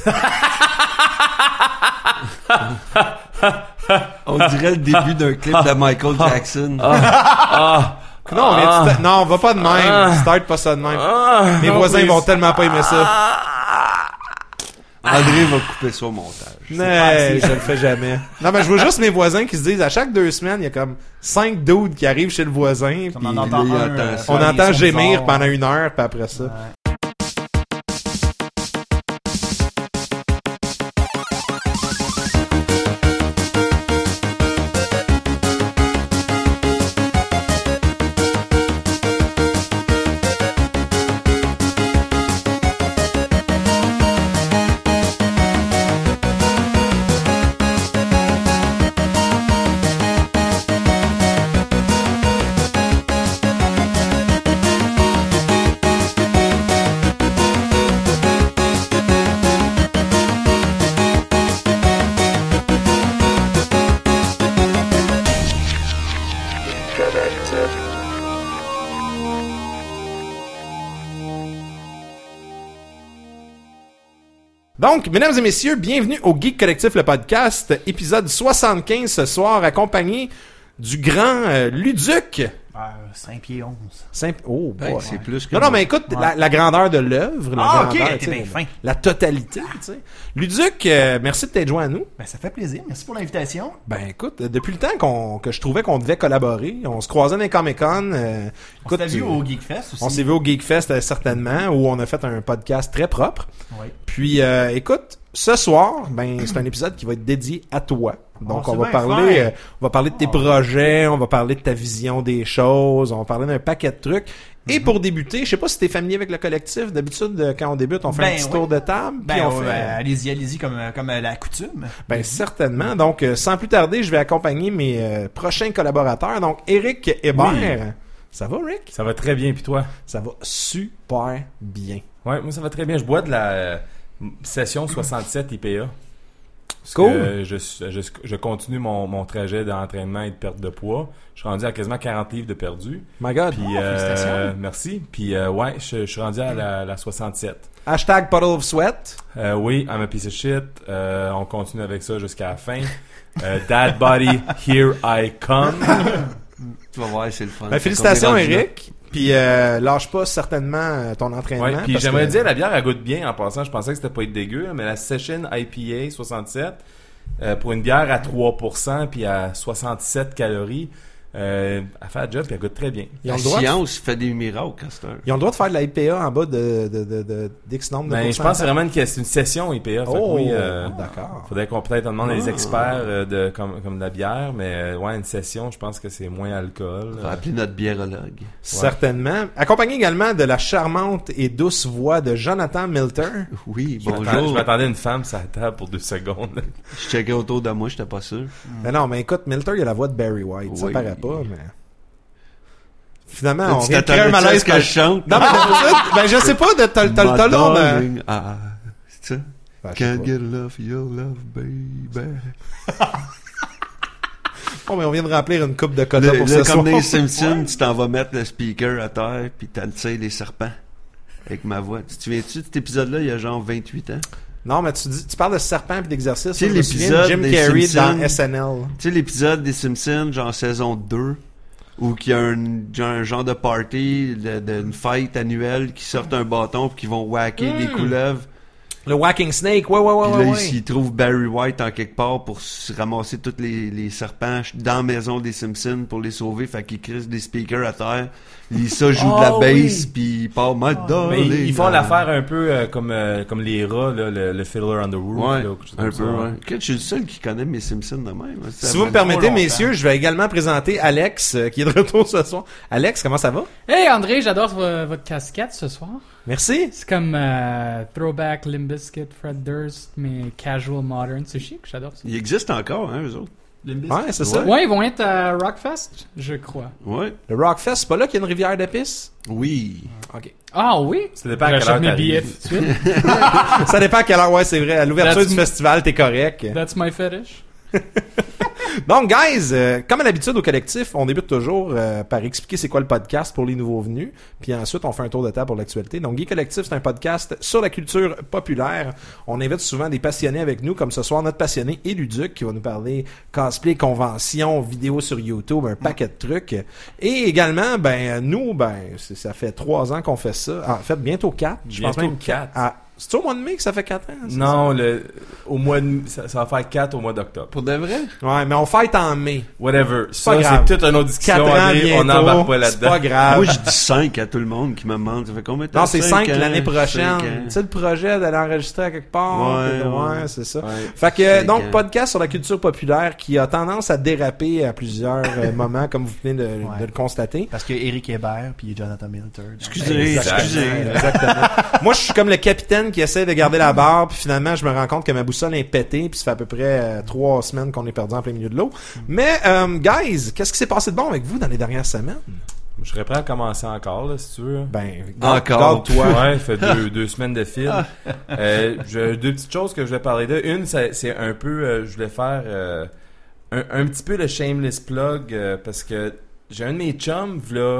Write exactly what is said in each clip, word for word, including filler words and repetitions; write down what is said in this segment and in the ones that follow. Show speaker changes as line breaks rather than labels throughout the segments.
On dirait le début d'un clip de Michael Jackson.
Ah.
Non, on vient de sta- non, on va pas de même.
Ah.
Start pas ça de même.
Ah.
Mes
Non,
voisins
please.
vont tellement pas aimer ça.
André va couper ça au montage.
Non, je le fais jamais. Non, mais je vois juste mes voisins qui se disent, à chaque deux semaines, il y a comme cinq dudes qui arrivent chez le voisin,
On
puis
en entend
il
un,
entend
euh,
ça.
on
faire
entend
des sons
gémir
bizarres.
pendant une heure, puis après ça.
Ouais.
Donc, mesdames et messieurs, bienvenue au Geek Collectif, le podcast, épisode soixante-quinze ce soir, accompagné du grand euh, Luduc.
Euh, cinq pieds onze.
Simple. Oh,
Ben,
boy.
c'est plus que
Non, non,
moi.
mais écoute,
Ouais.
la, la grandeur de l'œuvre, la
Ah,
grandeur,
ok,
tu
t'es
sais,
bien
la-
fin.
la totalité, tu sais. Luduc, euh, merci de t'être joint à nous.
Ben, ça fait plaisir. Merci pour l'invitation.
Ben, écoute, euh, depuis le temps qu'on que je trouvais qu'on devait collaborer, on se croisait dans les Comic-Con. Euh,
On
écoute,
s'est vu
tu-
au Geekfest aussi.
On s'est vu au Geekfest, euh, certainement, où on a fait un podcast très propre.
Ouais.
Puis, euh, écoute, ce soir, ben, c'est un épisode qui va être dédié à toi. Donc,
Oh,
on
c'est
va
bien
parler,
fin.
euh, on va parler de tes
Oh.
projets, on va parler de ta vision des choses, on va parler d'un paquet de trucs. Et pour débuter, je sais pas si t'es familier avec le collectif. D'habitude, euh, quand on débute, on fait
Ben,
un petit
oui.
tour de table. puis
Ben,
on
ouais,
fait...
ben, allez-y, allez-y comme, euh, comme euh, la coutume.
Ben, certainement. Donc, euh, sans plus tarder, je vais accompagner mes euh, prochains collaborateurs. Donc, Eric Hébert.
Oui.
Ça va, Rick?
Ça va très bien, puis toi?
Ça va super bien.
Ouais, moi ça va très bien. Je bois de la euh, session soixante-sept I P A. Parce
Cool.
que, euh, je, je, je continue mon, mon trajet d'entraînement et de perte de poids. Je suis rendu à quasiment quarante livres de perdu.
My God.
Puis,
Oh,
euh,
félicitations.
merci. Puis, euh, ouais, je, je suis rendu à la, la soixante-sept.
Hashtag Puddle of Sweat.
Euh, oui, I'm a piece of shit. Euh, on continue avec ça jusqu'à la fin. Euh, Dad body, here I come.
Tu vas voir, c'est le fun.
Ben, félicitations,
On est rendu là.
Eric. Puis, euh, lâche pas certainement euh, ton entraînement.
Ouais, puis
parce
j'aimerais
que-
dire, la bière, elle goûte bien en passant. Je pensais que c'était pas être dégueu, mais la Session I P A soixante-sept, euh, pour une bière à trois pour cent puis à soixante-sept calories, euh, elle fait la job puis elle goûte très bien.
Ils ont,
La
le droit de,
science fait des miracles, à cette heure.
ils ont le droit de faire de la I P A en bas de, de, de, de, d'X nombre de
Mais je pense que c'est vraiment une, c'est une session I P A. Fait que
Oh,
oui, euh,
d'accord.
faudrait qu'on peut-être demande à des
Ah.
experts euh, de comme, comme de la bière, mais euh, ouais, une session, je pense que c'est moins alcool.
On va appeler notre biérologue.
Certainement. Accompagné également de la charmante et douce voix de Jonathan Milter.
Oui,
Je m'attendais-
bonjour.
Je m'attendais à une femme sur la table pour deux secondes.
Je checkais autour de moi, j'étais pas sûr.
Mais non, mais écoute, Milter, il a la voix de Barry White. Ça
Oui.
paraît pas, mais... Finalement,
Là,
on
tu
vient de créer
t'attendais
un malaise
à ce que je chante?
Non, mais d'habitude, ben, je sais pas, de t'as t'as le
My
talon, mais...
darling, ah, c'est ça?
Ben, je sais
Can't
pas.
get enough of your love, baby.
Bon, mais on vient de remplir une coupe de quota
Le,
pour
le-
ce
comme
soir.
dans les Simpsons, tu t'en vas mettre le speaker à terre, puis t'attires les serpents avec ma voix. Tu te souviens-tu de cet épisode-là, il y a genre vingt-huit ans?
Non, mais tu, dis, tu parles de serpent et d'exercice.
Tu sais,
Je me souviens de
l'épisode
Jim
des
Carrey
Simpsons.
dans S N L.
Tu sais, l'épisode des Simpsons, genre saison deux, où qu'il y a un, genre, un genre de party, de- d'une fête annuelle, qui sortent un bâton puis qui vont whacker des couleuvres.
Le Whacking Snake, ouais, ouais, ouais,
Puis là,
ouais.
ils-
ouais.
ils trouvent Barry White en quelque part pour se ramasser tous les, les serpents dans la maison des Simpsons pour les sauver. Fait qu'ils crissent des speakers à terre. Ils ça joue de la
Oh,
bass,
oui.
puis ils parlent My
Mais
darling.
ils, ils font
Ah.
l'affaire un peu euh, comme euh, comme les rats, là, le, le Fiddler on the Roof.
Ouais,
là, ou quelque chose
un
comme
peu,
ça.
ouais. Écoute, je suis le seul qui connaît mes Simpsons de même. Ça
Si vous
fait
me permettez,
longtemps.
messieurs, je vais également présenter Alex, euh, qui est de retour ce soir. Alex, comment ça va?
Hey André, j'adore vo- votre casquette ce soir.
Merci.
C'est comme euh, throwback Limp Bizkit, Fred Durst, mais casual modern. C'est chic, j'adore ça.
Il existe encore, hein, eux autres.
Ouais, c'est ça.
Ouais, ils vont être à Rockfest, je crois.
Ouais.
Le Rockfest, c'est pas là qu'il y a une rivière d'épices?
Oui.
OK.
Ah oui?
Ça dépend à quelle
J'achète
heure
mes
t'arrives.
billets tout de suite.
Ça dépend à quelle heure, ouais, c'est vrai. À l'ouverture
That's
du
m-
festival, t'es correct.
That's my fetish.
Donc, guys, euh, comme à l'habitude au collectif, on débute toujours euh, par expliquer c'est quoi le podcast pour les nouveaux venus. Puis ensuite, on fait un tour de table pour l'actualité. Donc, Geek Collectif, c'est un podcast sur la culture populaire. On invite souvent des passionnés avec nous, comme ce soir, notre passionné Éluduc, qui va nous parler cosplay, convention, vidéos sur YouTube, un paquet de trucs. Et également, ben nous, ben c'est, ça fait trois ans qu'on fait ça. En fait, bientôt quatre. Je pense
Bientôt
même
quatre.
Ah, c'est au mois de mai que ça fait quatre ans? c'est
Non, le, au mois de, ça, ça va faire quatre au mois d'octobre.
Pour de vrai?
ça? Ouais, mais on fête en mai.
Whatever.
pas
Ça,
grave.
c'est toute une autre discussion.
Quatre ans
André,
bientôt.
on n'embarque pas
C'est
là-dedans.
pas grave.
Moi, je dis cinq à tout le monde qui me demande. Ça fait combien de temps?
Non, c'est cinq
ans?
l'année prochaine.
Cinq ans.
Tu sais, le projet d'aller enregistrer à quelque part.
Ouais,
puis de- ouais,
ouais.
c'est ça.
Ouais.
Fait que,
Cinq
donc,
ans.
podcast sur la culture populaire qui a tendance à déraper à plusieurs euh, moments, comme vous venez de,
Ouais.
de le constater.
Parce que Eric Hébert puis Jonathan Milter. donc-
Excusez,
Exactement.
excusez.
Exactement. Moi, je suis comme le capitaine qui essaie de garder la barre, puis finalement, je me rends compte que ma boussole est pétée, puis ça fait à peu près euh, trois semaines qu'on est perdu en plein milieu de l'eau. Mais, euh, guys, qu'est-ce qui s'est passé de bon avec vous dans les dernières semaines?
Je serais prêt à commencer encore, là, si tu veux.
Ben,
Encore.
toi.
Ouais, il fait deux, deux semaines de fil. Euh, j'ai deux petites choses que je vais parler de. Une, c'est, c'est un peu, euh, je voulais faire euh, un, un petit peu le shameless plug euh, parce que j'ai un de mes chums, là,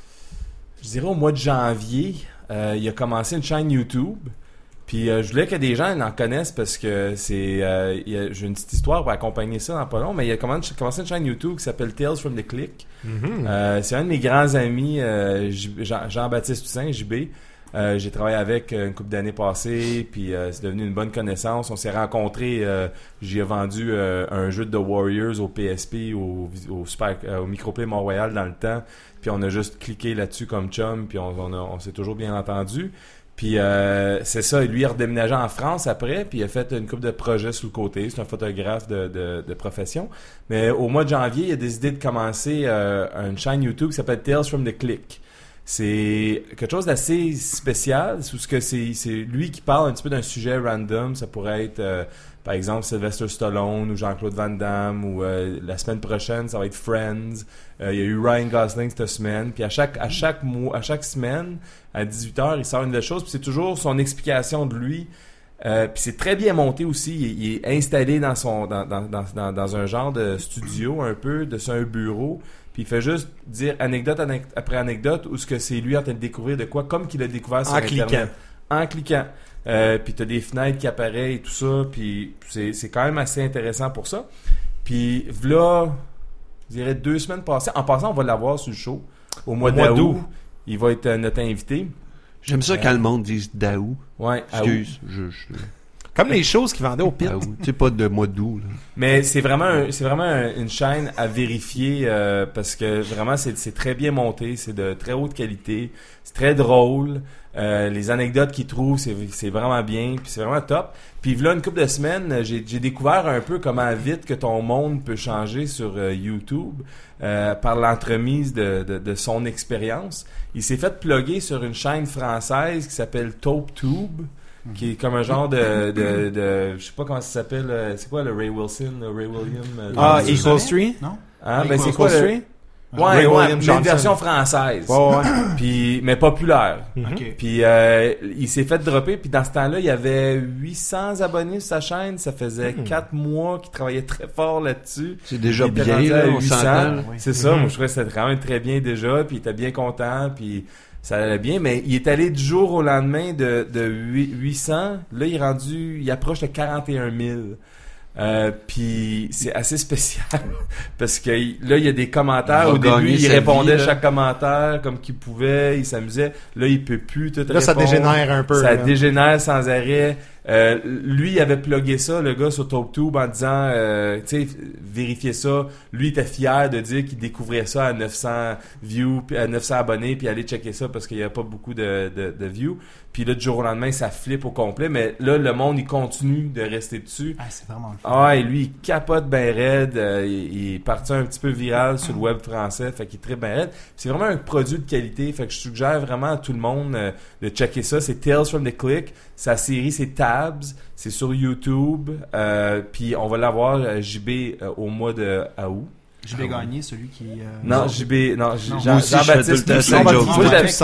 je dirais au mois de janvier, euh, il a commencé une chaîne YouTube. Puis euh, je voulais que des gens l'en connaissent parce que c'est euh, il y a- j'ai une petite histoire pour accompagner ça dans pas long, mais il a commencé, commencé une chaîne YouTube qui s'appelle Tales from the Click.
Mhm.
Euh, c'est un de mes grands amis, euh, J- Jean- Jean-Baptiste Toussaint, J B. Euh, j'ai travaillé avec euh, une couple d'années passées, puis euh, c'est devenu une bonne connaissance. On s'est rencontrés, euh, j'ai vendu euh, un jeu de The Warriors au P S P, au, au, Super, euh, au Microplay Mont-Royal dans le temps. Puis on a juste cliqué là-dessus comme chum, puis on, on, a- on s'est toujours bien entendu. Puis euh, c'est ça, lui il a redéménagé en France après, puis il a fait une couple de projets sur le côté. C'est un photographe de, de, de profession. Mais au mois de janvier, il a décidé de commencer euh, une chaîne YouTube qui s'appelle Tales from the Click. C'est quelque chose d'assez spécial, sous ce que c'est, c'est lui qui parle un petit peu d'un sujet random. Ça pourrait être, euh, par exemple, Sylvester Stallone ou Jean-Claude Van Damme, ou euh, la semaine prochaine, ça va être Friends. Euh, il y a eu Ryan Gosling cette semaine. Puis à chaque, à chaque mois, à chaque semaine, à dix-huit heures, il sort une nouvelle chose. Puis c'est toujours son explication de lui. Euh, puis c'est très bien monté aussi. Il, il est installé dans son dans, dans, dans, dans, dans un genre de studio un peu, de c'est un bureau. Puis il fait juste dire anecdote anec- après anecdote où ce que c'est lui en train de découvrir de quoi, comme qu'il a découvert sur
En
Internet.
cliquant.
En cliquant. Euh, puis t'as des fenêtres qui apparaissent et tout ça. Puis c'est, c'est quand même assez intéressant pour ça. Puis là, je dirais deux semaines passées. En passant, on va l'avoir sur le show. Au mois,
Au mois
d'août,
d'août.
il va être euh, notre invité.
J'aime ça quand le monde dise Daou.
Ouais, à août.
Excuse. Je, je,
Comme les choses qu'ils vendaient au pit.
Daou. Tu sais, pas de mois d'août, là.
Mais c'est vraiment, un- c'est vraiment un- une chaîne à vérifier euh, parce que vraiment c'est, c'est très bien monté, c'est de très haute qualité, c'est très drôle. Euh, les anecdotes qu'il trouve, c'est, c'est vraiment bien, puis c'est vraiment top. Puis là une couple de semaines, j'ai, j'ai découvert un peu comment vite que ton monde peut changer sur euh, YouTube euh, par l'entremise de, de, de son expérience. Il s'est fait plugger sur une chaîne française qui s'appelle TaupeTube. Qui est comme un genre de, de, de je sais pas comment ça s'appelle, euh, c'est quoi le Ray Wilson, le Ray William? euh,
Ah,
le-
Equal Street?
Non?
Hein, ben
Equal
c'est quoi le...
Street?
Ouais,
Ray
ouais,
William
mais
Johnson.
une version française.
Ouais, ouais.
Puis, mais populaire.
Mhm.
Ok.
Puis euh, il s'est fait dropper, puis dans ce temps-là, il y avait huit cents abonnés sur sa chaîne. Ça faisait
Hmm.
quatre mois qu'il travaillait très fort là-dessus.
C'est déjà
Il était
bien,
rendu à
là, on
huit cents.
s'entend.
Oui.
C'est ça,
Mhm.
moi je trouvais que c'était quand même très bien déjà, puis il était bien content, puis ça allait bien, mais il est allé du jour au lendemain de, de huit cents, là il est rendu, il approche de quarante et un mille. Euh, puis c'est assez spécial parce que il- là il y a des commentaires.
Il va
Au début
gagner
il
sa
répondait
vie, là.
chaque commentaire comme qu'il pouvait, il s'amusait. Là il peut plus tout
Là, ça
répondre.
dégénère un peu.
Ça
là.
dégénère sans arrêt. Euh, lui, il avait plugué ça, le gars, sur TalkTube en disant, euh, tu sais, vérifiez ça. Lui, il était fier de dire qu'il découvrait ça à neuf cents views, puis à neuf cents abonnés, puis aller checker ça parce qu'il n'y a pas beaucoup de, de, de views. Puis là, du jour au lendemain, ça flippe au complet. Mais là, le monde, il continue de rester dessus.
Ah, c'est vraiment le fun.
Ah, et lui, il capote ben raide. euh, il, il est parti un petit peu viral sur le web français. Fait qu'il est très ben raide. C'est vraiment un produit de qualité. Fait que je suggère vraiment à tout le monde euh, de checker ça. C'est Tales from the Click. Sa série, c'est Tabs. C'est sur YouTube. Euh, Puis on va l'avoir, euh, J B, euh, au mois de août.
Je vais gagner celui qui. euh,
Non, J B, non, J-
Non.
Jean-
Moi aussi, je fais
Jean-Baptiste
tout le temps
Toussaint.
cette
Moi,
joke.
je l'avais-
Toussaint.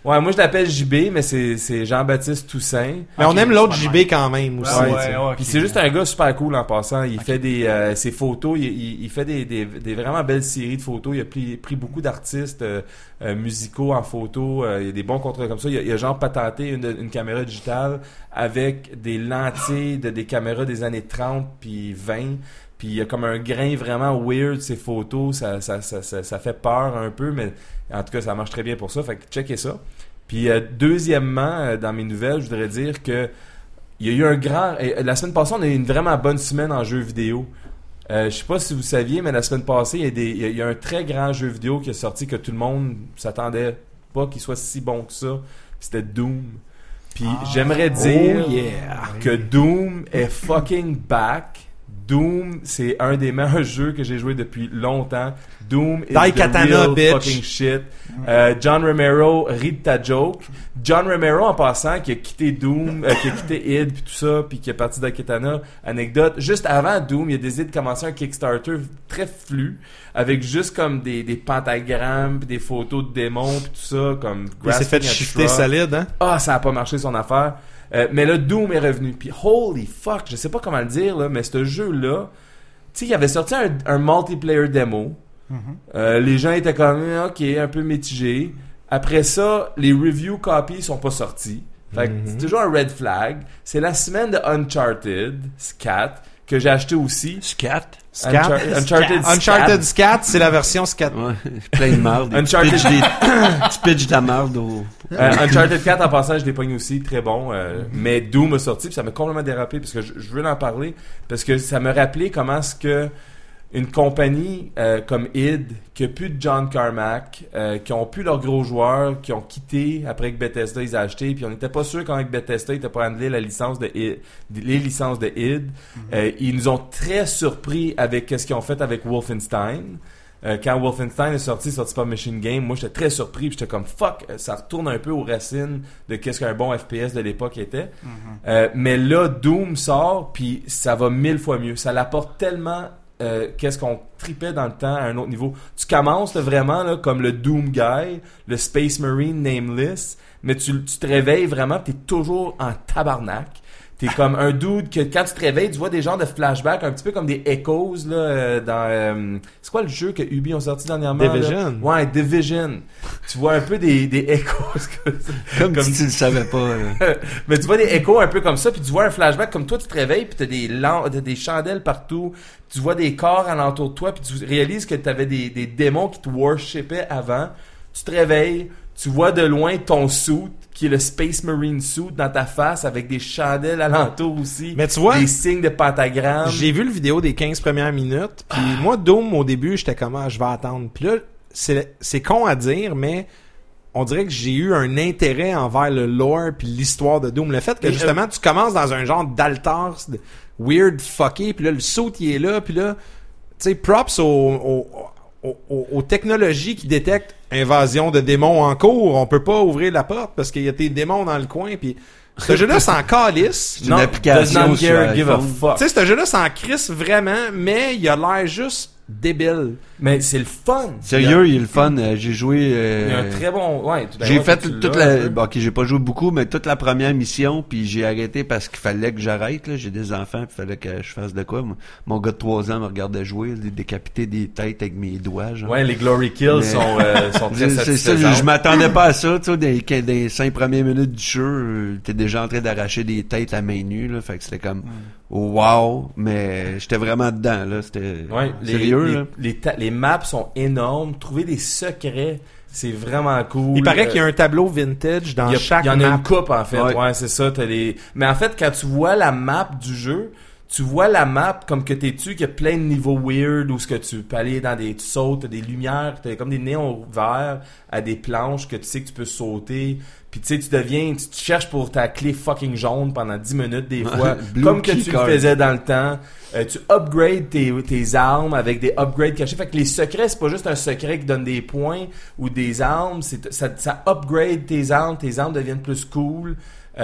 Ouais, moi je l'appelle J B, mais c'est, c'est Jean-Baptiste Toussaint.
Mais
Ok,
on aime l'autre
c'est
J
pas
B
mal.
quand même aussi.
Ouais,
tu
ouais,
sais.
ouais,
Puis
ok.
c'est juste un gars super cool en passant. Il fait des euh, ses photos, il, il, il fait des, des, des vraiment belles séries de photos. Il a pris, pris beaucoup d'artistes euh, euh, musicaux en photo. Euh, il y a des bons contrats comme ça. Il a, il a genre patenté une, une caméra digitale avec des lentilles de des caméras des années trente puis vingt. Puis il y a comme un grain vraiment weird ces photos. Ça, ça, ça, ça, ça fait peur un peu, mais en tout cas ça marche très bien pour ça. Fait que checkez ça. Puis euh, deuxièmement, euh, dans mes nouvelles, je voudrais dire que il y a eu un grand... euh, la semaine passée, on a eu une vraiment bonne semaine en jeux vidéo. Euh, je sais pas si vous saviez, mais la semaine passée, il y a des, il y a, il y a un très grand jeu vidéo qui est sorti que tout le monde s'attendait pas qu'il soit si bon que ça. C'était Doom. Puis
Ah.
j'aimerais dire
Oh yeah.
que Doom est fucking back. Doom, c'est un des meilleurs jeux que j'ai joué depuis longtemps. Doom is
Die
the
Katana,
real
bitch.
fucking shit. Euh, John Romero rit de ta joke. John Romero, en passant, qui a quitté Doom, euh, qui a quitté id puis tout ça, puis qui est parti de Katana. Anecdote, juste avant Doom, il a décidé de commencer un Kickstarter très flou, avec juste comme des, des pentagrammes, puis des photos de démons, puis tout ça, comme
Il s'est fait
grasping at
shifter
straw.
solide, hein?
Ah, ça a pas marché son affaire. Euh, mais là, Doom est revenu. Puis holy fuck, je sais pas comment le dire, là, mais ce jeu-là, tu sais, il avait sorti un, un multiplayer démo.
Mhm.
Euh, les gens étaient comme, eh, ok, un peu mitigés. Après ça, les review copies sont pas sortis. Fait que
Mhm.
c'est toujours un red flag. C'est la semaine de Uncharted, Scat, que j'ai acheté aussi.
Scat.
Scat.
Unchar- Uncharted Scat.
Uncharted Scat, c'est la version Scat.
Ouais, plein de marde. Tu
Uncharted-
pitches des- tu pitches de la marde au...
Euh, Uncharted quatre, en passant, je l'ai pogné aussi, très bon. euh, Mais Doom a sorti, puis ça m'a complètement dérapé, parce que je, je veux en parler, parce que ça m'a rappelé comment est-ce que une compagnie euh, comme id, qui a plus de John Carmack, euh, qui ont plus leurs gros joueurs, qui ont quitté après que Bethesda ils aient acheté, puis on n'était pas sûr qu'avec Bethesda ils étaient pas handler la licence de id, les licences de id. Euh, ils nous ont très surpris avec ce qu'ils ont fait avec Wolfenstein. Euh, quand Wolfenstein est sorti, sorti par Machine Game, moi j'étais très surpris, puis j'étais comme fuck, ça retourne un peu aux racines de qu'est-ce qu'un bon F P S de l'époque était. Euh, mais là, Doom sort, puis ça va mille fois mieux. Ça l'apporte tellement euh, qu'est-ce qu'on tripait dans le temps à un autre niveau. Tu commences là, vraiment là, comme le Doom Guy, le Space Marine Nameless, mais tu, tu te réveilles vraiment, t'es toujours en tabarnak. T'es comme un dude que quand tu te réveilles, tu vois des genres de flashbacks, un petit peu comme des echoes là, euh, dans... euh, c'est quoi le jeu que Ubi ont sorti dernièrement?
Division.
Là? Ouais, Division. Tu vois un peu des, des echoes.
Comme,
Comme-
si tu le savais pas. là.
Mais tu vois des échos un peu comme ça, puis tu vois un flashback comme toi, tu te réveilles, puis t'as des, lam- t'as des chandelles partout, tu vois des corps alentour de toi, puis tu réalises que t'avais des, des démons qui te worshipaient avant. Tu te réveilles, tu vois de loin ton suit, qui est le Space Marine suit, dans ta face, avec des chandelles alentour aussi.
Mais tu vois,
des signes de pentagramme.
j'ai vu le vidéo des quinze premières minutes, puis moi, Doom, au début, j'étais comme, ah, je vais attendre. Puis là, c'est, c'est con à dire, mais on dirait que j'ai eu un intérêt envers le lore puis l'histoire de Doom. Le fait que,
Et,
justement, tu commences dans un genre d'altar de weird fucké, puis là, le saut, il est là, puis là, tu sais, props au... au Aux, aux- aux technologies qui détectent invasion de démons en cours, on peut pas ouvrir la porte parce qu'il y a des démons dans le coin, puis ce jeu-là s'en calisse.
C'est une application
does not
sur
care, give a
iPhone.
fuck.
Tu sais, ce jeu-là s'en crisse vraiment, mais il a l'air juste débile.
Mais c'est le fun.
Sérieux, il est le fun. Euh, J'ai joué... euh,
Il y a un très bon... Ouais, tu- ben
J'ai
ouais,
fait
tu
toute
l'as, un
la...
peu.
Bon, ok, j'ai pas joué beaucoup, mais toute la première mission, puis j'ai arrêté parce qu'il fallait que j'arrête, là. J'ai des enfants, puis il fallait que je fasse de quoi. Mon- Mon gars de trois ans me regardait jouer, là, décapiter des têtes avec mes doigts, genre.
Ouais, les Glory Kills
Mais-
sont, euh, sont très
C'est c'est ça,
satisfaisants.
je, je m'attendais pas à ça, tu sais, des, des, des cinq premières minutes du jeu, euh, t'es déjà en train d'arracher des têtes à main nue, là, fait que c'était comme, oh, wow, mais j'étais vraiment dedans, là, c'était
Ouais, les,
sérieux,
les,
là.
les, ta- les maps sont énormes. Trouver des secrets, c'est vraiment cool.
Il paraît
Euh,
qu'il y a un tableau vintage dans
il y a-
chaque
il y en a
map.
une coupe, en fait. Ouais,
Ouais.
c'est ça. T'as les... Mais en fait, quand tu vois la map du jeu, tu vois la map comme que t'es dessus, qu'il y a plein de niveaux weird où ce que tu peux aller dans des... Tu sautes, t'as des lumières, t'as comme des néons verts à des planches que tu sais que tu peux sauter. Puis tu sais, tu deviens... Tu te cherches pour ta clé fucking jaune pendant dix minutes des fois.
Blue
comme que
key
tu
card.
le faisais dans le temps. Euh, tu upgrades tes, tes armes avec des upgrades cachés. Fait que les secrets, c'est pas juste un secret qui donne des points ou des armes. C'est, ça, ça upgrade tes armes. Tes armes deviennent plus cool.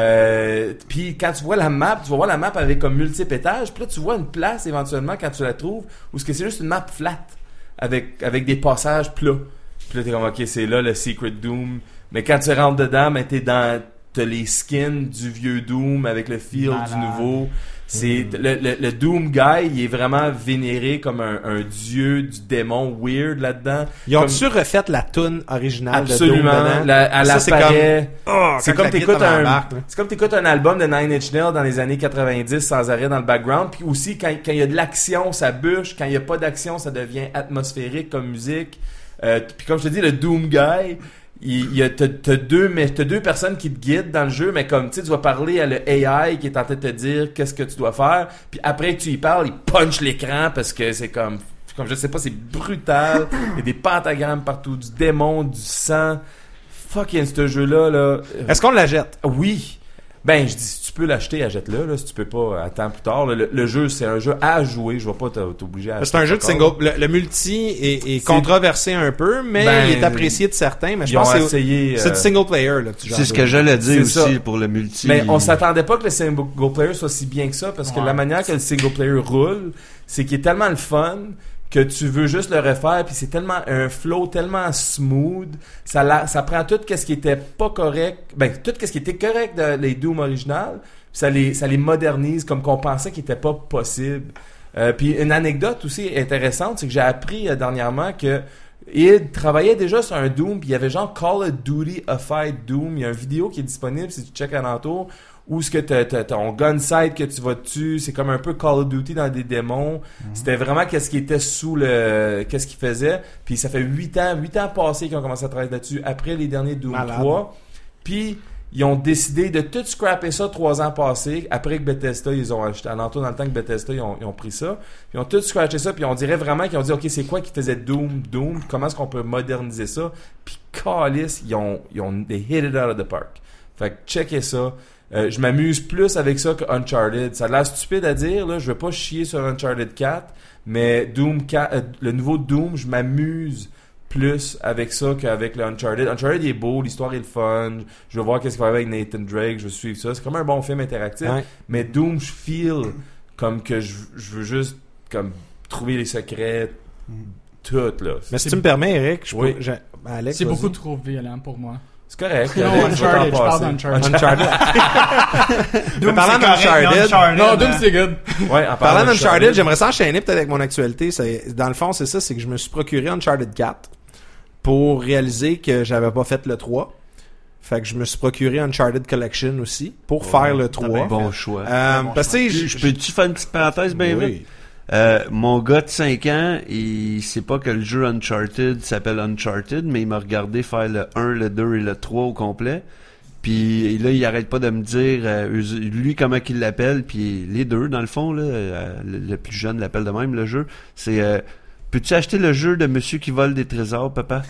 Euh, puis quand tu vois la map, tu vas voir la map avec comme multiples étages. Puis là, tu vois une place éventuellement quand tu la trouves où ce que c'est juste une map flat avec, avec des passages plats. Puis là, t'es comme, ok, c'est là le Secret Doom. Mais quand tu rentres dedans, ben, t'es dans, t'as les skins du vieux Doom avec le feel
Malade.
du nouveau. C'est, le, le, le Doom guy, il est vraiment vénéré comme un, un dieu du démon weird là-dedans.
Ils
Comme-
ont-tu refait la toune originale
Absolument.
de Doom dedans?
La, elle
Ça, c'est
apparaît.
Oh,
C'est
quand
comme
la
t'écoutes
guitare
un,
embarque, là.
c'est comme t'écoutes un album de Nine Inch Nails dans les années quatre-vingt-dix sans arrêt dans le background. Puis aussi quand quand il y a de l'action, ça bûche. Quand il y a pas d'action, ça devient atmosphérique comme musique. Euh, puis comme je te dis, le Doom guy, il, il y a t'as, t'as deux mais t'as deux personnes qui te guident dans le jeu, mais comme tu sais, tu vas parler à le A I qui est en train de te dire qu'est-ce que tu dois faire. Puis après que tu y parles, il punch l'écran parce que c'est comme comme je sais pas, c'est brutal. Il y a des pentagrammes partout, du démon, du sang. Fucking ce jeu-là, là.
Est-ce qu'on la jette?
Oui. Ben, je dis, si tu peux l'acheter, achète-le, là. Si tu peux pas, attends plus tard. là. Le, le jeu, c'est un jeu à jouer. Je vais pas t'a- t'obliger à
C'est un jeu de single. Le, le multi est, est controversé un peu, mais
Ben,
il est apprécié de certains. Mais je
Ils ont
pense que c'est,
essayé.
c'est
euh,
du single player, là. que tu
C'est
joues
ce
à
que
deux.
j'allais dire
C'est
aussi
ça.
pour le multi.
Mais on s'attendait pas que le single player soit si bien que ça, parce que
Ouais.
la manière que le single player roule, c'est qu'il est tellement le fun que tu veux juste le refaire, puis c'est tellement un flow tellement smooth, ça la, ça prend tout ce qui était pas correct, ben tout ce qui était correct de les Doom originales, puis ça les ça les modernise comme qu'on pensait qu'il était pas possible. Euh, puis une anecdote aussi intéressante, c'est que j'ai appris euh, dernièrement que il travaillait déjà sur un Doom, puis il y avait genre Call of Duty A Fight Doom. Il y a une vidéo qui est disponible si tu checkes alentour, où ce que t'as, t'as ton gun sight que tu vas dessus, c'est comme un peu Call of Duty dans des démons. Mm-hmm. C'était vraiment qu'est-ce qui était sous le, qu'est-ce qu'il faisait. Puis ça fait huit ans, huit ans passés qu'ils ont commencé à travailler là-dessus après les derniers Doom
Malade.
trois. Puis ils ont décidé de tout scraper ça trois ans passés, après que Bethesda, ils ont acheté, alentour dans le temps que Bethesda, ils ont, ils ont pris ça. Ils ont tout scratché ça, puis on dirait vraiment qu'ils ont dit, OK, c'est quoi qui faisait Doom, Doom, comment est-ce qu'on peut moderniser ça? Puis calice, ils ont, ils ont, they hit it out of the park. Fait que checkez ça. Euh, je m'amuse plus avec ça que Uncharted. Ça a l'air stupide à dire, là. Je veux pas chier sur Uncharted quatre, mais Doom quatre, euh, le nouveau Doom, je m'amuse plus avec ça qu'avec le Uncharted. Uncharted il est beau, l'histoire est le fun. Je veux voir qu'est-ce qu'il va y avoir avec Nathan Drake, je veux suivre ça. C'est comme un bon film interactif.
Ouais.
Mais Doom, je feel comme que je, je veux juste comme trouver les secrets, tout là.
Mais si tu me permets, Eric, je
Oui.
peux, je- Alex,
C'est
vas-y.
beaucoup trop violent pour moi.
C'est correct.
Non,
Alex, je vais
Uncharted,
t'en
je parle
passer.
d'Uncharted.
Uncharted.
Doom,
parlant
c'est correct,
d'Uncharted-
mais Uncharted,
Non,
euh,
Doom, c'est good.
Ouais, en
Parlant d'Uncharted,
d'Uncharted,
j'aimerais s'enchaîner peut-être avec mon actualité. C'est, dans le fond, c'est ça, c'est que je me suis procuré Uncharted quatre pour réaliser que j'avais pas fait le trois. Fait que je me suis procuré Uncharted Collection aussi pour faire le trois.
bien
Bon
fait.
choix.
Euh,
Bon
parce que tu sais,
Je peux-tu faire une petite parenthèse bien
Oui.
vite? Euh, mon gars de cinq ans, il sait pas que le jeu Uncharted s'appelle Uncharted, mais il m'a regardé faire le un, le deux et le trois au complet. Puis là, il arrête pas de me dire euh, eux- lui comment qu'il l'appelle, puis les deux dans le fond là, euh, le, le plus jeune l'appelle de même le jeu. C'est euh, peux-tu acheter le jeu de monsieur qui vole des trésors, papa?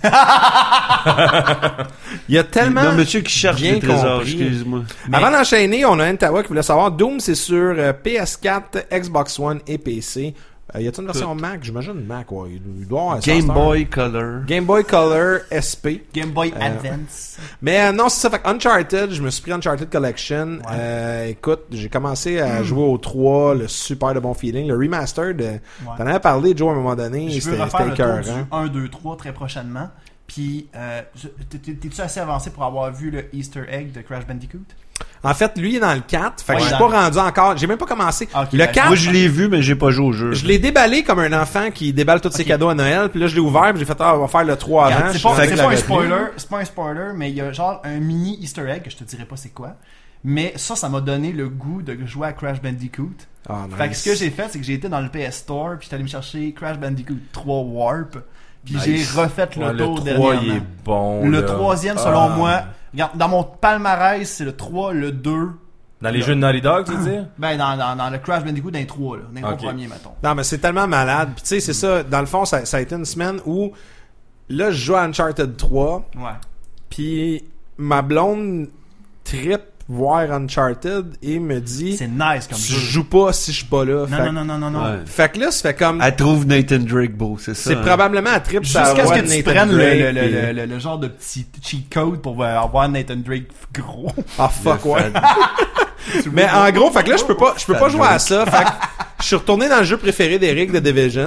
il y a tellement...
Non, monsieur qui cherche
bien
des trésors,
compris.
excuse-moi.
Mais-
Avant d'enchaîner, on a Antawa qui voulait savoir, Doom, c'est sur euh, P S quatre, Xbox One et P C. Euh, y a-t-il une version Mac? J'imagine Mac, ouais. Il, il doit avoir un
Game
Star.
Boy Color.
Game Boy Color S P.
Game Boy
Euh,
Advance.
Mais euh, non, c'est ça. Fait que Uncharted, je me suis pris Uncharted Collection.
Ouais.
Euh, écoute, j'ai commencé à jouer au trois, le super de bon feeling. Le remastered, euh,
Ouais.
t'en avais parlé, Joe, à un moment donné.
Je veux
C'était
refaire
c'était
le tour du
écœurant.
un, deux, trois très prochainement. Puis, euh, je- t'es- t'es- t'es-tu assez avancé pour avoir vu le Easter egg de Crash Bandicoot?
En fait, lui, il est dans le quatre. Fait que
Ouais,
je suis
dans-
pas rendu encore. J'ai même pas commencé.
Ah, ok,
le
ben,
quatre,
Moi, je l'ai vu, mais j'ai pas joué au jeu.
je l'ai déballé comme un enfant qui déballe tous ses
Ok.
cadeaux à Noël. Puis là, je l'ai ouvert. Puis j'ai fait, ah, on va faire le trois
Regarde,
avant.
C'est
Je
pas,
savais
c'est
que
pas un
j'avais
spoiler,
plus.
c'est pas un spoiler, mais il y a genre un mini Easter egg que je te dirais pas c'est quoi. Mais ça, ça m'a donné le goût de jouer à Crash Bandicoot.
Ah,
Fait que
nice.
ce que j'ai fait, c'est que j'ai été dans le P S Store, puis j'étais allé me chercher Crash Bandicoot trois Warp, puis
Nice.
j'ai refait le
Ouais,
tour
le trois, il
dernièrement.
est bon.
Le
là.
troisième, selon
Ah.
moi, regarde, dans mon palmarès, c'est le trois, le deux.
Dans les jeux de Naughty Dog, tu veux dire?
Ben, dans, dans, dans le Crash Bandicoot, dans les trois, là. Dans les
Ok.
trois premiers, mettons.
Non, mais c'est tellement malade. Puis tu sais, c'est ça. Dans le fond, ça, ça a été une semaine où là, je joue à Uncharted trois.
Ouais.
Puis ma blonde trip voir Uncharted et me dit
C'est nice comme
je
jeu.
joue pas si je suis pas là.
Non,
fait,
non, non, non, non, non.
Ouais.
fait que là, ça fait comme
Elle trouve Nathan Drake beau, c'est ça.
c'est
hein?
probablement un trip ça
Jusqu'à ce
avoir
que tu
Nathan
prennes le,
Drake,
le, le,
puis-
le, le, le genre de petit cheat code pour avoir Nathan Drake gros.
Ah fuck
Le
ouais.
fan.
Mais en gros, fait que là je peux pas je peux pas
Fan
jouer à
Drake.
ça. Fait que je suis retourné dans le jeu préféré d'Eric, The Division.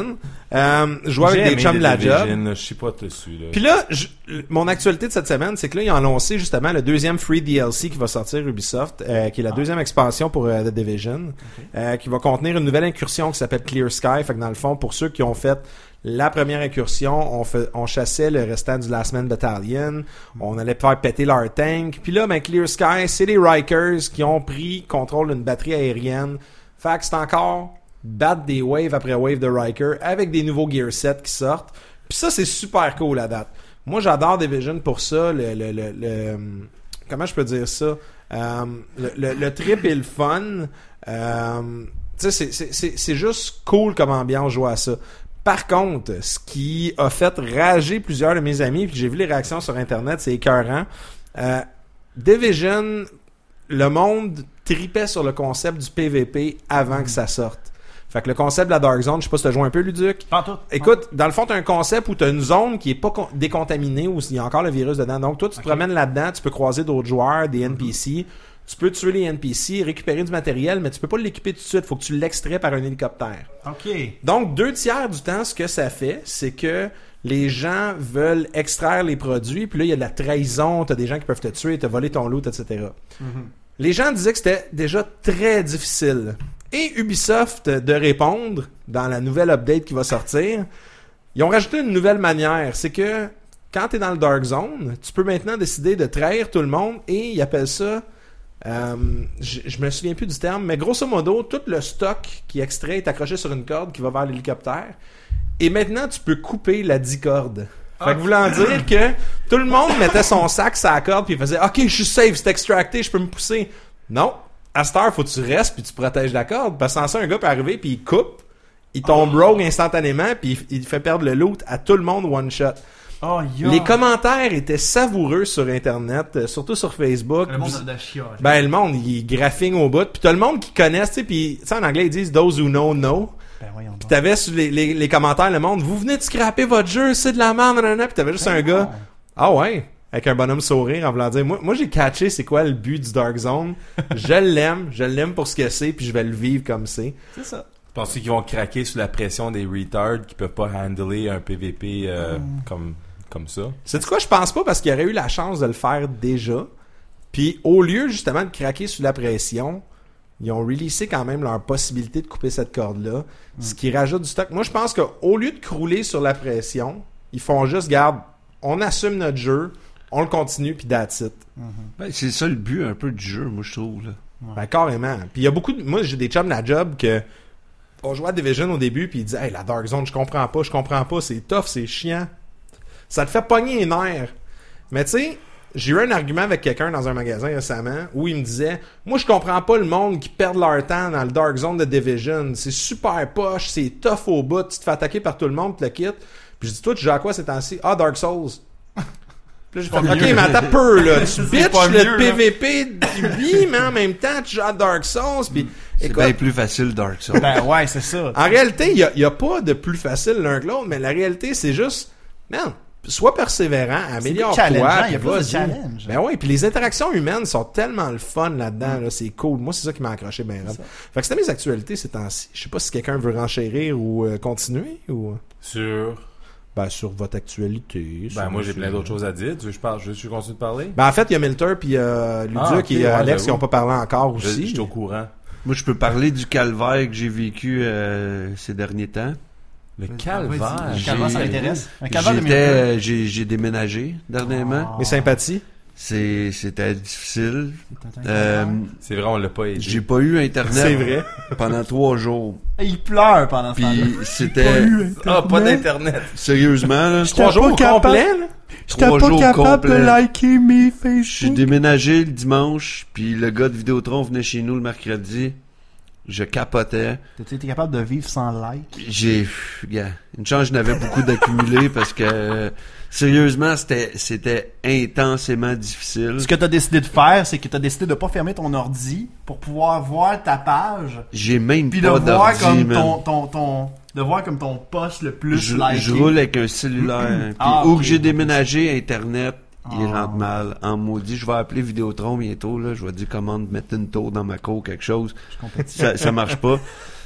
Euh, je jouais avec
J'ai
des
aimé
chums
The
de la job.
Division, là, je suis pas dessus, là.
Puis là, je- mon actualité de cette semaine, c'est que là, ils ont annoncé justement le deuxième free D L C qui va sortir Ubisoft, euh, qui est la deuxième expansion pour euh, The Division, euh, qui va contenir une nouvelle incursion qui s'appelle Clear Sky. Fait que dans le fond, pour ceux qui ont fait la première incursion, on, fait, on chassait le restant du Last Man Battalion, on allait faire péter leur tank. Puis là, ben, Clear Sky, c'est les Rikers qui ont pris contrôle d'une batterie aérienne. Fait que c'est encore battre des waves après wave de Riker avec des nouveaux gear sets qui sortent. Puis ça, c'est super cool à date. Moi, j'adore Division pour ça. Le, le, le, le- comment je peux dire ça? Euh, le, le, le trip et le fun. Euh, tu sais, c'est, c'est, c'est, c'est juste cool comme ambiance jouer à ça. Par contre, ce qui a fait rager plusieurs de mes amis, puis j'ai vu les réactions sur Internet, c'est écœurant. Euh, Division, le monde tripait sur le concept du P V P avant que ça sorte. Fait que le concept de la Dark Zone, je sais pas si t'as joué un peu, Luduc.
Pas tout.
Écoute, dans le fond, t'as un concept où t'as une zone qui est pas con- décontaminée, où il y a encore le virus dedans. Donc, toi, tu te
Ok.
promènes là-dedans, tu peux croiser d'autres joueurs, des N P C. Tu peux tuer les N P C, récupérer du matériel, mais tu peux pas l'équiper tout de suite. Faut que tu l'extrais par un hélicoptère.
OK.
Donc, deux tiers du temps, ce que ça fait, c'est que les gens veulent extraire les produits, puis là, il y a de la trahison, t'as des gens qui peuvent te tuer, te voler ton loot, et cetera. Les gens disaient que c'était déjà très difficile. Et Ubisoft, de répondre, dans la nouvelle update qui va sortir, ils ont rajouté une nouvelle manière. C'est que, quand t'es dans le Dark Zone, tu peux maintenant décider de trahir tout le monde, et ils appellent ça... Euh, je, je me souviens plus du terme, mais grosso modo, tout le stock qui est extrait est accroché sur une corde qui va vers l'hélicoptère. Et maintenant, tu peux couper la dix cordes. Fait que voulant dire que tout le monde mettait son sac sur la corde puis il faisait « Ok, je suis safe, c'est extracté, je peux me pousser. » Non. À cette heure, faut que tu restes puis tu protèges la corde. Parce que sans ça, un gars peut arriver puis il coupe, il tombe rogue instantanément puis il, il fait perdre le loot à tout le monde one shot.
Oh, yo.
Les commentaires étaient savoureux sur Internet, euh, surtout sur Facebook.
Le monde
Vous-
de chiage.
ben, le monde, il graphing au bout. Puis t'as le monde qui connaît, tu sais, puis tu sais, en anglais, ils disent « those who know, know ».
Ben, voyons donc.
Puis t'avais sur les, les, les commentaires, le monde « Vous venez de scraper votre jeu, c'est de la merde, nanana. » Puis t'avais juste un gars « Ah ouais? » Avec un bonhomme sourire en voulant dire « Moi, moi j'ai catché c'est quoi le but du Dark Zone. Je l'aime, je l'aime pour ce que c'est, puis je vais le vivre comme c'est. »
C'est ça.
Pensez qu'ils vont craquer sous la pression des retards qui peuvent pas handler un P V P euh, comme, comme ça?
C'est quoi, je pense pas parce qu'il aurait eu la chance de le faire déjà. Puis au lieu justement de craquer sous la pression, ils ont releasé quand même leur possibilité de couper cette corde-là, ce qui rajoute du stock. Moi, je pense qu'au lieu de crouler sur la pression, ils font juste, garde, on assume notre jeu, on le continue, puis that's it.
Ben, c'est ça le but un peu du jeu, moi je trouve. Là.
Ben, carrément. Puis il y a beaucoup de... Moi, j'ai des chums de la job que... On jouait à Division au début, puis ils disaient « Hey, la Dark Zone, je comprends pas, je comprends pas, c'est tough, c'est chiant. » Ça te fait pogner les nerfs. Mais tu sais, j'ai eu un argument avec quelqu'un dans un magasin récemment où il me disait « Moi, je comprends pas le monde qui perd leur temps dans le Dark Zone de Division. C'est super poche, c'est tough au bout, tu te fais attaquer par tout le monde, tu le quittes. » Puis je dis « Toi, tu joues à quoi ces temps-ci? »« Ah, Dark Souls. » Puis là, j'ai fait « Ok, mais attends peu, là. Tu bitches
pas
le
mieux,
P
là.
V P du vie, mais en même temps, tu joues à Dark Souls. » Puis
C'est
écoute,
bien plus facile Dark Souls.
Ben, ouais, c'est ça.
en réalité, il n'y a, y a pas de plus facile l'un que l'autre, mais la réalité, c'est juste, man, sois persévérant, améliore-toi.
challengeant, il y a
puis
plus de
vas-y.
challenge.
Ben oui, puis les interactions humaines sont tellement le fun là-dedans, là, c'est cool. Moi, c'est ça qui m'a accroché bien raide. Fait que c'était mes actualités ces temps-ci. Je sais pas si quelqu'un veut renchérir ou euh, continuer, ou...
Sur...
Ben, sur votre actualité. sur
Ben, moi, j'ai
votre
plein d'autres
sujet.
choses à dire. Tu veux que je parle? Je veux que je continue de parler?
Ben, en fait, il y a Milter, puis euh, Luduc
Ah, ok,
et
ouais,
Alex qui
j'avoue.
n'ont pas parlé encore
Je, je
aussi.
suis au courant.
Moi je peux parler du calvaire que j'ai vécu euh, ces derniers temps.
Le
Un
calvaire.
calvaire, ça
J'ai-
m'intéresse. Un calvaire de
J'étais,
Milton.
euh, j'ai, j'ai déménagé dernièrement.
Mes sympathies.
C'est, c'était difficile.
C'est un
Euh,
calvaire.
C'est vrai, on l'a pas aidé.
j'ai pas eu internet
C'est vrai.
pendant trois jours.
Et il pleure pendant ce temps-là.
Puis c'était
Ah, pas d'internet.
sérieusement là,
Trois jours au complet, là.
trois jours complets.
liker mes
Je suis déménagé le dimanche, puis le gars de Vidéotron venait chez nous le mercredi. Je capotais.
T'as été capable de vivre sans like?
J'ai, gars, une chance je n'avais beaucoup d'accumulé parce que euh, sérieusement c'était c'était intensément difficile.
Ce que t'as décidé de faire, c'est que t'as décidé de pas fermer ton ordi pour pouvoir voir ta page,
J'ai même
puis de
pas
voir
d'ordi,
comme
man.
ton, ton, ton, de voir comme ton poste le plus
je,
liké.
je roule avec un cellulaire. Puis
Ah,
où
ok.
que j'ai déménagé, Internet, il
Ah.
rentre mal. En maudit, je vais appeler Vidéotron bientôt. Là. Je vais dire comment de mettre une tour dans ma cour, quelque chose.
Je compatis.
Ça, ça marche pas.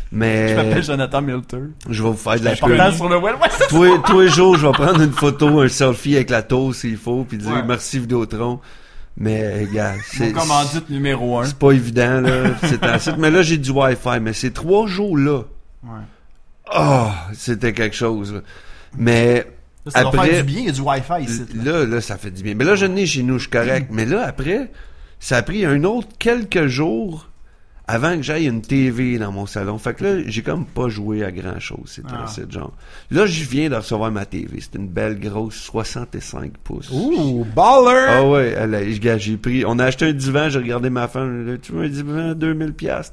Mais
Je m'appelle Jonathan Milter.
je vais vous faire de la
C'est
pub.
important sur le web. Ouais,
Tous les- tous les jours, je vais prendre une photo, un selfie avec la toast s'il faut, puis dire
Ouais.
merci Vidéotron. Mais, gars,
Mon
c'est,
commandite numéro un.
c'est pas évident, là. C'est un site. Mais là, j'ai du Wi-Fi. Mais ces trois jours-là,
Ouais.
oh, c'était quelque chose, là. Mais,
Là, ça doit
après,
faire du bien, il y a du Wi-Fi ici. là.
là, là, ça fait du bien. Mais là, je n'ai chez nous, je suis correct. Mais là, après, ça a pris un autre quelques jours avant que j'aille une T V dans mon salon. Fait que là, j'ai comme pas joué à grand chose, c'est
Ah.
c'est genre. Là, je viens de recevoir ma T V. C'est une belle grosse soixante-cinq pouces.
Ouh, baller!
Ah ouais, elle a- gars, j'ai pris. On a acheté un divan, j'ai regardé ma femme. Là, tu veux un divan à deux mille piastres?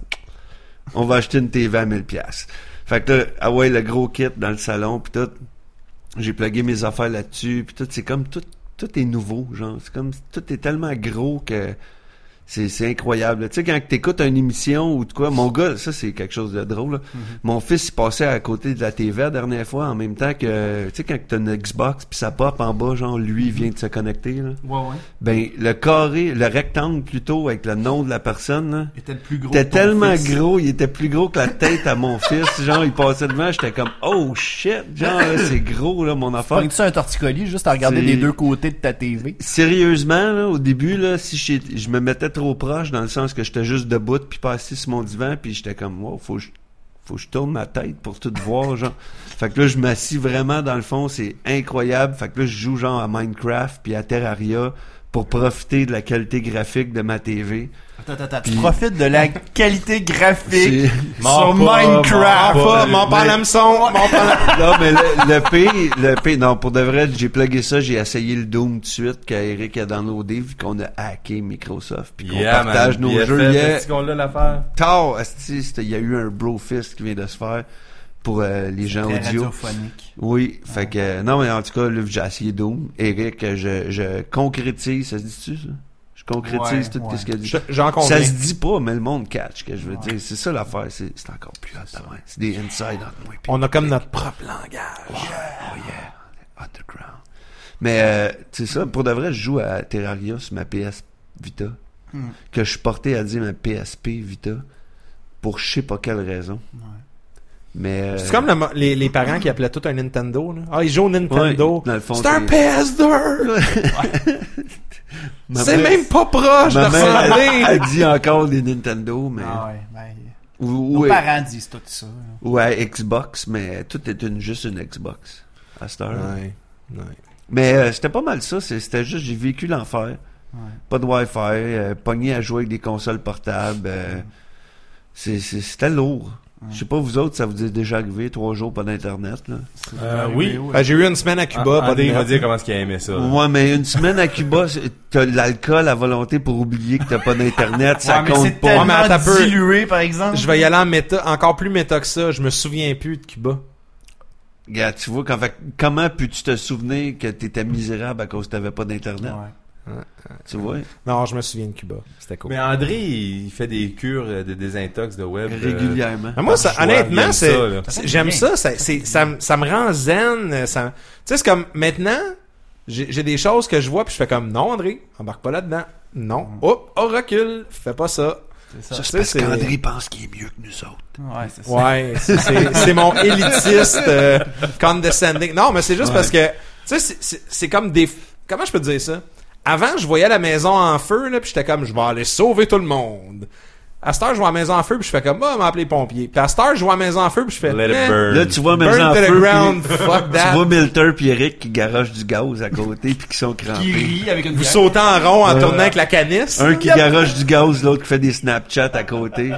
On va acheter une T V à mille piastres. Fait que là, ah ouais, le gros kit dans le salon, pis tout. J'ai plugué mes affaires là-dessus, pis tout, c'est comme tout, tout est nouveau, genre. C'est comme, tout est tellement gros que c'est, c'est incroyable. là. Tu sais, quand t'écoutes une émission ou de quoi, mon gars, ça c'est quelque chose de drôle, là. Mon fils, il passait à côté de la T V la dernière fois, en même temps que, tu sais, quand t'as une Xbox pis ça pop en bas, genre, lui, il vient de se connecter, là.
Ouais, ouais.
Ben, le carré, le rectangle plutôt, avec le nom de la personne, là.
Il était le plus gros.
Il était
que ton
tellement
fils.
gros, il était plus gros que la tête à mon fils. Genre, il passait devant, j'étais comme, oh shit, genre, là, c'est gros, là, mon affaire.
Pognes-tu un torticolis juste à regarder
C'est-
les deux côtés de ta T V?
Sérieusement, là, au début, là, si j'ai- je me mettais trop proche, dans le sens que j'étais juste debout, puis pas assis sur mon divan, puis j'étais comme, wow, faut que je, faut que je tourne ma tête pour tout voir, genre. Fait que là, je m'assis vraiment dans le fond, c'est incroyable. Fait que là, je joue genre à Minecraft, puis à Terraria, pour profiter de la qualité graphique de ma T V.
Attends, attends, attends. Tu
Puis-
profites de la qualité graphique
C'est-
sur
Mens pas,
Minecraft.
mens
Pas,
mais-
mon père l'hameçon, mon père
Non, mais le, le P, le P, non, pour de vrai, j'ai plugué ça, j'ai essayé le Doom tout de suite, qu'Eric a downloadé, vu qu'on a hacké Microsoft, puis qu'on
Yeah,
partage
man.
nos
B F F,
jeux. Yeah.
est-ce qu'on l'a l'affaire?
Tard, asti, c'était- il y a eu un brofist qui vient de se faire pour euh, les gens
Très
audio.
radiophonique.
Oui, fait que, euh, non, mais en tout cas, là, j'ai essayé Doom. Eric, euh, je, je concrétise, ça se dit-tu, ça? Je concrétise
Ouais,
tout
ouais.
ce qu'il a dit.
Je- J'en
Ça
conviens.
se dit pas, mais le monde catch, que je veux
Ouais.
dire. C'est ça l'affaire, c'est, c'est encore plus hot, ouais. C'est des inside entre moi. puis
On a comme
Eric.
notre propre langage.
Oh yeah, underground. Mais euh, c'est ça, pour de vrai, je joue à Terraria sur ma P S Vita,
Hmm.
que je suis porté à dire ma P S P Vita, pour je sais pas quelle raison.
Ouais.
Mais euh,
C'est comme le mo- les, les parents qui appelaient tout un Nintendo. Là. Ah, ils jouent au Nintendo.
Ouais, dans le fond,
c'est un
c'est-
P S deux!
ma
C'est
mère-
même pas proche de
ma mère, elle,
ressembler!
elle dit encore des Nintendo, mais
Ah ouais, ben,
ou,
nos
ou,
parents disent tout ça. là.
ou à Xbox, mais tout est une, juste une Xbox à cette heure.
Ouais, ouais.
Mais euh, c'était pas mal ça, c'est- c'était juste j'ai vécu l'enfer.
Ouais.
Pas de Wi-Fi, euh, pogné à jouer avec des consoles portables. euh, c'est, c'est- c'était lourd. Je sais pas, vous autres, ça vous est déjà arrivé, trois jours pas d'internet, là?
C'est
Euh,
arrivé,
oui.
ouais.
Ben, j'ai eu une semaine à Cuba, pas
André
de
va
net.
dire comment est-ce qu'il a aimé ça. là.
Ouais, mais une semaine à Cuba, c'est- t'as l'alcool à volonté pour oublier que t'as pas d'internet, ça
Ouais, mais
compte
c'est
pas.
Ouais, mais
tellement
attends un peu.
dilué, par exemple.
Je vais y aller en méta, encore plus méta que ça. Je me souviens plus de Cuba.
Regarde, tu vois, quand, fait, comment peux-tu te souvenir que t'étais misérable à cause que t'avais pas d'internet?
Ouais.
Tu vois?
Non, je me souviens de Cuba. C'était cool.
Mais André, il fait des cures de désintox de web. euh,
Régulièrement.
Mais moi, ça,
par choix, il
honnêtement,
aime
c'est,
ça, là.
c'est- j'aime ça. Ça, c'est, ça, me- ça me rend zen. Ça, tu sais, c'est comme maintenant, j'ai, j'ai des choses que je vois puis je fais comme non, André, embarque pas là-dedans. Non. Oh, oh, recule, fais pas ça.
C'est ça.
Ça,
Tu
c'est
sais,
parce
c'est-
qu'André pense qu'il est mieux que nous autres.
Ouais, c'est ça.
Ouais, c'est, c'est, c'est mon élitiste euh, condescending. Non, mais c'est juste
Ouais.
parce que, tu sais, c'est, c'est, c'est comme des. Comment je peux te dire ça? Avant, je voyais la maison en feu, là, puis j'étais comme, je vais aller sauver tout le monde. À cette heure, je vois la maison en feu, puis je fais comme, bah, on va appeler les pompiers. Puis à cette heure, je vois la maison en feu, puis je fais,
Let it
eh,
burn.
Là, tu vois, même
burn
en
to the
feu,
ground,
puis-
fuck
tu
that.
vois Milter puis Eric qui garagent du gaz à côté puis qui sont
Qui
crampés.
rit avec une
Vous
bière.
sautez en rond en
Ouais.
tournant avec la canisse.
Un qui garage du gaz, l'autre qui fait des Snapchat à côté.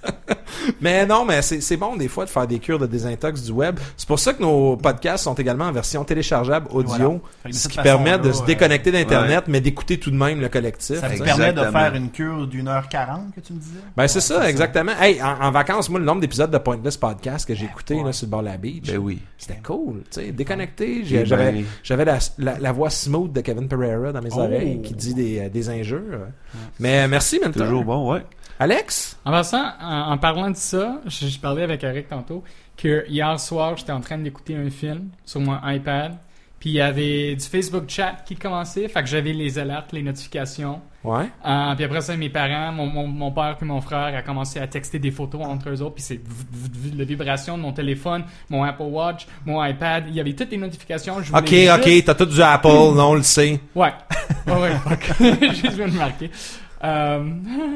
Mais non, mais c'est, c'est bon des fois de faire des cures de désintox du web. C'est pour ça que nos podcasts sont également en version téléchargeable audio,
Voilà. Fait que de
ce
cette
qui permet de
façon-là,
se
euh,
déconnecter d'Internet, mais d'écouter tout de même le collectif.
Ça te
Exactement.
permet de faire une cure d'une heure quarante que tu me disais?
Ben c'est
Ouais,
ça, exactement. Hey, en, en vacances, moi, le nombre d'épisodes de Pointless Podcast que j'ai écouté
ouais.
là, sur le bord de la beach,
Ben oui.
c'était cool. Tu sais, déconnecté.
Eh
J'ai- J'avais,
ben.
j'avais la, la, la voix smooth de Kevin Pereira dans mes
Oh.
oreilles qui dit des, euh, des injures. Mais merci, Milton.
Toujours bon, ouais.
Alex?
En passant, en, en parlant de ça, je, je parlais avec Eric tantôt que hier soir, j'étais en train d'écouter un film sur mon iPad, puis il y avait du Facebook chat qui commençait, fait que j'avais les alertes, les notifications.
Ouais.
Euh, puis après ça, mes parents, mon, mon, mon père puis mon frère a commencé à texter des photos entre eux autres. Puis c'est v- v- v- la vibration de mon téléphone, mon Apple Watch, mon iPad. Il y avait toutes les notifications. Je
Ok,
voulais
ok,
juste...
t'as tout du Apple, non, on le sait.
Ouais. Ouais, ouais, fuck. J'ai juste viens de marquer. Euh,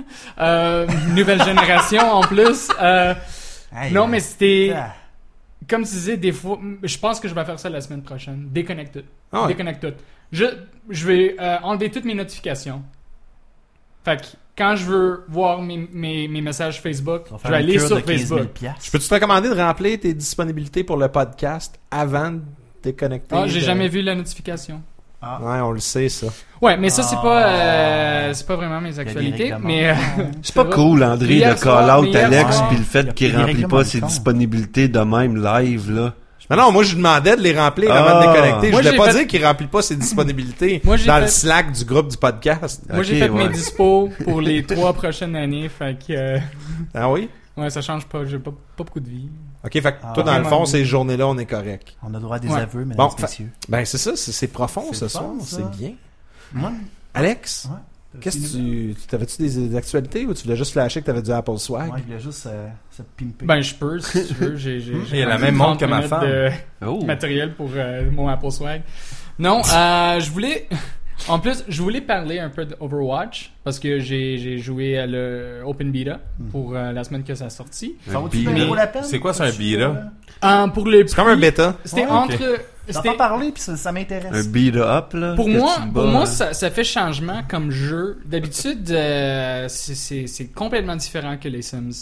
euh, nouvelle génération en plus. Euh,
Hey,
non, mais c'était...
ah.
Comme tu disais, des fois... Je pense que je vais faire ça la semaine prochaine. Déconnecte tout.
Ah ouais.
Déconnecte tout. Je, je vais euh, enlever toutes mes notifications. Fait que quand je veux voir mes, mes, mes messages Facebook,
On va
je
faire
vais
une
aller
cure
sur
de quinze mille
Facebook.
piastres.
Je peux-tu te recommander de remplir tes disponibilités pour le podcast avant de déconnecter?
Ah, j'ai
de-
jamais vu la notification.
Ah.
Ouais, on le sait, ça.
Ouais, mais ça, c'est
Ah.
pas euh, c'est pas vraiment mes
Il y a des
actualités.
règlements.
Mais... euh,
C'est pas cool, André,
Hier
de
soir,
call-out
mais hier
Alex,
soir,
puis le
il y
fait
a
qu'il
des
remplit
règlements
pas
de
ses
compte.
disponibilités de même live, là.
Mais non, moi, je lui demandais de les remplir avant de
Ah.
déconnecter.
Moi,
je voulais
j'ai
pas
fait-
dire qu'il remplit pas ses disponibilités
Moi, j'ai
dans
fait-
le Slack du groupe du podcast.
Moi, j'ai
Ok,
fait
ouais.
mes dispos pour les trois prochaines années. Fait que... euh,
Ah oui?
ouais, ça change pas. J'ai pas, pas beaucoup de vie.
Ok, fait que
Ah.
toi, dans le
Vraiment.
fond, ces journées-là, on est correct.
On a droit à des
Ouais.
aveux, mesdames
Bon,
et messieurs.
Ben, c'est ça, c'est c'est profond
C'est
ce
le
soir,
fun, ça.
c'est bien.
Ouais.
Alex,
Ouais.
qu'est-ce que tu. tu- T'avais-tu des, des actualités ou tu voulais juste flasher que t'avais du Apple Swag?
Ouais, je voulais juste euh, se pimper.
Ben, je peux, si tu veux. J'ai, j'ai,
Il y a la
j'ai
même montre
trente
que ma
minutes
femme.
de
Oh.
matériel pour euh, mon Apple Swag. Non, euh, je voulais... En plus, je voulais parler un peu d'Overwatch parce que j'ai, j'ai joué à le Open Beta pour euh, la semaine que ça a sorti.
Ça vaut-tu
beta.
bien gros la peine?
C'est quoi, c'est un beta?
Euh, pour le
C'est comme un
prix,
bêta.
C'était
Ouais,
entre...
ok.
C'était,
J'entends parler, puis ça, ça m'intéresse.
Un beat-up, là.
Pour
que
moi,
tu
pour
bats,
moi
là.
ça, ça fait changement comme jeu. D'habitude, euh, c'est, c'est, c'est complètement différent que les Sims.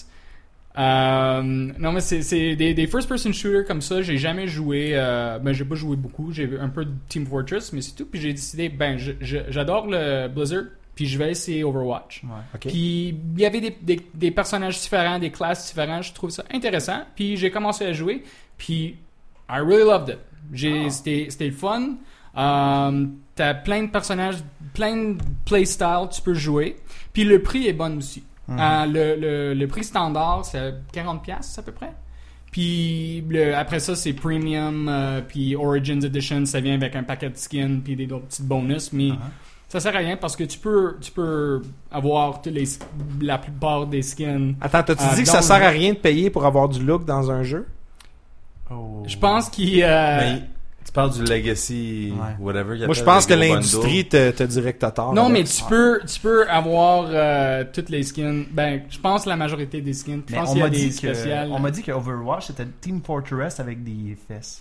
Euh, non, mais c'est, c'est des, des first-person shooters comme ça. J'ai jamais joué. Euh, ben, j'ai pas joué beaucoup. J'ai un peu de Team Fortress, mais c'est tout. Puis j'ai décidé, ben, je, je- j'adore le Blizzard. Puis je vais essayer Overwatch.
Ouais.
Ok.
Puis il y avait des, des, des personnages différents, des classes différentes. Je trouve ça intéressant. Puis j'ai commencé à jouer. Puis I really loved it. J'ai, c'était, c'était le fun. Euh, t'as plein de personnages, plein de playstyles tu peux jouer. Puis le prix est bon aussi.
Mhm.
Euh, le, le, le prix standard, c'est quarante piastres à peu près. Puis le, après ça, c'est Premium, euh, puis Origins Edition, ça vient avec un paquet de skins, puis des d'autres petits bonus. Mais
Uh-huh.
ça sert à rien parce que tu peux, tu peux avoir tous les, la plupart des skins.
Attends, t'as-tu
Ah,
dit que
donc,
ça sert à
je-
rien de payer pour avoir du look dans un jeu?
Oh.
Je pense qu'il... euh,
Mais tu parles du legacy,
Ouais.
whatever. il
Moi, je
appelle,
pense que
le gros
l'industrie te, te dirait que t'as tort.
Non, mais
Alex.
tu peux, tu peux avoir euh, toutes les skins. Ben, je pense la majorité des skins. Je
Mais
pense
on
qu'il y a
m'a
des
dit que
spéciales.
on m'a dit que Overwatch c'était Team Fortress avec des fesses.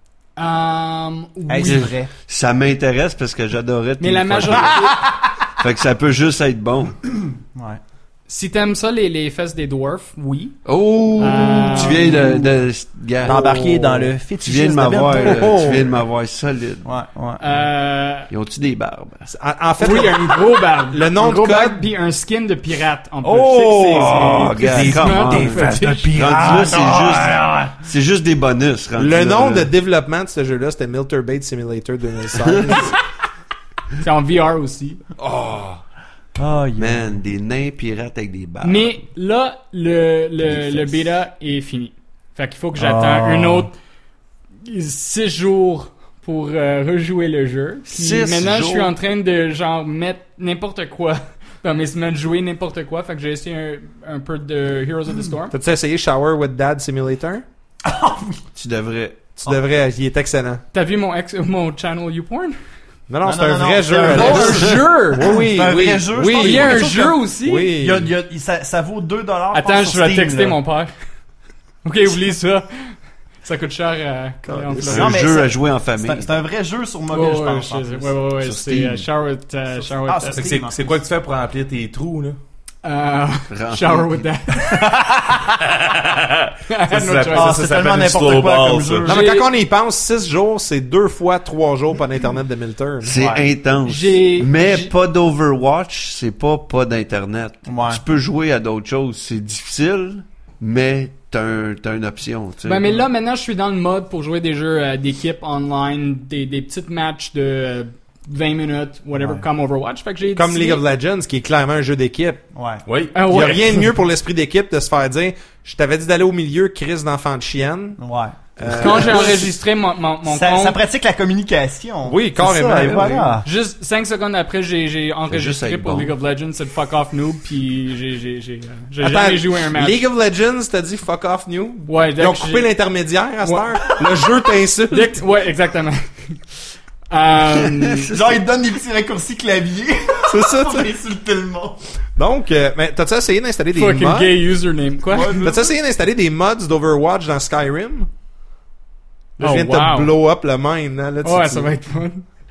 Euh, oui.
Hey, c'est vrai.
Ça m'intéresse parce que j'adorais
Mais
Team
la
Fortress.
majorité...
Fait que ça peut juste être bon.
Ouais.
Si t'aimes ça, les, les fesses des dwarfs, oui.
Oh!
Euh,
Tu viens de... de, gars,
D'embarquer
oh.
dans le
Tu
fétichisme
viens de m'avoir...
de
là,
Bento.
tu viens de m'avoir solide.
Ouais, ouais.
Euh...
Ils ont-tu des barbes?
En, en fait,
Oui, un gros barbe.
le nom
un
de
gros
code-
barbe, puis un skin de pirate. En plus.
Oh,
Je sais que c'est-
gars,
c'est-
come
c'est-
on.
c'est-
Des
fesses de
fétiche.
pirate.
Rendu là, c'est
Ah,
juste...
ouais,
C'est juste des bonus. rendu
le
là,
nom
là.
de développement de ce jeu-là, c'était Milterbait Simulator deux mille seize.
C'est en V R aussi.
Oh, yeah.
Man, des nains pirates avec des barbes.
Mais là, le,
Des
le, le
fesses.
bêta est fini. Fait qu'il faut que j'attends
Oh.
une autre six jours pour euh, rejouer le jeu. Puis
Six
maintenant, je
jours?
suis en train de genre mettre n'importe quoi dans mes semaines, jouer n'importe quoi. Fait que j'ai essayé un, un peu de Heroes of the Storm.
T'as-tu essayé Shower with Dad Simulator?
Tu devrais...
Tu devrais, il est excellent.
T'as vu mon, ex, mon channel YouPorn?
Non, non,
Non,
c'est
non,
un
non,
vrai
non,
jeu.
c'est un
Alex.
vrai
Oh, un jeu!
Oui, oui,
C'est un
oui.
vrai jeu, je
Oui,
pense
Il y a un
quelque chose
jeu
comme-
aussi?
Oui.
Il y a, il y a- il- ça, ça vaut deux dollars.
Attends, je vais texter mon père. Ok, oublie ça. Ça coûte cher à coller en
C'est
C'est
Floride.
Non,
un
mais
jeu
c'est-
à jouer en
C'est
famille.
un, c'est un vrai jeu sur mobile,
Ouais,
je
ouais,
pense.
je
en
sais.
plus.
Ouais, ouais, ouais.
Sur
C'est
Steam.
euh, Shower with, euh, Shower with
Ah,
Dad.
sur
Fait que
Steam,
c'est,
en
c'est
plus.
quoi que tu fais pour remplir tes trous, là?
Euh,
Rempli.
Shower with Dad.
Ça,
No
ça,
choice.
ça,
Ah,
ça
c'est
s'appelle
tellement
une
n'importe
slow
quoi
ball,
comme
ça.
jeu.
Non, mais
J'ai-
quand on y pense, six jours, c'est deux fois trois jours pas d'internet de Milter.
C'est
Ouais.
intense.
J'ai-
Mais
j'ai-
pas d'Overwatch, c'est pas pas d'internet.
Ouais.
Tu peux jouer à d'autres choses. C'est difficile, mais t'as, un, t'as une option. Tu sais.
Ben, mais là, maintenant, je suis dans le mode pour jouer des jeux euh, d'équipe online, des, des petites matchs de euh, vingt minutes, whatever,
Ouais.
comme Overwatch. Fait que j'ai
Comme
décidé-
League of Legends, qui est clairement un jeu d'équipe.
Ouais.
Oui.
Ah,
Il y
ouais.
a rien de mieux pour l'esprit d'équipe de se faire dire, je t'avais dit d'aller au milieu, crise d'enfant de chienne.
Ouais.
Euh,
Quand j'ai enregistré mon, mon, mon
ça,
compte,
ça pratique la communication.
Oui,
C'est
carrément,
ça, et
oui.
voilà.
juste cinq secondes après, j'ai, j'ai
juste
enregistré
être
pour
bon.
League of Legends, c'est le fuck off noob, puis j'ai, j'ai, j'ai, euh, j'ai
Attends,
jamais joué un match.
League of Legends, t'as dit fuck off new?
Ouais, dès
Ils ont
que
coupé
j'ai-
l'intermédiaire à cette
Ouais.
heure. Le jeu t'insulte.
dès que- Ouais, exactement. euh,
Genre, ils te donnent des petits raccourcis clavier
C'est ça,
pour
tu sais.
insulter le monde.
Donc, euh, mais t'as-tu essayé d'installer des
fucking
mods?
gay username, quoi?
T'as-tu essayé d'installer des mods d'Overwatch dans Skyrim? Là, je
Oh,
viens de
wow.
te blow up le mind, hein, là, tu-
Ouais,
tu-
ça va être fun.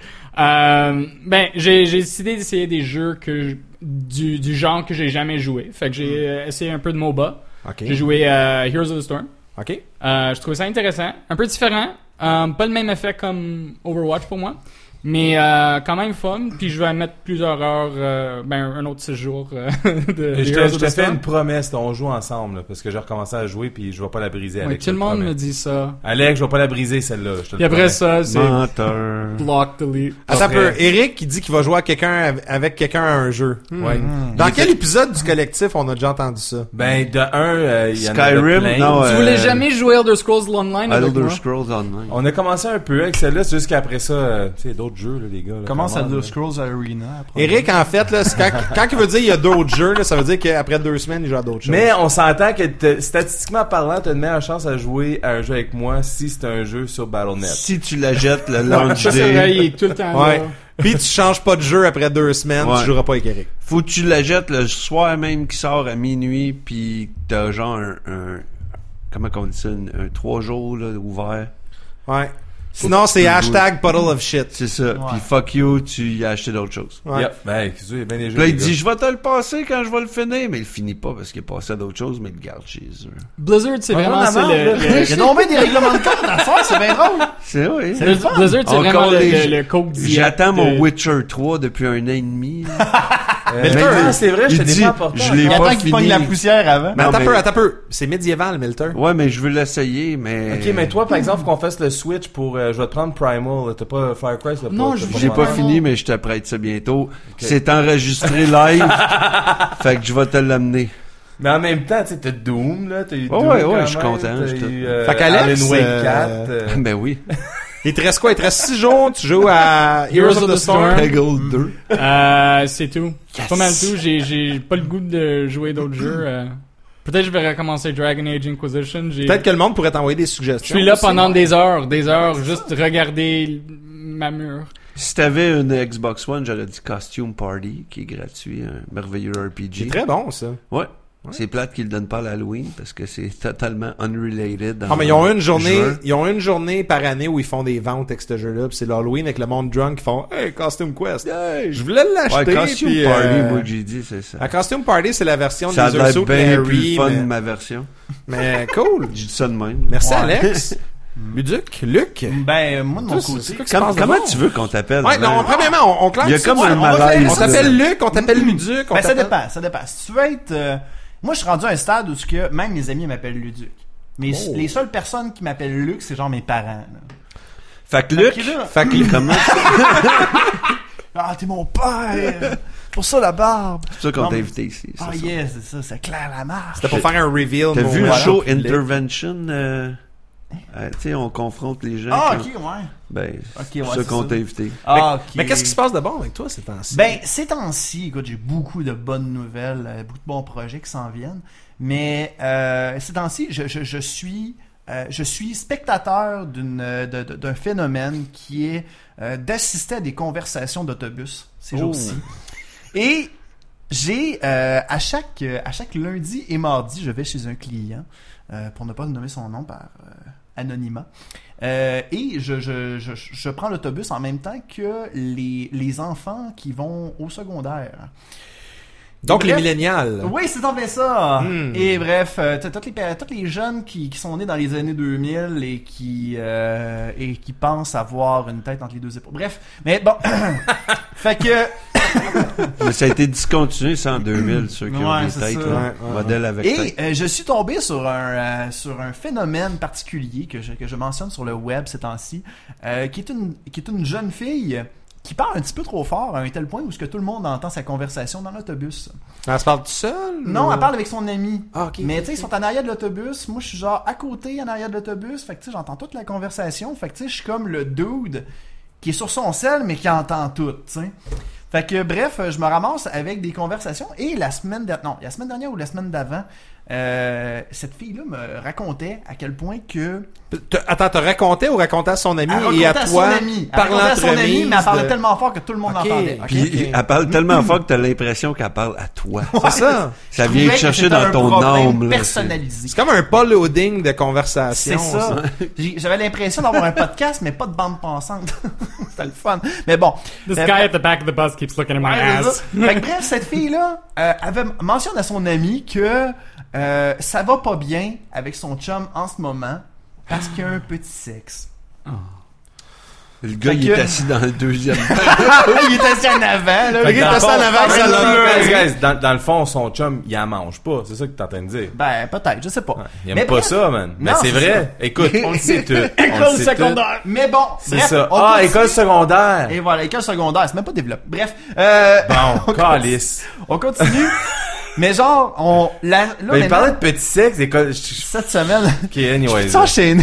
Euh, ben, j'ai, j'ai décidé d'essayer des jeux que je- du, du genre que j'ai jamais joué. Fait que j'ai euh, essayé un peu de MOBA.
Ok.
J'ai joué à Heroes of the Storm.
Ok.
Euh, je trouvais ça intéressant. Un peu différent. Euh, pas le même effet comme Overwatch pour moi. Mais euh, quand même fun. Puis je vais mettre plusieurs heures, euh, ben un autre séjour euh, de
Je
Heroes
te, je
of
te
the
fais
Storm.
une promesse, là, on joue ensemble, là, parce que j'ai recommencé à jouer puis je vais pas la briser,
Ouais,
Alex.
tout le
je te
monde
promets.
me dit ça.
Alex, je vais pas la briser, celle-là. Je te le
Puis après
promets.
ça, c'est
Menteur.
block, delete.
Attends un peu.
Après.
Eric, il dit qu'il va jouer à quelqu'un av- avec quelqu'un à un jeu.
Ouais.
Dans quel épisode du collectif on a déjà entendu ça?
Ben, de un, euh, il y en
Skyrim,
avait plein.
non,
Tu
euh,
voulais jamais jouer Elder Scrolls Online avec
Elder
moi?
Scrolls Online.
On a commencé un peu avec celle-là, c'est juste qu'après ça, euh, tu sais, d'autres jeux, là, les gars. Là,
Commence à
comment,
Elder
là.
Scrolls Arena. après.
Eric, en fait, là, c'est quand, quand il veut dire il y a d'autres jeux, là, ça veut dire qu'après deux semaines, il joue à d'autres choses.
Mais on s'entend que t'as- statistiquement parlant, t'as une meilleure chance à jouer à un jeu avec moi si c'est un jeu sur Battle point net.
Si tu la jettes le
Ouais,
launch
ça, c'est vrai, il
day,
est tout le temps
Ouais.
là.
Puis tu changes pas de jeu après deux semaines,
Ouais.
tu joueras pas avec Eric.
faut que tu la jettes le soir même qui sort à minuit, puis t'as genre un, un comment qu'on dit ça, un, un trois jours là, ouvert.
Ouais. Sinon, c'est
tu le
hashtag puddle of shit.
C'est ça.
Ouais.
Puis fuck you, tu y as acheté d'autres choses.
Ouais.
Yep. Ben, qu'est-ce que il y a bien des jeux.
Puis là, il
les
dit,
gars.
je vais te le passer quand je vais le finir, mais il finit pas parce qu'il est passé à d'autres choses, mais il le garde chez eux.
Blizzard, c'est
Ouais,
vraiment
on a
c'est
marre,
le,
là.
le-
Il y a donc bien des règlements de compte à faire, c'est bien drôle.
C'est vrai.
C'est le fun.
Blizzard, c'est
Encore
vraiment le,
les-
le, le coke diète
J'attends mon
de-
Witcher trois depuis un an et demi. là.
Euh,
Mais le
mais
temps,
ah, c'est vrai, je
il
te
dit,
pas important.
je l'ai
Il
pas
attend qu'il
fini.
pogne la poussière avant.
Mais
Non,
attends un
mais-
peu, attends un peu. C'est médiéval, Milter.
Ouais, mais je veux l'essayer, mais...
Ok, mais toi, par exemple, qu'on fasse le switch pour, euh, je vais te prendre Primal, là, t'as pas Fire Cry, t'as
Non,
pas,
je-
t'as
J'ai pas
Vraiment.
fini, mais je te prête ça bientôt. C'est enregistré live. Fait que je vais te l'amener.
Mais en même temps, tu sais, t'as Doom, là, t'as eu
Ouais,
Doom
ouais,
quand
ouais,
même,
je suis content,
t'as
je te-
eu, euh,
Fait qu'Alex,
Alan Wake
euh,
quatre, euh,
Ben oui.
Il te reste quoi? Il te reste six jours, tu joues à Heroes of the Storm.
Peggle deux.
Euh, c'est tout. C'est pas mal tout. J'ai, j'ai pas le goût de jouer d'autres jeux. euh. Peut-être que je vais recommencer Dragon Age Inquisition. J'ai...
Peut-être que le monde pourrait t'envoyer des
Je
suggestions.
suis là
aussi.
pendant des heures, des heures, juste regarder ma mur.
Si t'avais une Xbox One, j'aurais dit Costume Party, qui est gratuit, un merveilleux R P G.
C'est très bon, ça.
Ouais. C'est plate qu'ils le donnent pas à l'Halloween parce que c'est totalement unrelated. dans
Ah, mais ils ont une journée,
juin.
ils ont une journée par année où ils font des ventes avec ce jeu-là, puis c'est l'Halloween avec le monde drunk qui font Hey, Costume Quest.
Hey,
Je voulais l'acheter.
Ouais, Costume
puis,
Party,
euh,
moi que j'ai dit, c'est ça.
La Costume Party, c'est la version
Ça a
des
l'air
Urso
bien plus
Harry,
fun
mais...
ma version.
mais cool.
J'ai dit ça de même.
Merci
Ouais.
Alex. Luduc, Luc.
Ben, moi, de mon
Toi, c'est-
côté.
c'est quoi qui se
Comme-
passe de
comment
bon?
tu veux qu'on t'appelle?
Ouais,
Alain?
non, premièrement, on, on claire
Il y a
ça.
comme
Ouais,
un
on va
malaise,
faire- On t'appelle
là.
Luc, on t'appelle Luduc, on
Ben, ça
t'appelle...
dépend, ça dépend. Si tu veux être... euh, moi, je suis rendu à un stade où ce que même mes amis m'appellent Luduc. Mais
Oh.
les seules personnes qui m'appellent Luc, c'est genre mes parents. là.
Fait que Luc,
Fait que là-
fait que comment
Ah, t'es mon père! Pour ça, la barbe!
c'est ça qu'on
Non,
t'a
mais-
invité ici? c'est
Ah,
ça.
yes, c'est ça, c'est clair la marche.
C'était pour faire un reveal.
T'as
mon-
vu le
voilà.
show
Public.
Intervention? euh, euh, tu sais, on confronte les gens.
Ah,
qui-
ok, ouais.
Ben,
Ok,
c'est
ouais,
ça
c'est
qu'on
ça.
t'a invité.
Ah, ok.
Mais qu'est-ce qui se passe de bon avec toi ces temps-ci?
Ben, ces temps-ci, écoute, j'ai beaucoup de bonnes nouvelles, euh, beaucoup de bons projets qui s'en viennent. Mais euh, ces temps-ci, je, je, je suis euh, je suis spectateur d'une euh, de- de- d'un phénomène qui est euh, d'assister à des conversations d'autobus ces
Oh.
jours-ci. Et j'ai euh, à chaque euh, à chaque lundi et mardi, je vais chez un client euh, pour ne pas nommer son nom par euh, anonymat. Euh, et je, je, je, je prends l'autobus en même temps que les, les enfants qui vont au secondaire.
Donc les
Bref.
millénials.
Oui, c'est en fait ça.
Hmm.
Et bref, euh, t'as tous les, tous les jeunes qui, qui sont nés dans les années deux mille et qui, euh, et qui pensent avoir une tête entre les deux épaules. Bref, mais bon. Fait que...
Mais ça a été discontinué, ça, en deux mille, ceux qui ont
Ouais,
des
c'est
têtes,
ça.
là.
Ouais, ouais,
Modèle avec
Et
tête.
euh, je suis tombé sur un, euh, sur un phénomène particulier que je, que je mentionne sur le web ces temps-ci, euh, qui est une, qui est une jeune fille qui parle un petit peu trop fort à un tel point où ce que tout le monde entend sa conversation dans l'autobus.
Elle se parle tout seul?
Non,
ou...
elle parle avec son ami.
Ah, ok.
Mais
ok,
tu sais, ils
ok.
sont en arrière de l'autobus. Moi, je suis genre à côté, en arrière de l'autobus. Fait que tu sais, j'entends toute la conversation. Fait que tu sais, je suis comme le dude qui est sur son sel, mais qui entend tout, tu sais. Fait que bref, je me ramasse avec des conversations. Et la semaine dernière, non, la semaine dernière ou la semaine d'avant, euh, cette fille-là me racontait à quel point que...
Te- Attends, te racontais ou racontais à son ami
Elle
et à
racontait à
toi
son ami. Elle
par
racontait à son ami,
l'entremise
mais elle parlait
de-
tellement fort que tout le monde
Ok.
l'entendait. ok?
Puis
ok.
elle parle tellement fort que t'as l'impression qu'elle parle à toi.
C'est ça.
Ça
Je
vient
trouvais
te
que
chercher
c'était
dans
un
ton
problème
âme. là.
personnalisé.
C'est comme un pas loading de conversation.
C'est ça. J'ai- J'avais l'impression d'avoir un podcast, mais pas de bande pensante. C'était le fun. Mais bon.
This
Euh,
guy at the back of the bus keeps looking at my
Ouais, c'est
ass.
ça. Fait que bref, cette fille-là euh, avait mentionné à son ami que euh, ça va pas bien avec son chum en ce moment parce qu'il a un petit sexe.
Le gars,
Fait
il
que-
est assis dans le deuxième.
Il est assis en avant, là.
Fait
Il
que
est
dans le
assis
fond-
en avant, ça
Guys,
l'a-
guys, dans, dans le fond, son chum, il en mange pas. C'est ça que t'es en train de dire.
Ben, peut-être, je sais pas.
Il aime
Mais
pas
bref.
ça, man. Mais
Non,
c'est
c'est
vrai. Écoute, on le sait tout. On le
École
sait tout.
secondaire.
Mais bon,
C'est
bref,
ça.
on
Ah,
continue.
école secondaire.
Et voilà, école secondaire, c'est même pas développé. Bref, euh,
Bon, calice.
on continue. Mais genre, on, la, là,
Ben, il
maintenant,
parlait de petit sexe, école. je- je-
cette semaine,
Ok, anyways.
tu enchaîné.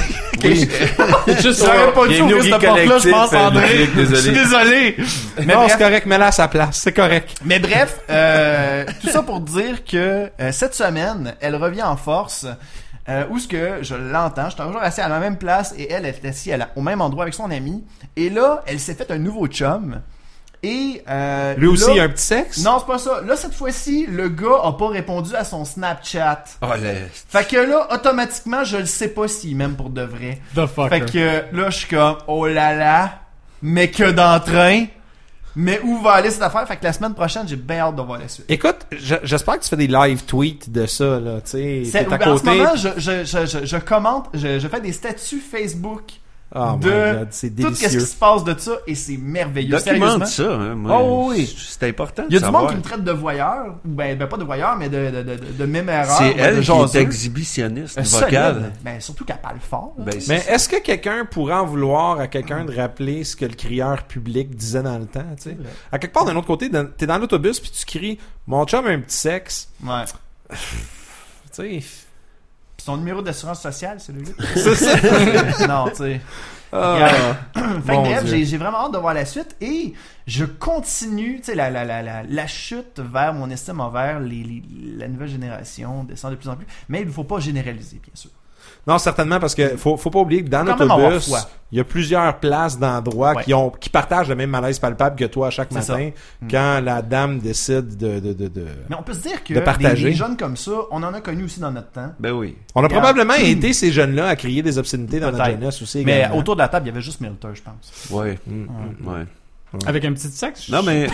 Juste
J'aurais pas dû
Bienvenue au
ouvrir cette
Geek
porte-là, je pense,
Collectif,
André.
Ludovic, désolé.
Je suis désolé. Mais
Non,
bref,
c'est correct, mets-la à sa place. C'est correct.
mais bref, euh, tout ça pour dire que euh, cette semaine, elle revient en force. Euh, où ce que je l'entends, je suis toujours assis à la même place et elle est assise à la- au même endroit avec son ami. Et là, elle s'est fait un nouveau chum. Et euh,
Lui aussi,
là-
il a un petit sexe?
Non, c'est pas ça. Là, cette fois-ci, le gars a pas répondu à son Snapchat.
Oh, le...
Fait que là, automatiquement, je le sais pas s'il m'aime pour de vrai.
the fucker.
Fait que là, je suis comme, oh là là, mais que d'entrain. Mais où va aller cette affaire? Fait que la semaine prochaine, j'ai bien hâte de voir la suite.
Écoute, je- j'espère que tu fais des live tweets de ça, là, tu sais.
C'est-
T'es à
en ce
côté.
moment, je, je, je, je, je commente, je, je fais des statuts Facebook
Oh my
de
God, c'est
tout ce qui
délicieux.
se passe de ça et c'est merveilleux.
Documente
Sérieusement.
ça. Hein, moi,
Oh, oui.
C'est important.
Il y a
de
du
savoir.
monde qui me traite de voyeur, ou ben, ben pas de voyeur, mais de, de, de, de, de méméreur,
C'est
ou de
elle qui
jaseux.
est exhibitionniste
Euh,
vocale.
solide. Ben, surtout qu'elle parle fort. là.
Ben, c'est
Mais
ça.
est-ce que quelqu'un pourrait en vouloir à quelqu'un de rappeler ce que le crieur public disait dans le temps, tu sais? À quelque part, d'un autre côté, dans- t'es dans l'autobus puis tu cries « Mon chum a un petit sexe
Ouais. ».
Tu sais...
Puis son numéro d'assurance sociale, celui-là.
C'est ça.
non, tu sais.
Ah,
Fait que
mon
bref,
Dieu.
j'ai, j'ai vraiment hâte de voir la suite et je continue, tu sais, la, la, la, la, la chute vers mon estime envers les, les, la nouvelle génération descend de plus en plus. Mais il ne faut pas généraliser, bien sûr.
Non, certainement, parce que faut, faut pas oublier que dans
Faut quand même avoir
l'autobus,
foi.
il y a plusieurs places d'endroits
Ouais.
qui ont qui partagent le même malaise palpable que toi chaque
C'est
matin quand la dame décide de... de, de, de...
Mais on peut se dire que
De partager.
Des, des jeunes comme ça, on en a connu aussi dans notre temps.
Ben oui.
On a
Regarde.
probablement aidé ces jeunes-là à crier des obscénités dans notre
Peut-être.
jeunesse aussi
Mais
également.
autour de la table, il y avait juste Milter, je pense.
Ouais.
Mm.
Ouais.
Avec un petit sexe.
Non, mais.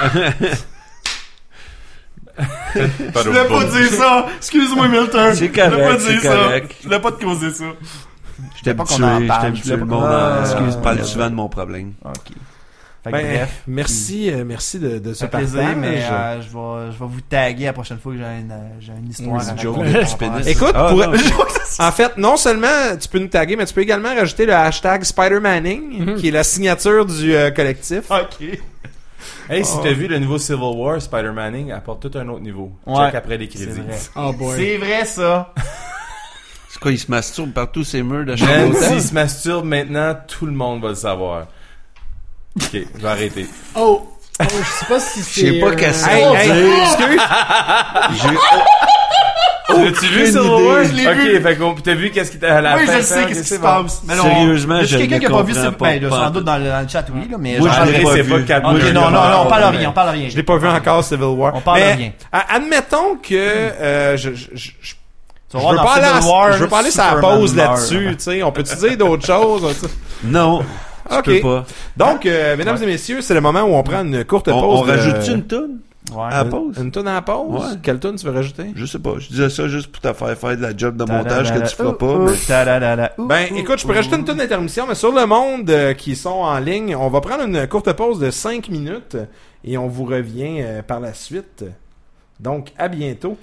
Je voulais pas dire ça! Excuse-moi, Milter!
C'est
Je voulais
correct,
pas
c'est
dire ça!
correct.
Je voulais pas te causer ça.
J'étais
pas
habitué,
qu'on en
j'étais
parle, je
habitué.
voulais
Le
pas
monde
qu'on-
en-
Excuse,
parle
moi.
souvent de mon problème.
Ok. Fait que
Ben,
bref.
merci, euh, merci de, de ce
Ça fait plaisir,
partage.
mais euh, je, vais, je vais vous taguer la prochaine fois que j'ai une, euh, j'ai une histoire
Une
à
joke
raconter
de
par
petit
rapport à
pénis.
ça.
Écoute,
Ah,
pour-
non.
en fait, non seulement tu peux nous taguer, mais tu peux également rajouter le hashtag Spider-Manning, qui est la signature du euh, collectif.
Ok.
Hey, si
Oh.
t'as vu le nouveau Civil War, Spider-Manning apporte tout un autre niveau.
Ouais.
Check après les
C'est
crédits.
vrai.
Oh boy.
C'est vrai, ça.
C'est quoi, il se masturbe partout ces murs de chambre
Même
d'hôtel?
s'il se masturbe maintenant, tout le monde va le savoir. Ok, je vais arrêter.
Oh. Oh, je sais pas si c'est.
Je sais pas
euh,
qu'est-ce que
Hey,
Oh,
hey,
Dieu.
excuse!
J'ai
L'as-tu vu Civil
idée.
War?
Je l'ai
ok,
vu.
fait qu'on t'as vu qu'est-ce qui était à la
Oui,
fin.
je sais
ça?
qu'est-ce
Ok,
qui
c'est
se
bon.
passe. Mais non,
Sérieusement,
y a
je
quelqu'un
ne
qui a pas vu
comprends
ça.
pas,
Ben,
pas
sans
en
doute
tout.
dans le, dans le chat, oui, là, mais.
Moi,
genre,
je l'ai
André,
pas
c'est
vu.
pas le cadre
Ok,
de-
non, non, non, on parle rien, on parle rien.
Je l'ai pas vu encore, Civil War.
On parle
mais,
rien.
a- admettons que euh, je, je, je, je-
Tu vas
je
voir
veux
dans
pas aller,
Civil
à-
War,
je veux pas aller sur la
Superman
pause
meurt.
là-dessus, tu sais. On peut-tu dire d'autres choses? tu sais?
Non, je
Ok.
peux pas.
Donc, euh, mesdames et messieurs, c'est le moment où on prend une courte
On,
pause.
on
de-
rajoute-tu une toune
Ouais.
à la pause?
Une toune à la pause?
Ouais.
Quelle toune tu veux rajouter?
Je sais pas. Je disais ça juste pour te faire faire de la job de montage que tu feras pas. mais-
Ben, écoute, je peux rajouter une toune d'intermission, mais sur le monde euh, qui sont en ligne, on va prendre une courte pause de cinq minutes et on vous revient euh, par la suite. Donc, à bientôt.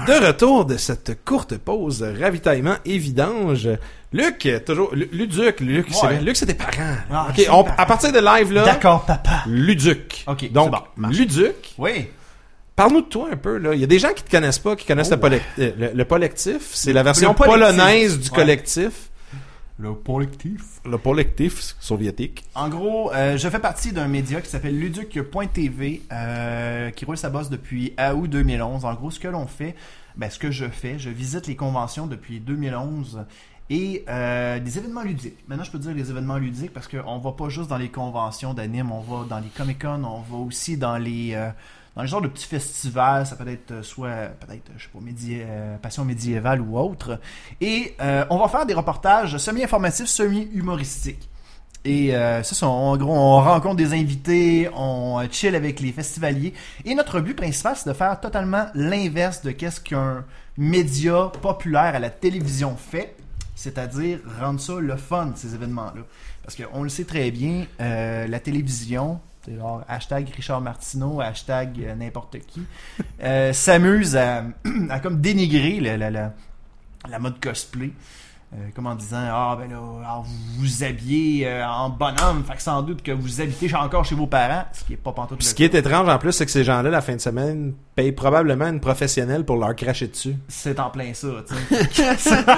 De retour de cette courte pause ravitaillement et vidange. Luc, toujours Lu- Luduc, Luc, c'est
Ouais.
vrai. Luc, c'est tes parents.
Ah,
Ok,
c'est
on,
parents.
à partir de live là.
D'accord, papa.
Luduc.
Ok,
donc
c'est bon, marche.
Luduc.
Oui.
Parle-nous de toi un peu là. Il y a des gens qui te connaissent pas, qui connaissent
Oh,
le, pollec- euh, le, le collectif. C'est la version
Le collectif.
polonaise du
Ouais.
collectif.
Le collectif.
Le collectif soviétique.
En gros, euh, je fais partie d'un média qui s'appelle luduc point t v, euh, qui roule sa bosse depuis août deux mille onze. En gros, ce que l'on fait, ben, ce que je fais, je visite les conventions depuis deux mille onze et euh, des événements ludiques. Maintenant, je peux dire les événements ludiques parce qu'on va pas juste dans les conventions d'anime, on va dans les Comic-Con, on va aussi dans les... Euh, dans le genre de petits festivals, ça peut être euh, soit peut-être, je sais pas, médi- euh, passion médiévale ou autre. Et euh, on va faire des reportages semi-informatifs, semi-humoristiques. Et euh, c'est ça, en gros, on rencontre des invités, on euh, chill avec les festivaliers. Et notre but principal, c'est de faire totalement l'inverse de qu'est-ce qu'un média populaire à la télévision fait. C'est-à-dire rendre ça le fun, ces événements-là. Parce qu'on le sait très bien, euh, la télévision... C'est genre hashtag Richard Martineau, hashtag euh, n'importe qui, euh, s'amuse à, à comme dénigrer la, la, la, la mode cosplay, euh, comme en disant ah ben là alors vous vous habillez euh, en bonhomme, fait que sans doute que vous habitez encore chez vos parents, ce qui est pas pantoute
Puis
le
ce qui
cas.
est étrange en plus, c'est que ces gens-là, la fin de semaine, payent probablement une professionnelle pour leur cracher dessus.
C'est en plein ça, tu sais.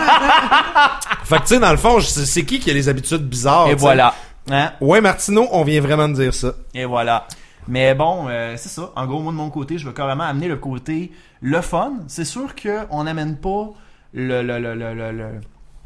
Fait que tu sais, dans le fond, je- c'est qui qui a les habitudes bizarres.
Et
tu sais.
voilà. Hein?
Ouais, Martineau, on vient vraiment de dire ça.
Et voilà. Mais bon, euh, c'est ça. En gros, moi de mon côté, je veux carrément amener le côté le fun. C'est sûr qu'on n'amène pas le le le le le, le,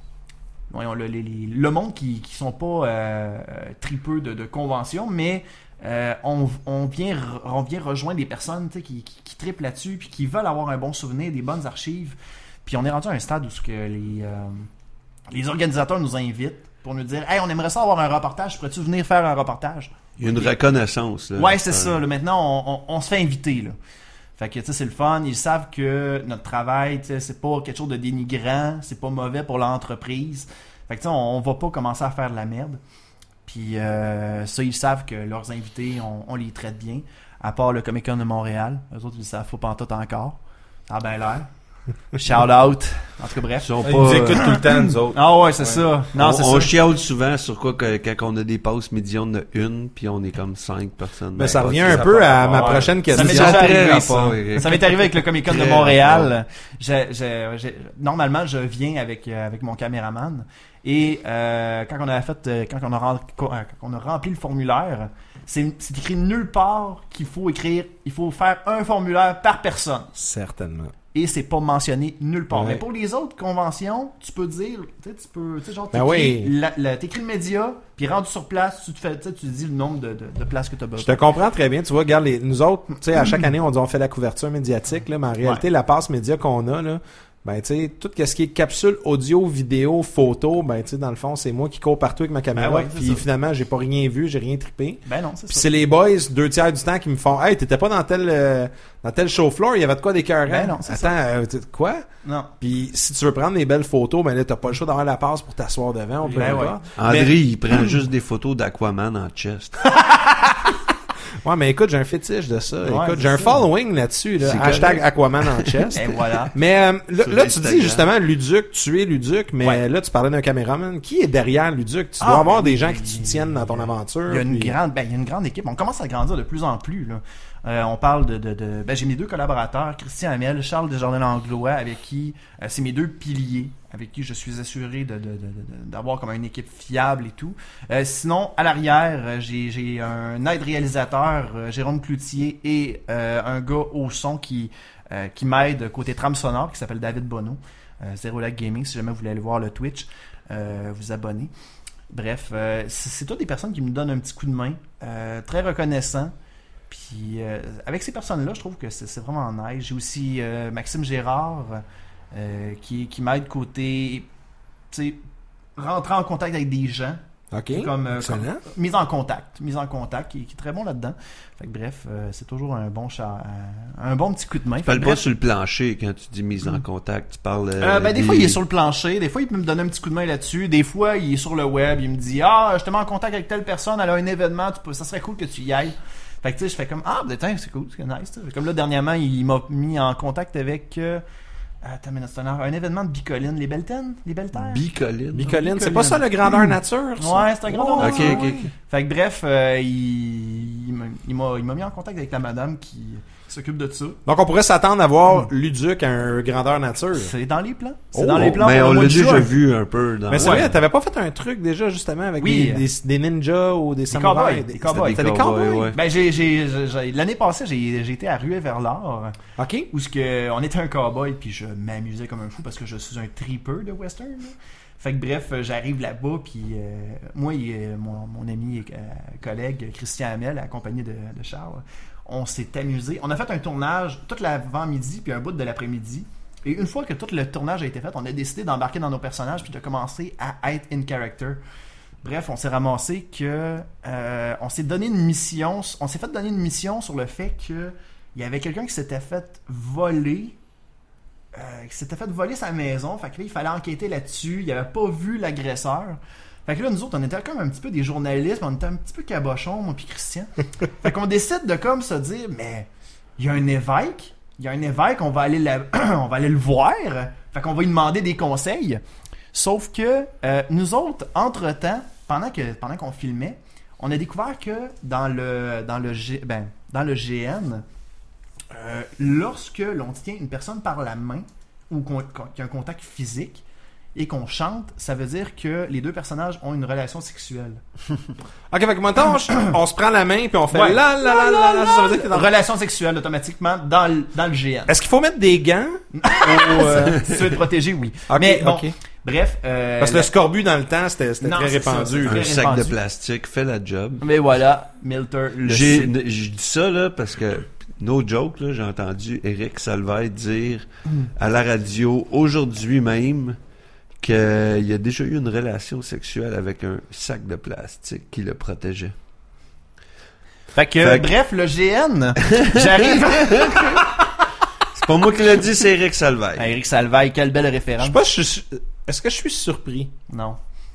voyons, le, les- les- le monde qui qui sont pas euh, tripeux de, de conventions, mais euh, on, on vient re- on vient rejoindre des personnes tu sais, qui, qui, qui trippent là-dessus puis qui veulent avoir un bon souvenir, des bonnes archives. Puis on est rendu à un stade où ce que les euh, les organisateurs nous invitent pour nous dire hey, on aimerait ça avoir un reportage, pourrais-tu venir faire un reportage?
Il y a une reconnaissance. Là.
Ouais, c'est
Euh,
ça. Là, maintenant, on, on, on se fait inviter. Là. Fait que, tu sais, c'est le fun. Ils savent que notre travail, tu sais, c'est pas quelque chose de dénigrant. C'est pas mauvais pour l'entreprise. Fait que, tu sais, on, on va pas commencer à faire de la merde. Puis, euh, ça, ils savent que leurs invités, on, on les traite bien. À part le Comic-Con de Montréal. Eux autres, ils savent pas pantoute encore. Ça a bien l'air. Shout out. En tout cas, bref.
Ils sont
Ils
pas,
nous
euh,
écoutent tout le temps, nous autres.
Ah ouais, c'est ça. Non,
on,
c'est
on
ça.
chiale souvent sur quoi que, quand on a des passes médias, on a une, puis on est comme cinq personnes.
Mais ça
Ben,
revient
ça
un
a
peu
pas
à ma
rapport.
prochaine
Ça
question.
m'est
Ça a
déjà
très
arrivé, ça.
rapport, Eric.
Ça m'est arrivé avec le Comic-Con de
Très
Montréal. J'ai- j'ai- j'ai- normalement, je viens avec, euh, avec mon caméraman. Et euh, quand on a fait, euh, quand on a, rem- quand on a rempli le formulaire, c'est c'est écrit nulle part qu'il faut écrire, il faut faire un formulaire par personne.
Certainement.
Et c'est pas mentionné nulle part.
Ouais.
Mais pour les autres conventions, tu peux dire, tu sais, tu peux, tu sais, genre,
Ben
t'écris
oui.
la- la- t'écris le média, puis rendu sur place, tu te fais, tu sais, tu dis le nombre de, de, de places que tu as
Je
besoin.
te comprends très bien. Tu vois, regarde, les, nous autres, tu sais, à chaque année, on dit on fait la couverture médiatique, là, mais en réalité, la passe média qu'on a, là, ben, tu sais, tout ce qui est capsule audio, vidéo, photo, ben, tu sais, dans le fond, c'est moi qui cours partout avec ma caméra.
Ben ouais, c'est
puis
ça.
finalement, j'ai pas rien vu, j'ai rien trippé.
Ben non, c'est
Puis
ça.
c'est les boys, deux tiers du temps, qui me font Hey, t'étais pas dans tel, euh, dans tel show floor, il y avait de quoi d'écœurant.
Ben non, c'est
Attends, euh, tu- quoi?
Non.
Puis si tu veux prendre des belles photos, ben là, t'as pas le choix d'avoir la passe pour t'asseoir devant, on peut
Ben
le
ouais.
voir.
André,
Mais-
il prend juste des photos d'Aquaman en chest.
Ouais, mais écoute, j'ai un fétiche de ça.
Ouais,
écoute,
c'est
j'ai un
ça.
following là-dessus, là.
C'est
Hashtag
correct.
Aquaman en chest.
Et voilà.
Mais euh, là,
Sur
là, tu
Instagram.
dis justement Luduc, tu es Luduc, mais
Ouais.
là tu parlais d'un caméraman. Qui est derrière Luduc? Tu
Ah,
dois avoir
ben
des
oui,
gens
il-
qui te soutiennent dans ton aventure.
Il y a une
puis-
grande, ben, il y a une grande équipe. On commence à grandir de plus en plus, là. Euh, on parle de, de, de ben, j'ai mes deux collaborateurs, Christian Hamel, Charles Desjardins-Langlois, avec qui, euh, c'est mes deux piliers, avec qui je suis assuré de, de, de, de- d'avoir comme une équipe fiable et tout. Euh, sinon, à l'arrière, euh, j'ai, j'ai un aide réalisateur, euh, Jérôme Cloutier, et euh, un gars au son qui, euh, qui m'aide côté trame sonore, qui s'appelle David Bonneau. Euh, Zero Lag Gaming, si jamais vous voulez aller voir le Twitch, euh, vous abonner. Bref, euh, c'est, c'est toutes des personnes qui me donnent un petit coup de main, euh, très reconnaissant. Puis euh, avec ces personnes-là, je trouve que c'est, c'est vraiment nice. J'ai aussi euh, Maxime Gérard euh, qui, qui m'aide côté, tu sais, rentrer en contact avec des gens.
Ok.
Comme, euh,
Excellent.
comme- mise en contact, mise en contact, qui, qui est très bon là-dedans. Fait que bref, euh, c'est toujours un bon chat, un, un bon petit coup de main.
Tu
Fait
parles
que
pas
bref,
sur le plancher quand tu dis mise en contact. Tu parles. euh,
euh, ben, des
des-
fois, il est sur le plancher. Des fois, il peut me donner un petit coup de main là-dessus. Des fois, il est sur le web. Il me dit, ah, je te mets en contact avec telle personne. Elle a un événement. Tu peux, ça serait cool que tu y ailles. Fait que, tu sais, je fais comme, ah, ben, tiens, c'est cool, c'est nice. t'sais. Comme là, dernièrement, il m'a mis en contact avec, euh, Attends, mais c'est un, un événement de Bicoline, les Belten, les Belterres.
Bicoline.
Bicoline, c'est
Bicoline.
pas ça le grandeur nature? ça?
Ouais, c'est un grand
Oh,
nature,
ok, ok,
ouais.
ok.
Fait que bref, euh, il, il m'a- il m'a il m'a mis en contact avec la madame qui, qui s'occupe de ça.
Donc on pourrait s'attendre à voir Luduc à un grandeur nature.
C'est dans les plans. C'est
Oh,
dans les plans.
Mais
pour le
on
mois
l'a
de
déjà
juin.
vu un peu dans.
Mais c'est
Ouais.
vrai, t'avais pas fait un truc déjà justement avec
Oui.
des, des, des ninjas ou des
Des
samouraïs?
cowboys, des cowboys.
C'était des cowboys?
ouais.
Ben j'ai j'ai j'ai- j'ai- l'année passée j'ai j'ai été à Ruée vers l'or
Ok.
où ce que on était un cowboy puis je m'amusais comme un fou parce que je suis un tripeux de western. Là. Fait que bref, euh, j'arrive là-bas puis euh, moi et euh, mon, mon ami et euh, collègue Christian Hamel accompagné de, de Charles, on s'est amusé. On a fait un tournage toute l'avant-midi puis un bout de l'après-midi. Et une fois que tout le tournage a été fait, on a décidé d'embarquer dans nos personnages puis de commencer à être in character. Bref, on s'est ramassé que euh, on s'est donné une mission, on s'est fait donner une mission sur le fait que il y avait quelqu'un qui s'était fait voler, euh, qui s'était fait voler sa maison. Fait que là, il fallait enquêter là-dessus. Il avait pas vu l'agresseur. Fait que là, nous autres, on était comme un petit peu des journalistes, mais on était un petit peu cabochons, moi puis Christian. Fait qu'on décide de comme se dire, mais il y a un évêque, il y a un évêque, on va aller la- on va aller le voir. Fait qu'on va lui demander des conseils. Sauf que euh, nous autres, entre-temps, pendant que pendant qu'on filmait, on a découvert que dans le dans le G, ben, dans le G N, euh, lorsque l'on tient une personne par la main ou qu'on, qu'on- qu'il y a un contact physique et qu'on chante, ça veut dire que les deux personnages ont une relation sexuelle.
Ok, fait que maintenant, on, on se prend la main puis on fait
Ouais.
la la la la la. Ça veut dire que t'es dans-
Relation sexuelle automatiquement dans le, dans le G N.
Est-ce qu'il faut mettre des gants? Ou, euh,
Si tu veux te protéger, oui.
Ok,
Mais bon,
ok.
bref. euh,
Parce que
la-
le scorbut dans le temps, c'était c'était
Non,
très
c'est ça,
répandu.
c'est
là.
Un
très
sac de
répandu.
plastique fait la job.
Mais voilà, Milter le
J'ai,
sait.
je dis ça là parce que no joke là, j'ai entendu Eric Salvaille dire à la radio aujourd'hui même qu'il a déjà eu une relation sexuelle avec un sac de plastique qui le protégeait.
Fait que,
Fait que-
bref, le G N, j'arrive.
C'est pas moi qui l'ai dit, c'est Eric Salvaille.
Ah, Eric Salvaille, quelle belle
Je
référence.
sais pas, je suis- est-ce que je suis surpris?
Non.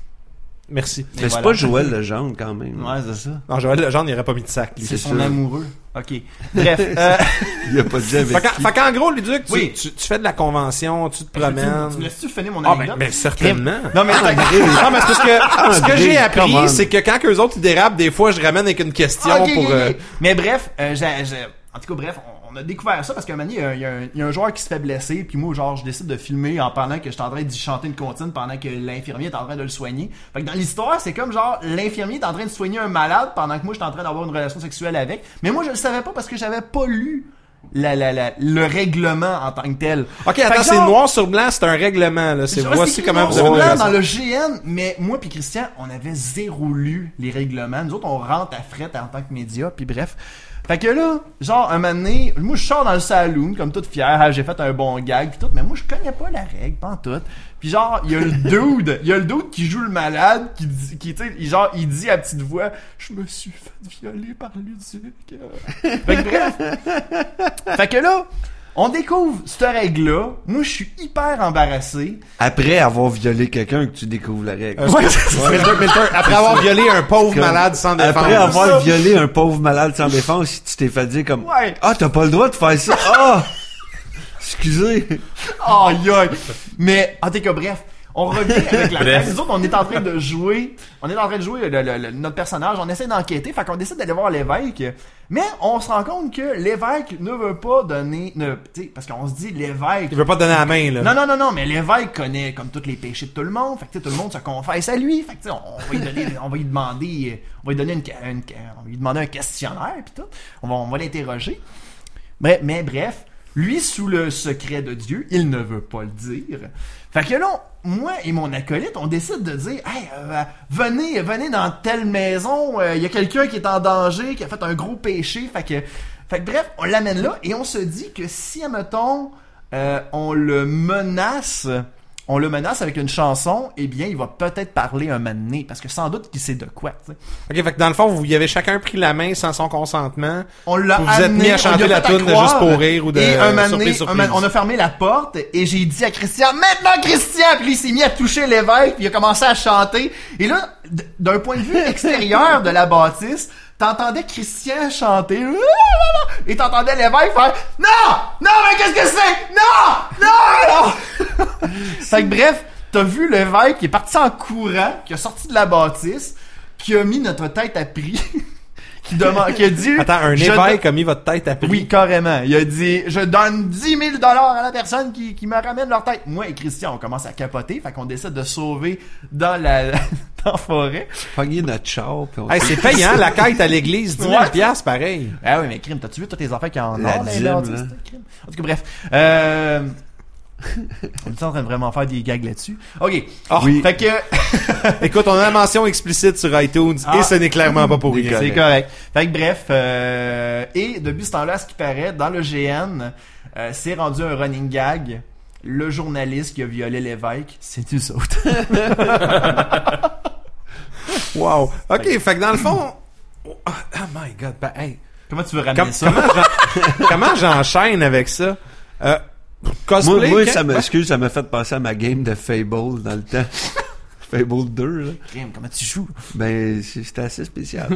Merci.
Mais c'est
voilà.
pas Joël Legendre quand même.
Ouais, c'est ça.
Non, Joël Legendre, il aurait pas mis de sac, lui.
C'est
c'est
son
sûr.
amoureux. Ok. Bref. Euh,
Il a pas dit avec
Fait qu'en,
qui.
fait qu'en gros, Luduc, tu,
Oui.
tu, tu fais de la convention, tu te
tu,
promènes.
tu me laisses-tu finir mon
Ah, ben,
anecdote?
ben, certainement.
Non, mais attends.
Non, mais c'est parce que ce que
André,
j'ai
come on.
appris, c'est que quand eux autres ils dérapent, des fois, je ramène avec une question
Ah, ok,
pour.
ok,
euh,
ok. Mais bref, euh, j'ai, j'ai- en tout cas, bref, on, on a découvert ça parce qu'à un moment donné, il y a, il y a un- il y a un joueur qui se fait blesser, puis moi, genre, je décide de filmer en pendant que je suis en train d'y chanter une comptine pendant que l'infirmier est en train de le soigner. Fait que dans l'histoire, c'est comme genre, l'infirmier est en train de soigner un malade pendant que moi, je suis en train d'avoir une relation sexuelle avec. Mais moi, je le savais pas parce que j'avais pas lu la, la, la, le règlement en tant que tel.
Ok,
Fait
attends,
que
c'est
genre-
noir sur blanc, c'est un règlement, là. C'est
Genre,
voici
écrit
comment
noir
vous
sur
avez
blanc
raison.
dans le G N, mais moi puis Christian, on avait zéro lu les règlements. Nous autres, on rentre à fret en tant que média, puis bref. Fait que là, genre, un moment donné, moi, je sors dans le saloon, comme toute fière, ah, j'ai fait un bon gag, pis tout, mais moi, je connais pas la règle, pas en tout. Puis genre, il y a le dude, il y a le dude qui joue le malade, qui dit, qui, tu sais, il- genre, il dit à petite voix, je me suis fait violer par Luduc. Fait que bref. Fait que là, on découvre cette règle-là. Moi, je suis hyper embarrassé.
Après avoir violé quelqu'un que tu découvres la règle.
Euh, Milter, Milter, après avoir violé un pauvre
Comme-
malade sans défense.
Après avoir
Ça.
violé un pauvre malade sans défense, tu t'es fait dire comme
Ouais.
ah t'as pas le droit de faire ça. Ah excusez.
Aïe aïe. Mais, en tout cas, bref. On revient avec la règle. Nous autres, on est en train de jouer. On est en train de jouer le- le- le- notre personnage. On essaie d'enquêter. Fait qu'on décide d'aller voir l'évêque. Mais on se rend compte que l'évêque ne veut pas donner. Ne, tu sais, parce qu'on se dit l'évêque.
Il veut pas te donner la main, là.
Non, non, non, non, mais l'évêque connaît comme tous les péchés de tout le monde. Fait que tu sais, tout le monde se confesse à lui. Fait que tu sais, on, on va lui donner, on va lui demander, on va lui donner une, une- on va lui demander un questionnaire puis tout. On va, on va l'interroger. Mais, mais bref, lui, sous le secret de Dieu, il ne veut pas le dire. Fait que là, moi et mon acolyte, on décide de dire, hey, euh, venez, venez dans telle maison, il y a quelqu'un qui est en danger, qui a fait un gros péché. Fait que, fait que bref, on l'amène là et on se dit que si, admettons, euh, on le menace, on le menace avec une chanson, eh bien, il va peut-être parler un moment donné, parce que sans doute qu'il sait de quoi, tu sais.
Ok, fait que dans le fond, vous y avez chacun pris la main sans son consentement.
On l'a
Vous vous êtes
amené,
mis à
on
chanter
lui a
la
fait à
toune de
croire,
Juste pour rire ou de
et un moment donné,
Surprise,
un
surprise.
moment- on a fermé la porte et j'ai dit à Christian, maintenant Christian, puis il s'est mis à toucher l'évêque, puis il a commencé à chanter. Et là, d- d'un point de vue extérieur de la bâtisse, T'entendais Christian chanter, et t'entendais l'évêque faire « Non! Non, mais qu'est-ce que c'est? Non! Non! Non! » Fait que bref, t'as vu l'évêque qui est parti en courant, qui a sorti de la bâtisse, qui a mis notre tête à prix, qui, demande, qui a dit...
Attends, un
je
évêque
do-
a mis votre tête à prix?
Oui, carrément. Il a dit « Je donne dix mille dollars à la personne qui, qui me ramène leur tête. » Moi et Christian, on commence à capoter, fait qu'on décide de sauver dans la, dans la forêt.
Pogner notre char, puis on...
Hey, c'est payant, la quête à l'église, dix mille
Ouais.
piastres, pareil.
Ah oui, mais crime, t'as-tu vu tous tes enfants qui en ont
La
dans les
dîme,
bâtisses,
là.
c'est un crime. En tout cas, bref. Euh... on est en train de vraiment faire des gags là-dessus. OK.
Ah,
oui. Fait que...
Écoute, on a la mention explicite sur iTunes
Ah.
et ce n'est clairement pas pour rien.
C'est correct. Fait que bref, euh... et depuis ce temps-là, ce qui paraît, dans le G N, euh, c'est rendu un running gag. Le journaliste qui a violé l'évêque, c'est nous autres.
Wow. OK, fait que dans le fond... Oh my God. Ben, hey.
Comment tu veux ramener
Com-
ça?
comment, j'en- comment j'enchaîne avec ça? Euh, cosplay,
Moi, moi
quand-
ça m'excuse, ça m'a fait penser à ma game de Fable dans le temps. Fable deux, là.
Crime, comment tu joues?
Ben, c'est- c'était assez spécial.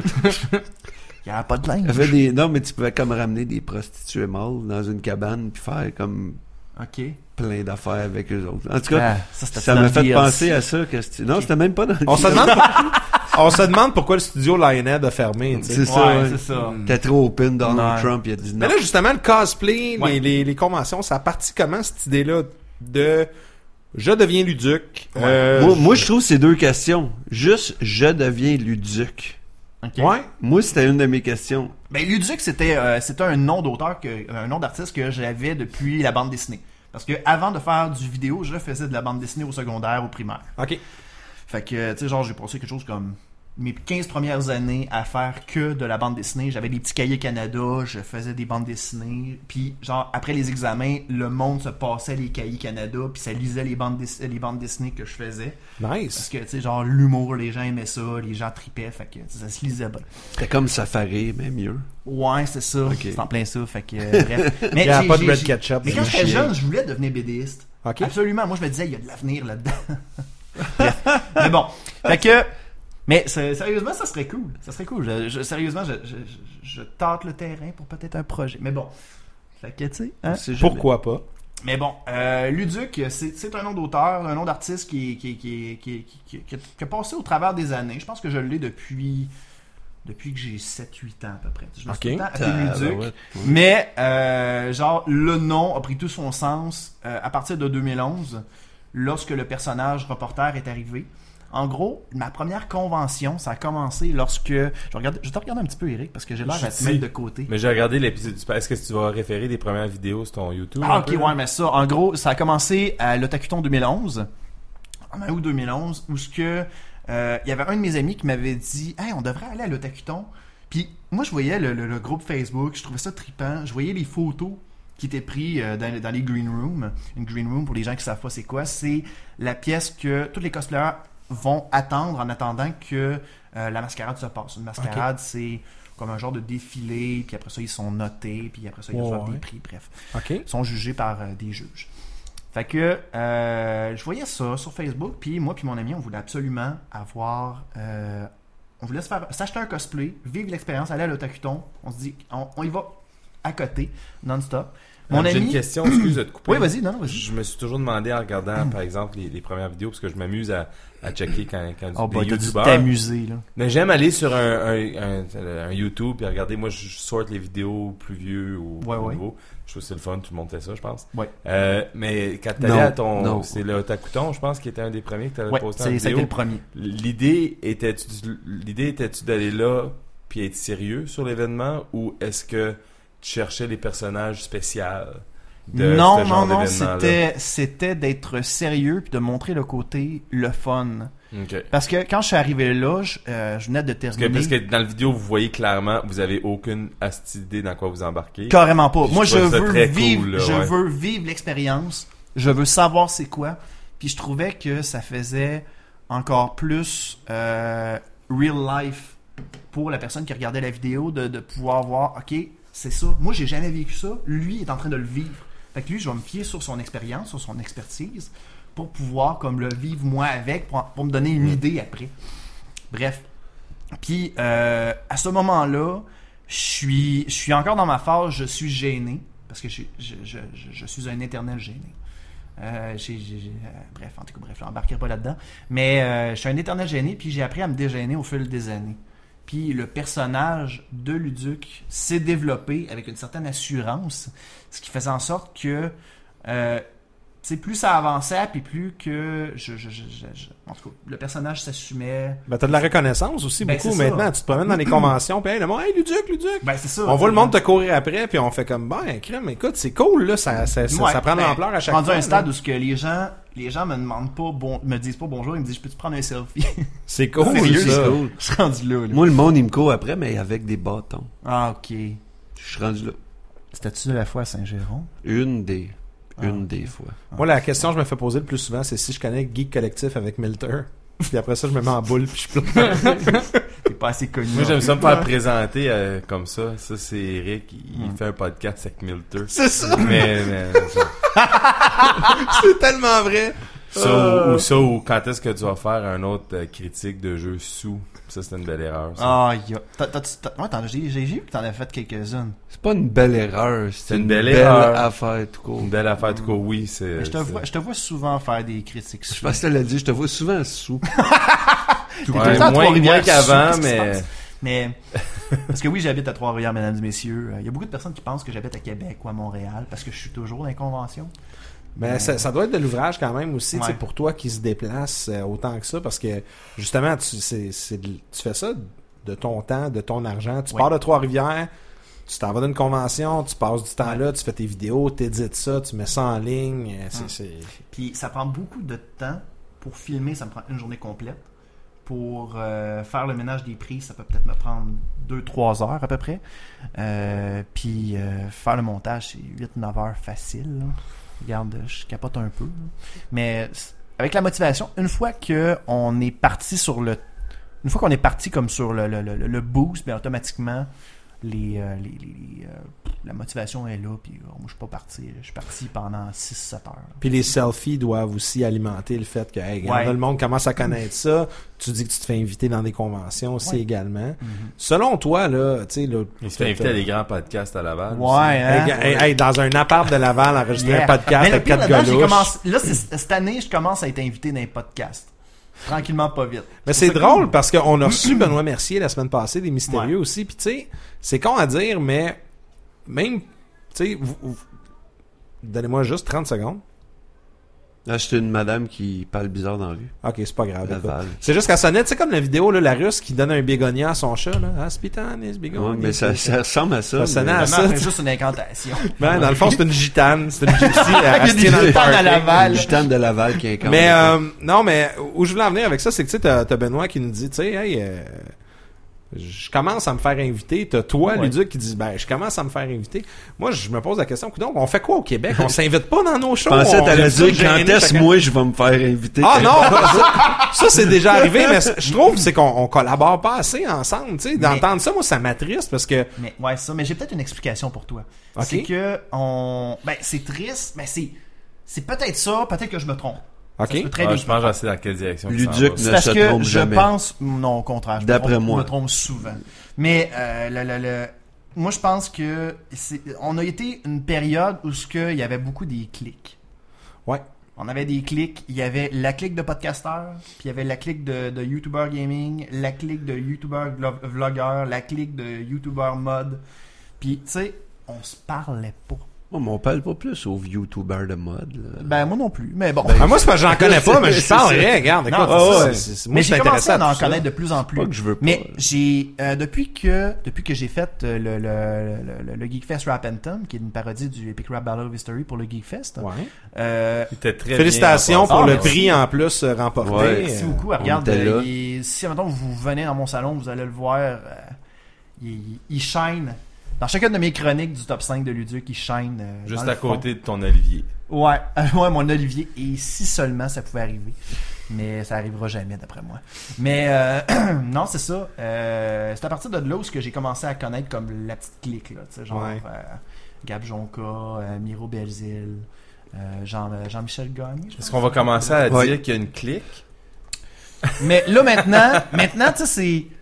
Il y a pas de
Il y
linge.
avait des... Non, mais tu pouvais comme ramener des prostituées mâles dans une cabane puis faire comme
OK.
plein d'affaires avec eux autres. En tout cas,
Ah, ça, c'était
ça
dans
m'a
le
fait
D L C.
penser à ça. Que c'était... Non, c'était même pas dans le
On se
D L C.
demande, on se demande pourquoi le studio Lionhead a fermé, tu sais.
C'est ça,
Ouais,
ouais.
c'est ça.
T'es trop open, Donald
Ouais.
Trump, il a dit non.
Mais là, justement, le cosplay,
Ouais.
les, les, les conventions, ça a parti comment, cette idée-là de je deviens luduc?
Ouais.
euh,
moi, moi, je trouve ces deux questions. Juste, je deviens luduc.
OK.
Ouais.
Moi, c'était une de mes questions.
Ben, Luduc, c'était euh, c'était un nom d'auteur, que un nom d'artiste que j'avais depuis la bande dessinée. Parce que avant de faire du vidéo, je faisais de la bande dessinée au secondaire, au primaire.
OK.
Fait que, tu sais, genre, j'ai passé quelque chose comme mes quinze premières années à faire que de la bande dessinée. J'avais des petits cahiers Canada, je faisais des bandes dessinées. Puis, genre, après les examens, le monde se passait les cahiers Canada, puis ça lisait les bandes, dess- les bandes dessinées que je faisais. Parce
Nice.
que, tu sais, genre, l'humour, les gens aimaient ça, les gens tripaient, fait que ça se lisait bien.
C'était comme Safari, mais mieux.
Ouais, c'est ça.
Ok.
C'est en plein ça. Fait que, euh, bref. Mais
Il y a
j'ai-
pas de
j'ai-
red
j'ai-
ketchup.
Mais
c'est
quand j'étais
chiant.
jeune, je voulais devenir BDiste.
OK.
Absolument. Moi, je me disais, il y a de l'avenir là-dedans. Bref. Mais bon. Fait que, mais c'est- sérieusement, ça serait cool. Ça serait cool. Je, je- sérieusement, je, je, je, je tâte le terrain pour peut-être un projet. Mais bon. Fait que, tu sais, hein?
On sait jamais.
Pourquoi pas?
Mais bon, euh, Luduc, c'est, c'est un nom d'auteur, un nom d'artiste qui, qui, qui, qui, qui, qui, qui, qui a passé au travers des années. Je pense que je l'ai depuis depuis que j'ai sept huit ans à peu près. Je me suis
Ok.
tout le temps appelé
Ah,
Luduc.
ben ouais.
Mais, euh, genre, le nom a pris tout son sens euh, à partir de deux mille onze, lorsque le personnage reporter est arrivé. En gros, ma première convention, ça a commencé lorsque... Je, regarde, je te regarde un petit peu, Eric, parce que j'ai l'air à te
Si.
mettre de côté.
Mais j'ai regardé l'épisode du... Est-ce que tu vas référer des premières vidéos sur ton YouTube?
Ah,
un
ok,
peu, là?
ouais, mais ça, en gros, ça a commencé à l'Otakuton deux mille onze, en août deux mille onze, où ce que... Euh, il y avait un de mes amis qui m'avait dit « Hey, on devrait aller à l'Otakuton. » Puis moi, je voyais le, le, le groupe Facebook, je trouvais ça trippant. Je voyais les photos qui étaient prises euh, dans, dans les green rooms. Une green room, pour les gens qui savent pas c'est quoi, c'est la pièce que tous les cosplayers vont attendre en attendant que euh, la mascarade se passe. Une mascarade, c'est comme un genre de défilé, puis après ça, ils sont notés, puis après ça, ils
Ouais,
reçoivent
ouais.
des prix, bref.
OK.
Ils sont jugés par euh, des juges. Fait que euh, je voyais ça sur Facebook, puis moi puis mon ami, on voulait absolument avoir... euh, on voulait se faire s'acheter un cosplay, vivre l'expérience, aller à l'Otakuton. On se dit, on, on y va à côté, non-stop. Mon
Euh, J'ai
ami...
une question, excuse de te couper.
Oui, vas-y, non, non, vas-y.
Je me suis toujours demandé en regardant, par exemple, les, les premières vidéos, parce que je m'amuse à, à checker quand, quand
Oh,
des
bah, t'as dû
youtubeurs.
t'amuser, là.
Mais j'aime aller sur un, un, un, un YouTube et regarder. Moi, je sorte les vidéos plus vieux ou
Ouais,
plus
ouais.
nouveaux. Je trouve que c'est le fun, tout le monde fait ça, je pense.
Ouais.
Euh, mais quand t'allais
Non,
à ton...
non.
C'est le Otakuton, je pense, qui était un des premiers que t'avais
Ouais,
posté en
c'est, c'était
vidéo.
le premier.
L'idée était-tu, l'idée était-tu d'aller là puis être sérieux sur l'événement ou est-ce que tu cherchais les personnages spéciaux de
Non,
ce genre
non, non,
d'événement-là?
c'était, c'était d'être sérieux puis de montrer le côté, le fun.
Ok.
Parce que quand je suis arrivé là, je, euh, je venais de
Parce que,
terminer...
parce que dans la vidéo, vous voyez clairement, vous avez aucune asti idée dans quoi vous embarquez.
Carrément pas.
Puis
Moi,
je
je
trouve ça
veux
très
vivre,
cool, là,
je
ouais.
veux vivre l'expérience. Je veux savoir c'est quoi. Puis je trouvais que ça faisait encore plus euh, real life pour la personne qui regardait la vidéo de, de pouvoir voir, ok, c'est ça. Moi, j'ai jamais vécu ça. Lui est en train de le vivre. Fait que lui, je vais me fier sur son expérience, sur son expertise, pour pouvoir comme le vivre moi avec, pour, pour me donner une
Mm.
idée après. Bref. Puis euh, à ce moment-là, je suis, je suis encore dans ma phase, je suis gêné parce que je, je, je, je, je suis un éternel gêné. Euh, j'ai, j'ai, j'ai, euh, bref, en tout cas, bref, je n'embarquerai pas là-dedans. Mais euh, je suis un éternel gêné, puis j'ai appris à me dégêner au fil des années. Puis le personnage de Luduc s'est développé avec une certaine assurance, ce qui faisait en sorte que euh, tu sais, plus ça avançait, puis plus que je, je, je, je, je- en tout cas, le personnage s'assumait.
Ben, t'as de la reconnaissance aussi
Ben,
beaucoup
c'est ça.
maintenant. Tu te promènes dans les conventions, puis hey, le monde, hey, Luduc, Luduc.
Ben c'est ça.
On voit le monde te courir après, puis on fait comme, ben, crème, écoute, c'est cool, là, ça, ça, ça,
Ouais,
ça prend de
ben,
l'ampleur à chaque
rendu
fois.
à un
là.
stade où ce que les gens, les gens me demandent pas, bon, me disent pas bonjour, ils me disent, je peux te prendre un selfie.
C'est cool,
Sérieux,
ça.
c'est cool.
Je suis rendu là. là.
Moi, le monde, il me court après, mais avec des bâtons.
Ah ok.
Je suis rendu là.
C'était-tu de la fois à Saint-Géron?
Une des... Une
Ah.
des fois.
Moi, la question que je me fais poser le plus souvent, c'est si je connais Geek Collectif avec Milter. Puis après ça, je me mets en boule, puis je pleure.
T'es pas assez connu.
Moi,
non
j'aime
plus.
ça me faire présenter euh, comme ça. Ça, c'est Eric. Il, il
Mm.
fait un podcast avec Milter.
C'est ça.
Mais, mais ça,
C'est tellement vrai.
ça,
Euh.
ou, ou ça, ou quand est-ce que tu vas faire un autre euh, critique de jeu sous. Ça, c'est une belle erreur. Ça.
Ah, ya. T'as, t'as, t'as, ouais, t'en, j'ai, j'ai vu que t'en as fait quelques-unes.
C'est pas une belle erreur, c'est
une
une,
belle
belle,
erreur.
affaire tout court.
Une belle affaire, tout cas, oui. C'est,
Mais je te
c'est-
vois, je te vois souvent faire des critiques.
Je pense que tu l'as dit, je te vois souvent sous.
T'es
Ouais,
tout le temps à
moins,
Trois-Rivières,
moins qu'avant,
qu'est-ce qui se
mais...
passe? Mais, parce que oui, j'habite à Trois-Rivières, mesdames et messieurs. Il y a beaucoup de personnes qui pensent que j'habite à Québec ou à Montréal parce que je suis toujours dans les conventions.
Mais ça, ça doit être de l'ouvrage quand même aussi, tu sais,
Ouais.
pour toi qui se déplace euh, autant que ça, parce que justement, tu, c'est, c'est, de- tu fais ça de ton temps, de ton argent. Tu
Ouais.
pars de Trois-Rivières, tu t'en vas d'une convention, tu passes du temps
Ouais.
là, tu fais tes vidéos, t'édites ça, tu mets ça en ligne. euh, C'est,
Hum.
c'est...
Puis ça prend beaucoup de temps pour filmer, ça me prend une journée complète. Pour euh, faire le ménage des prises, ça peut peut-être me prendre deux trois heures à peu près. Euh, puis euh, faire le montage, c'est huit neuf heures facile. Là. Regarde, je capote un peu. Là. Mais c- avec la motivation, une fois que on est parti sur le... Une fois qu'on est parti comme sur le, le, le, le boost, bien automatiquement, les, euh, les, les, les, euh, la motivation est là. Puis euh, moi, je suis pas parti. là. Je suis parti pendant six sept heures. là.
Puis les selfies doivent aussi alimenter le fait que hey, regarde,
Ouais.
le monde commence à connaître ça. Tu dis que tu te fais inviter dans des conventions aussi
Ouais.
également.
Mhm.
Selon toi, là, tu sais, là,
Il se fait inviter à des grands podcasts à Laval.
Ouais,
aussi.
hein?
Hey, hey, hey, dans un appart de Laval, enregistrer
Yeah.
un podcast
Mais le
avec
pire
quatre
là-dedans, j'ai
gars
commencé- Là, c'est- cette année, je commence à être invité dans les podcasts. Tranquillement, pas vite.
Mais
C'est
c'est
ça
drôle
que-
parce qu'on a reçu Benoît Mercier la semaine passée, des Mystérieux
Ouais.
aussi. Puis tu sais, c'est con à dire, mais même, tu sais, vous- vous- donnez-moi juste trente secondes.
Là, j'étais une madame qui parle bizarre dans la rue.
Ok, c'est pas grave. écoute.
Laval.
C'est juste qu'elle sonnait, tu sais, comme la vidéo, là, la russe qui donne un bégonia à son chat, là. Ah, Spitanis, bégonia.
Ouais, mais ça, ça ressemble à ça.
Ça sonnait
mais-
à
Vraiment,
ça.
c'est juste une incantation.
Ben, dans le fond, c'est une gitane. C'est une gypsy. Elle
Il y a
reste
des
dans le
gitanes à
parking.
Laval.
Une gitane de Laval qui incarne.
Mais euh, non, mais où je voulais en venir avec ça, c'est que tu sais, t'as, t'as Benoît qui nous dit, tu sais, hey, euh, je commence à me faire inviter. T'as toi,
Ouais.
Luduc, qui dit, ben, je commence à me faire inviter. Moi, je me pose la question, donc, on fait quoi au Québec? On s'invite pas dans nos
Je
shows?
pensais
On
t'allais
aime ça
dire
gêner
quand est-ce
chacun.
moi je vais me faire inviter.
Ah non, ça, ça, c'est déjà arrivé, mais c'est- je trouve c'est qu'on on collabore pas assez ensemble, tu sais. D'entendre ça, moi, ça m'attriste parce que,
Mais ouais, ça. Mais j'ai peut-être une explication pour toi.
Ok.
C'est que on, ben c'est triste, mais c'est, c'est peut-être ça, peut-être que je me trompe. Ça se peut
ok,
très
Ah,
bien.
je pense que je sais dans quelle direction.
Luduc
ça s'en va.
ne-
C'est parce
se
que
trompe
je
jamais.
pense, non, au contraire. Je me
D'après
trompe-
moi.
Je me trompe souvent. Mais euh, le, le, le- moi, je pense que c'est, on a été une période où ce que il y avait beaucoup des clics.
ouais.
On avait des clics. Il y avait la clique de podcasteurs, puis il y avait la clique de, de YouTuber gaming, la clique de YouTuber glo- vlogueur, la clique de YouTuber mode. Puis, tu sais, on se parlait pas.
Oh, mais on parle pas plus aux YouTubers de mode. là.
Ben, moi non plus. Mais bon.
Ah, moi, c'est parce que j'en connais pas, mais je
C'est
parlerais,
ça.
regarde, écoute,
Non,
c'est-
ouais.
c'est- c'est- moi,
mais
je
j'ai
suis
commencé
intéressé
à en
tout ça.
connaître de plus en plus.
Pas que je veux pas.
Mais j'ai euh, depuis que depuis que j'ai fait euh, le, le, le, le Geekfest Rap Anthem, qui est une parodie du Epic Rap Battle of History pour le Geekfest.
Ouais.
Euh,
Il était très
Félicitations
bien en
pour
Ah,
le
merci.
prix en plus euh, remporté.
Ouais.
merci
Euh,
beaucoup.
on
Regarde,
était là.
euh, il est- si maintenant vous venez dans mon salon, vous allez le voir. euh, il, il shine. Dans chacune de mes chroniques du top cinq de Luduc, il shine. euh,
Juste
dans
à
le fond.
côté de ton Olivier.
Ouais, ouais, mon Olivier. Et si seulement ça pouvait arriver. Mais ça arrivera jamais, d'après moi. Mais euh, non, c'est ça. Euh, c'est à partir de là où ce que j'ai commencé à connaître comme la petite clique, là. Tu sais, genre
Ouais.
euh, Gab Jonca, euh, Miro Belzile, euh, Jean, euh, Jean-Michel Gagne. je
Est-ce
pense.
qu'on va commencer à
Ouais.
dire qu'il y a une clique?
Mais là, maintenant, maintenant, tu sais, c'est... Tu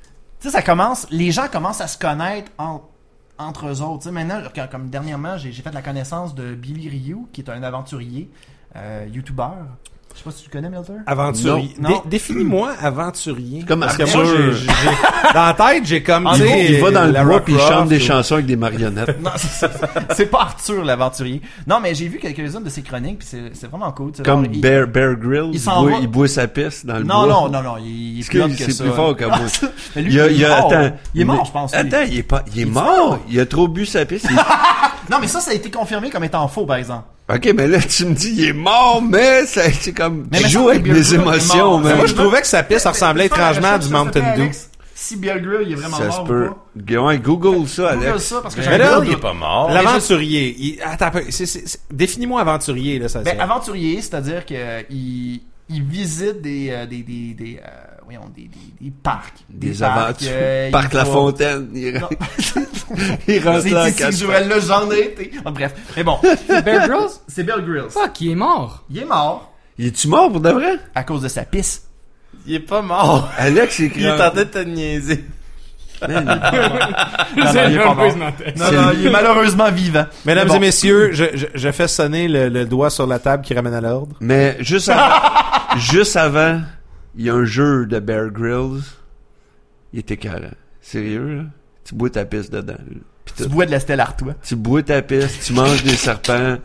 sais, ça commence, les gens commencent à se connaître en, entre eux autres. Tu sais, maintenant, comme, comme dernièrement, j'ai, j'ai fait la connaissance de Billy Ryu, qui est un aventurier, euh, YouTuber. Je sais pas si tu le connais, Milter.
Aventurier.
Non. Non.
Dé- définis-moi aventurier.
Comme
Parce que
Arthur.
moi, j'ai, j'ai- dans la tête, j'ai comme,
En
tu
Il,
gros,
sais,
il va dans le
Lara
bois puis il
Croft
chante des
ou-
chansons avec des marionnettes.
Non, c'est, c'est pas Arthur l'aventurier. Non, mais j'ai vu quelques-unes de ses chroniques, puis c'est, c'est vraiment cool. tu sais,
Comme
genre, il-
Bear, Bear Grylls,
il
il,
s'en
boit,
va-
il boit sa pisse dans le
Non,
bois.
non, non, non, il, il est
Parce
plus hot
que
que
c'est
ça.
plus fort que moi.
Mais lui,
Il, a, il, a,
mort.
attends,
Il est mort,
mais-
je pense. lui.
Attends, il est pas, il est
Il est
mort.
mort.
Il a trop bu sa pisse. il-
Non, mais ça, ça a été confirmé comme étant faux, par exemple.
Ok, mais là, tu me dis, il est mort, mais ça, c'est comme,
Mais
tu
me
joues
semble
avec
que Bear
mes
Grylls est
émotions,
mort.
man.
Mais moi, je trouvais que sa piste ça ressemblait
Fais la
étrangement à
recherche,
du
s'il te
Mountain
plaît,
Dew.
Alex. Si Bear Grylls, il est vraiment
Ça
mort
se
ou
peut.
pas.
Ouais, Google ça,
Google
Alex.
ça, parce que
Mais
j'ai
là,
un
Il est pas mort.
L'aventurier. Il... Attends un peu. C'est, c'est, c'est... Définis-moi aventurier, là, ça.
Ben,
ça-
aventurier, c'est-à-dire que euh, il, il visite des, euh, des, des, des, euh, voyons, des, des, des parcs.
Des
parcs,
aventures.
euh,
Parc
il
La
va-
Fontaine. Il,
Non.
il rentre
C'est
là en
ici que
quatre
Joël-là, j'en ai été. Ah, bref. Mais bon.
Bear Grylls?
C'est Bear Grylls.
Fuck, il est mort.
Il est mort
Il est-tu mort pour de vrai?
à cause de sa pisse.
Il est pas mort.
Alex, il
Il est en train de te niaiser.
Man,
Non, non,
C'est
il est pas mort.
malheureusement tête.
Non, non, il est malheureusement vivant.
Mesdames
Mais bon.
et messieurs, je, je, je fais sonner le, le doigt sur la table qui ramène à l'ordre.
Mais juste avant, juste avant, il y a un jeu de Bear Grylls. Il était carré. Sérieux, là? Tu bois ta pisse dedans, là. Pis
Tu
tout.
bois de la Stella Artois.
Tu bois ta pisse, tu manges des serpents.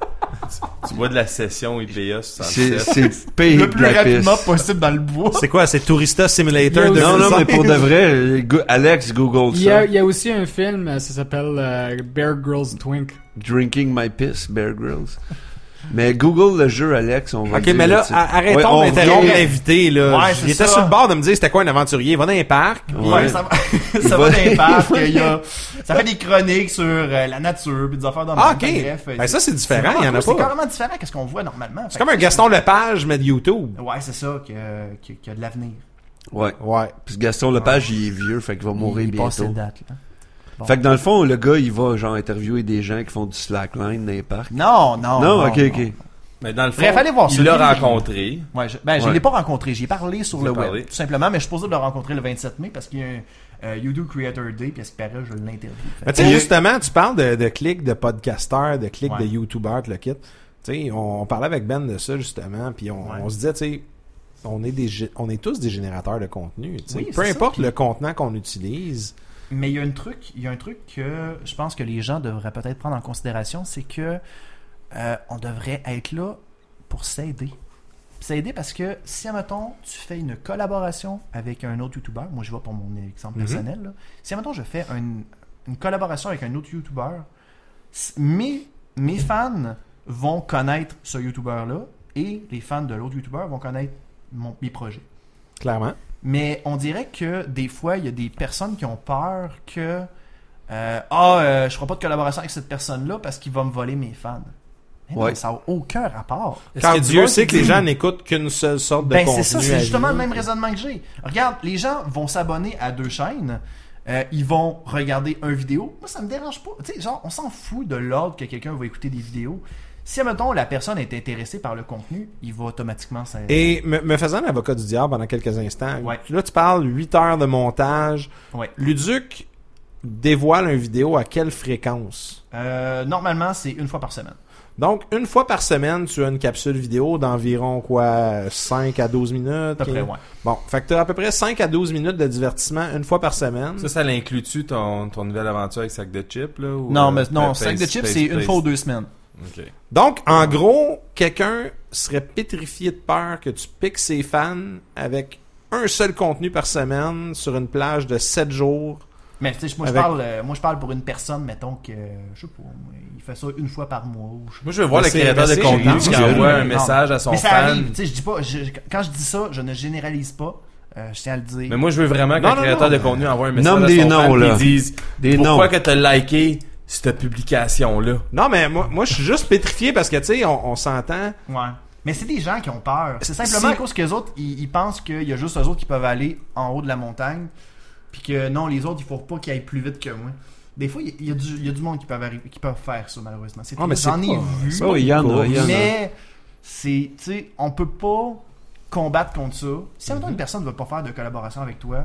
Tu vois de la session I P A
C'est,
soixante-sept.
c'est payé
Le
de
plus
la
rapidement
pisse.
possible dans le bois.
C'est quoi? C'est Tourista Simulator
Yo,
de
Non, non, mais pour de
seize.
vrai, go- Alex, Google
Il y, a,
ça.
il y a aussi un film, euh, ça s'appelle euh, Bear Grylls Twink.
Drinking my piss, Bear Grylls. Mais Google le jeu, Alex, on va
Ok,
dire
mais
le
là,
titre.
a- arrêtons
Ouais, on
d'interrompre
revient.
l'invité, là.
Ouais, c'est
Il était
ça.
sur le bord de me dire c'était quoi un aventurier. Va dans un parc.
Ouais.
Ouais, ça va,
Il
ça
va-
va dans les parcs, il y a, ça fait des chroniques sur euh, la nature, puis des affaires dans
Ah,
le
ok.
bref, euh,
Ben, ça, c'est différent,
vraiment
il y en a
cool,
pas.
C'est carrément différent qu'est-ce qu'on voit normalement.
C'est comme un Gaston Lepage, mais de YouTube.
Ouais, c'est ça, qui a, qui, qui a de l'avenir.
Ouais.
Ouais.
Puis Gaston Lepage, il est vieux, fait qu'il va mourir
il passe
bientôt.
ses dates, là. Bon.
Fait que dans le fond, le gars, il va genre interviewer des gens qui font du slackline dans les parcs.
Non, non.
Non, ok,
non.
ok.
Mais dans le fond,
Bref, allez voir
il
ça.
l'a
Lui,
rencontré.
Ouais, je, ben, je
Ouais.
l'ai pas rencontré, j'y ai parlé sur
Vous
le
avez
web,
parlé.
tout simplement, mais je suis supposé de le rencontrer le vingt-sept mai parce qu'il y a un euh, YouTube Creator Day, puis à ce qui paraît, je l'interview. Fait
Mais
que-
tu sais, justement, tu parles de, de clics de podcasteurs, de clics
Ouais.
de YouTubeurs, tout le kit. Tu sais, on, on parlait avec Ben de ça, justement, puis on,
Ouais.
on se disait, tu sais, on est des, gé- on est tous des générateurs de contenu, tu sais.
Oui,
Peu
c'est ça,
importe
puis-
le contenant qu'on utilise.
Mais il y a un truc, il y a un truc que je pense que les gens devraient peut-être prendre en considération, c'est que euh, on devrait être là pour s'aider. S'aider parce que si, admettons, tu fais une collaboration avec un autre YouTuber, moi je vais pour mon exemple
Mhm.
personnel, là. Si, admettons, je fais un- une collaboration avec un autre YouTuber, s- mes, mes fans vont connaître ce YouTuber-là et les fans de l'autre YouTuber vont connaître mon, mes projets.
Clairement.
Mais on dirait que des fois, il y a des personnes qui ont peur que euh, ah, euh, je ferai pas de collaboration avec cette personne-là parce qu'il va me voler mes fans. Mais non,
Ouais.
ça n'a aucun rapport.
Est-ce
Quand
qu'il y a du
Dieu
monde
sait
qui
que les
dit-
gens n'écoutent qu'une seule sorte de
Ben
contenu.
c'est ça,
à
c'est justement
vie.
le même raisonnement que j'ai. Regarde, les gens vont s'abonner à deux chaînes, euh, ils vont regarder un vidéo. Moi, ça me dérange pas. Tu sais, genre, on s'en fout de l'ordre que quelqu'un va écouter des vidéos. Si, admettons, la personne est intéressée par le contenu, il va automatiquement s'aider.
Et me, me faisant l'avocat du diable pendant quelques instants,
Ouais.
là, tu parles huit heures de montage.
Ouais.
Luduc dévoile une vidéo à quelle fréquence?
Euh, normalement, c'est une fois par semaine.
Donc, une fois par semaine, tu as une capsule vidéo d'environ, quoi, cinq à douze minutes?
À peu près, ouais.
Bon, fait que tu as à peu près cinq à douze minutes de divertissement une fois par semaine.
Ça, ça l'inclut-tu ton, ton nouvelle aventure avec sac de chips, là? Ou,
Non,
euh,
mais non,
Pace-
sac de chips,
Pace-
c'est une
Pace-
fois ou deux semaines.
Ok.
Donc, en gros, quelqu'un serait pétrifié de peur que tu piques ses fans avec un seul contenu par semaine sur une plage de sept jours.
Mais tu sais, moi, je
Avec-
parle, euh, moi, je parle pour une personne, mettons que, je sais pas, moi, il fait ça une fois par mois. Ou je sais pas.
Moi, je veux voir le
Merci,
créateur de
merci,
contenu
j'ai
qui
vu.
envoie un
Non.
message à son
Mais ça
fan.
arrive, tu sais, je dis pas, je- quand je dis ça, je ne généralise pas, euh, je tiens à le dire.
Mais moi, je veux vraiment
Non,
qu'un
non,
créateur
non,
de contenu envoie un message
Nomme
à
des
son
noms,
fan
là.
et dise
Des
pourquoi
noms.
que t'as liké cette publication-là.
Non, mais moi, moi je suis juste pétrifié parce que, tu sais, on, on s'entend.
Ouais. Mais c'est des gens qui ont peur. C'est simplement
Si-
à cause que les autres, ils, ils pensent qu'il y a juste eux autres qui peuvent aller en haut de la montagne, puis que non, les autres, il faut pas qu'ils aillent plus vite que moi. Des fois, il y, il y a du, il y a du monde qui peuvent, arriver, qui peuvent faire ça, malheureusement. C'est
Ah, mais
J'en
c'est
ai
pas-
vu.
c'est
Oh, il y en a, il y en a.
Mais c'est, tu sais, on peut pas combattre contre ça. Si en même temps une personne ne veut pas faire de collaboration avec toi,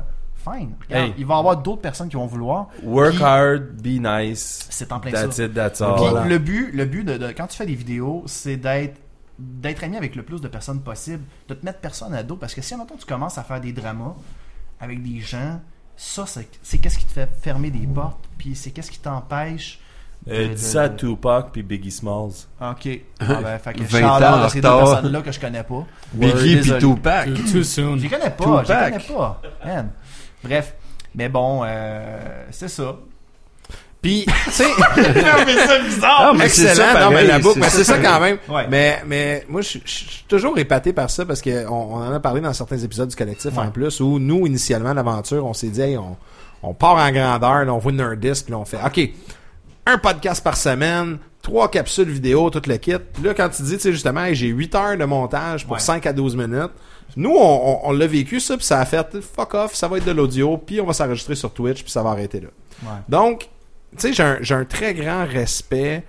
fine. Regarde,
Hey.
il va y avoir d'autres personnes qui vont vouloir.
Work
Puis-
hard, be nice.
C'est en plein
That's
ça.
it, that's
Puis
all.
Voilà.
le but, le but de, de- quand tu fais des vidéos, c'est d'être d'être ami avec le plus de personnes possible, de te mettre personne à dos, parce que si en même temps tu commences à faire des dramas avec des gens, ça c'est, c'est qu'est-ce qui te fait fermer des portes, puis c'est qu'est-ce qui t'empêche.
Euh,
de-
dis
de-
ça à
de-
Tupac puis Biggie Smalls.
Ok. Ah ben, fait que
vingt
shout-out
ans en
à ces deux
retard.
personnes-là que je connais pas.
Biggie
Word,
pis
désolé.
Tupac.
Too, too soon.
Je les connais pas, je les
Tupac.
connais pas. Man. Bref, mais bon, euh, c'est ça.
Puis, tu sais,
mais c'est bizarre.
Ah, mais c'est
excellent,
ça,
non, mais
pareil,
la boucle,
c'est
mais
ça,
c'est ça
pareil.
quand même.
Ouais.
Mais, mais moi, je je- je suis toujours épaté par ça parce que on, on en a parlé dans certains épisodes du collectif
Ouais.
en plus où nous, initialement, l'aventure, on s'est dit, hey, on, on part en grandeur, là, on voit Nerdist, puis là, on fait, OK, un podcast par semaine, trois capsules vidéo, tout le kit. Puis là, quand tu dis, tu sais, justement, hey, j'ai huit heures de montage pour
Ouais.
cinq à douze minutes, nous, on, on, on l'a vécu, ça, puis ça a fait, fuck off, ça va être de l'audio, puis on va s'enregistrer sur Twitch, puis ça va arrêter là.
Ouais.
Donc, tu sais, j'ai un, j'ai un très grand respect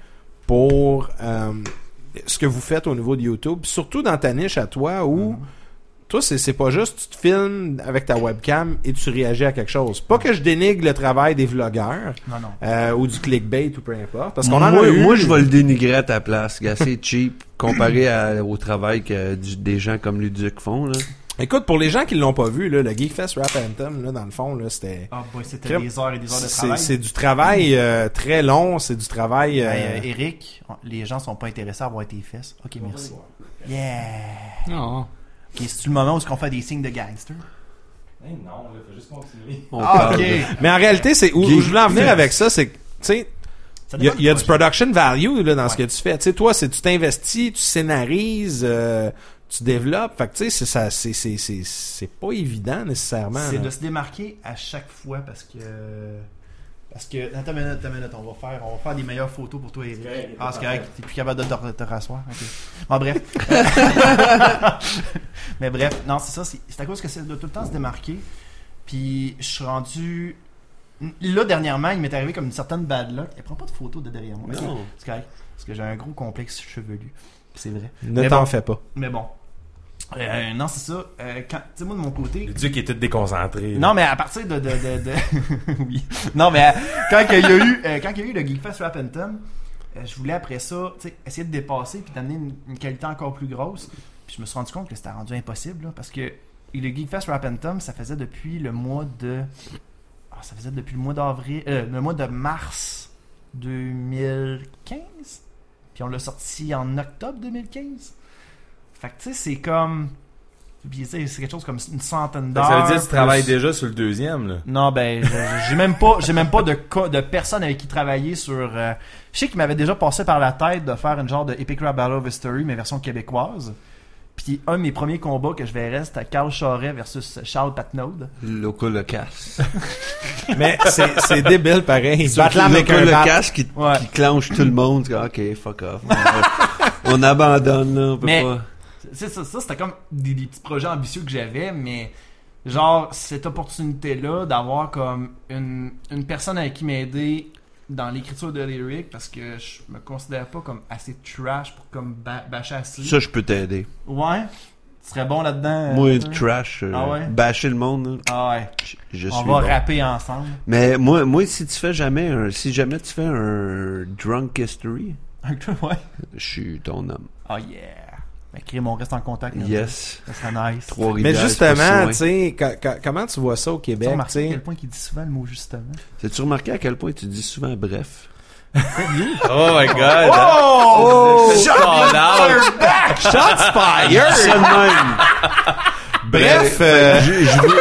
pour euh, ce que vous faites au niveau de YouTube, surtout dans ta niche à toi où toi, c'est, c'est pas juste tu te filmes avec ta webcam et tu réagis à quelque chose. Pas que je dénigre le travail des vlogueurs
Non, non.
euh, ou du clickbait ou peu importe, parce qu'on en
moi,
a eu.
moi, je vais le dénigrer à ta place. gars. C'est cheap comparé à- au travail que du- des gens comme Luduc font. Là.
Écoute, pour les gens qui l'ont pas vu, là, le Geekfest Rap Anthem, là, dans le fond, là, c'était...
Ah, boy, c'était
Crème.
des heures et des heures de
C'est,
travail.
c'est du travail euh, très long, c'est du travail... euh,
Hey, euh, Eric, les gens sont pas intéressés à voir tes fesses. Ok, merci. Yeah.
Non.
Ok, c'est-tu le moment où on fait des signes de gangster?
Hey, non, là, faut juste continuer.
On
Ah,
parle
ok.
de-
Mais en réalité, c'est où, où je voulais en venir avec ça, c'est que, tu sais,
Ça
il y a,
dépend
il y a
du
du
projet.
production value là, dans ce que
Ouais.
tu fais. Tu sais, toi, c'est tu t'investis, tu scénarises, euh, tu développes. Fait que tu sais, c'est ça, c'est c'est c'est c'est pas évident nécessairement.
C'est
là.
de se démarquer à chaque fois parce que. Parce que. Attends une minute, attends une minute, on va faire, on va faire des meilleures photos pour toi, Eric. Ah, c'est correct, t'es plus capable de te, te rasseoir. Ok. Bon, bref. Mais bref, non, c'est ça, c'est, c'est à cause que c'est de tout le temps se démarquer. Puis je suis rendu. Là, dernièrement, il m'est arrivé comme une certaine bad luck. Elle prend pas de photos de derrière moi.
Non.
C'est correct. Parce que j'ai un gros complexe chevelu. C'est vrai.
Ne
Mais
t'en
bon.
fais pas.
Mais bon. Euh, non, c'est ça. Euh, quand, tu sais, moi, de mon côté.
Le Duc est tout déconcentré. là.
Non, mais à partir de... de, de, de... oui. Non, mais euh, quand il y a eu, euh, quand il y a eu le Geekfest Rap Anthem, euh, je voulais après ça, tu sais, essayer de dépasser puis d'amener une, une qualité encore plus grosse. Puis je me suis rendu compte que c'était rendu impossible, là, parce que le Geekfest Rap Anthem, ça faisait depuis le mois de... Ah, ça faisait depuis le mois d'avril... Euh, le mois de mars deux mille quinze. Puis on l'a sorti en octobre deux mille quinze. Fait que tu sais, c'est comme... Puis tu sais, c'est quelque chose comme une centaine
Fait que
d'heures.
Ça veut dire que tu
plus-
travailles déjà sur le deuxième, là.
Non, ben, je- j'ai même pas, j'ai même pas de cas, de personnes avec qui travailler sur. euh, je sais qu'il m'avait déjà passé par la tête de faire une genre de Epic Rap Battle of History, mais version québécoise. Puis un de mes premiers combats que je verrais, c'était Carl Charret versus Charles Patnaud.
Loco le casse.
Mais c'est c'est débile pareil. Ils se battent là avec
Loco
un
le
bat.
casse qui,
Ouais.
qui clenche tout le monde. C'est comme, ok, fuck off. On, va- on abandonne, là. On peut
Mais-
pas.
C'est ça, ça c'était comme des, des petits projets ambitieux que j'avais, mais genre cette opportunité-là d'avoir comme une, une personne avec qui m'aider dans l'écriture de lyrics parce que je me considère pas comme assez trash pour comme ba- bâcher assez.
Ça, je peux t'aider.
Ouais. Tu serais bon là-dedans.
Moi,
euh,
trash, euh,
Ah ouais?
bâcher le monde, là,
Ah ouais.
je, je
On
suis
va
bon.
rapper ensemble.
Mais moi, moi, si tu fais jamais un, si jamais tu fais un drunk history,
ouais.
je suis ton homme.
Oh yeah. Ben, crime, on reste en contact. là.
Yes.
Ça serait nice.
Trois
Mais
rivières.
justement, tu
tu
sais, co- co- comment tu vois ça au
Tu as
Québec, tu
remarqué à
sais?
quel point il dit souvent le mot justement?
T'as-tu remarqué à quel point tu dis souvent bref?
Oh my god!
Oh!
Shout out!
Shots fired!
Ça de même.
Bref,
Ben,
euh,
je, je voulais,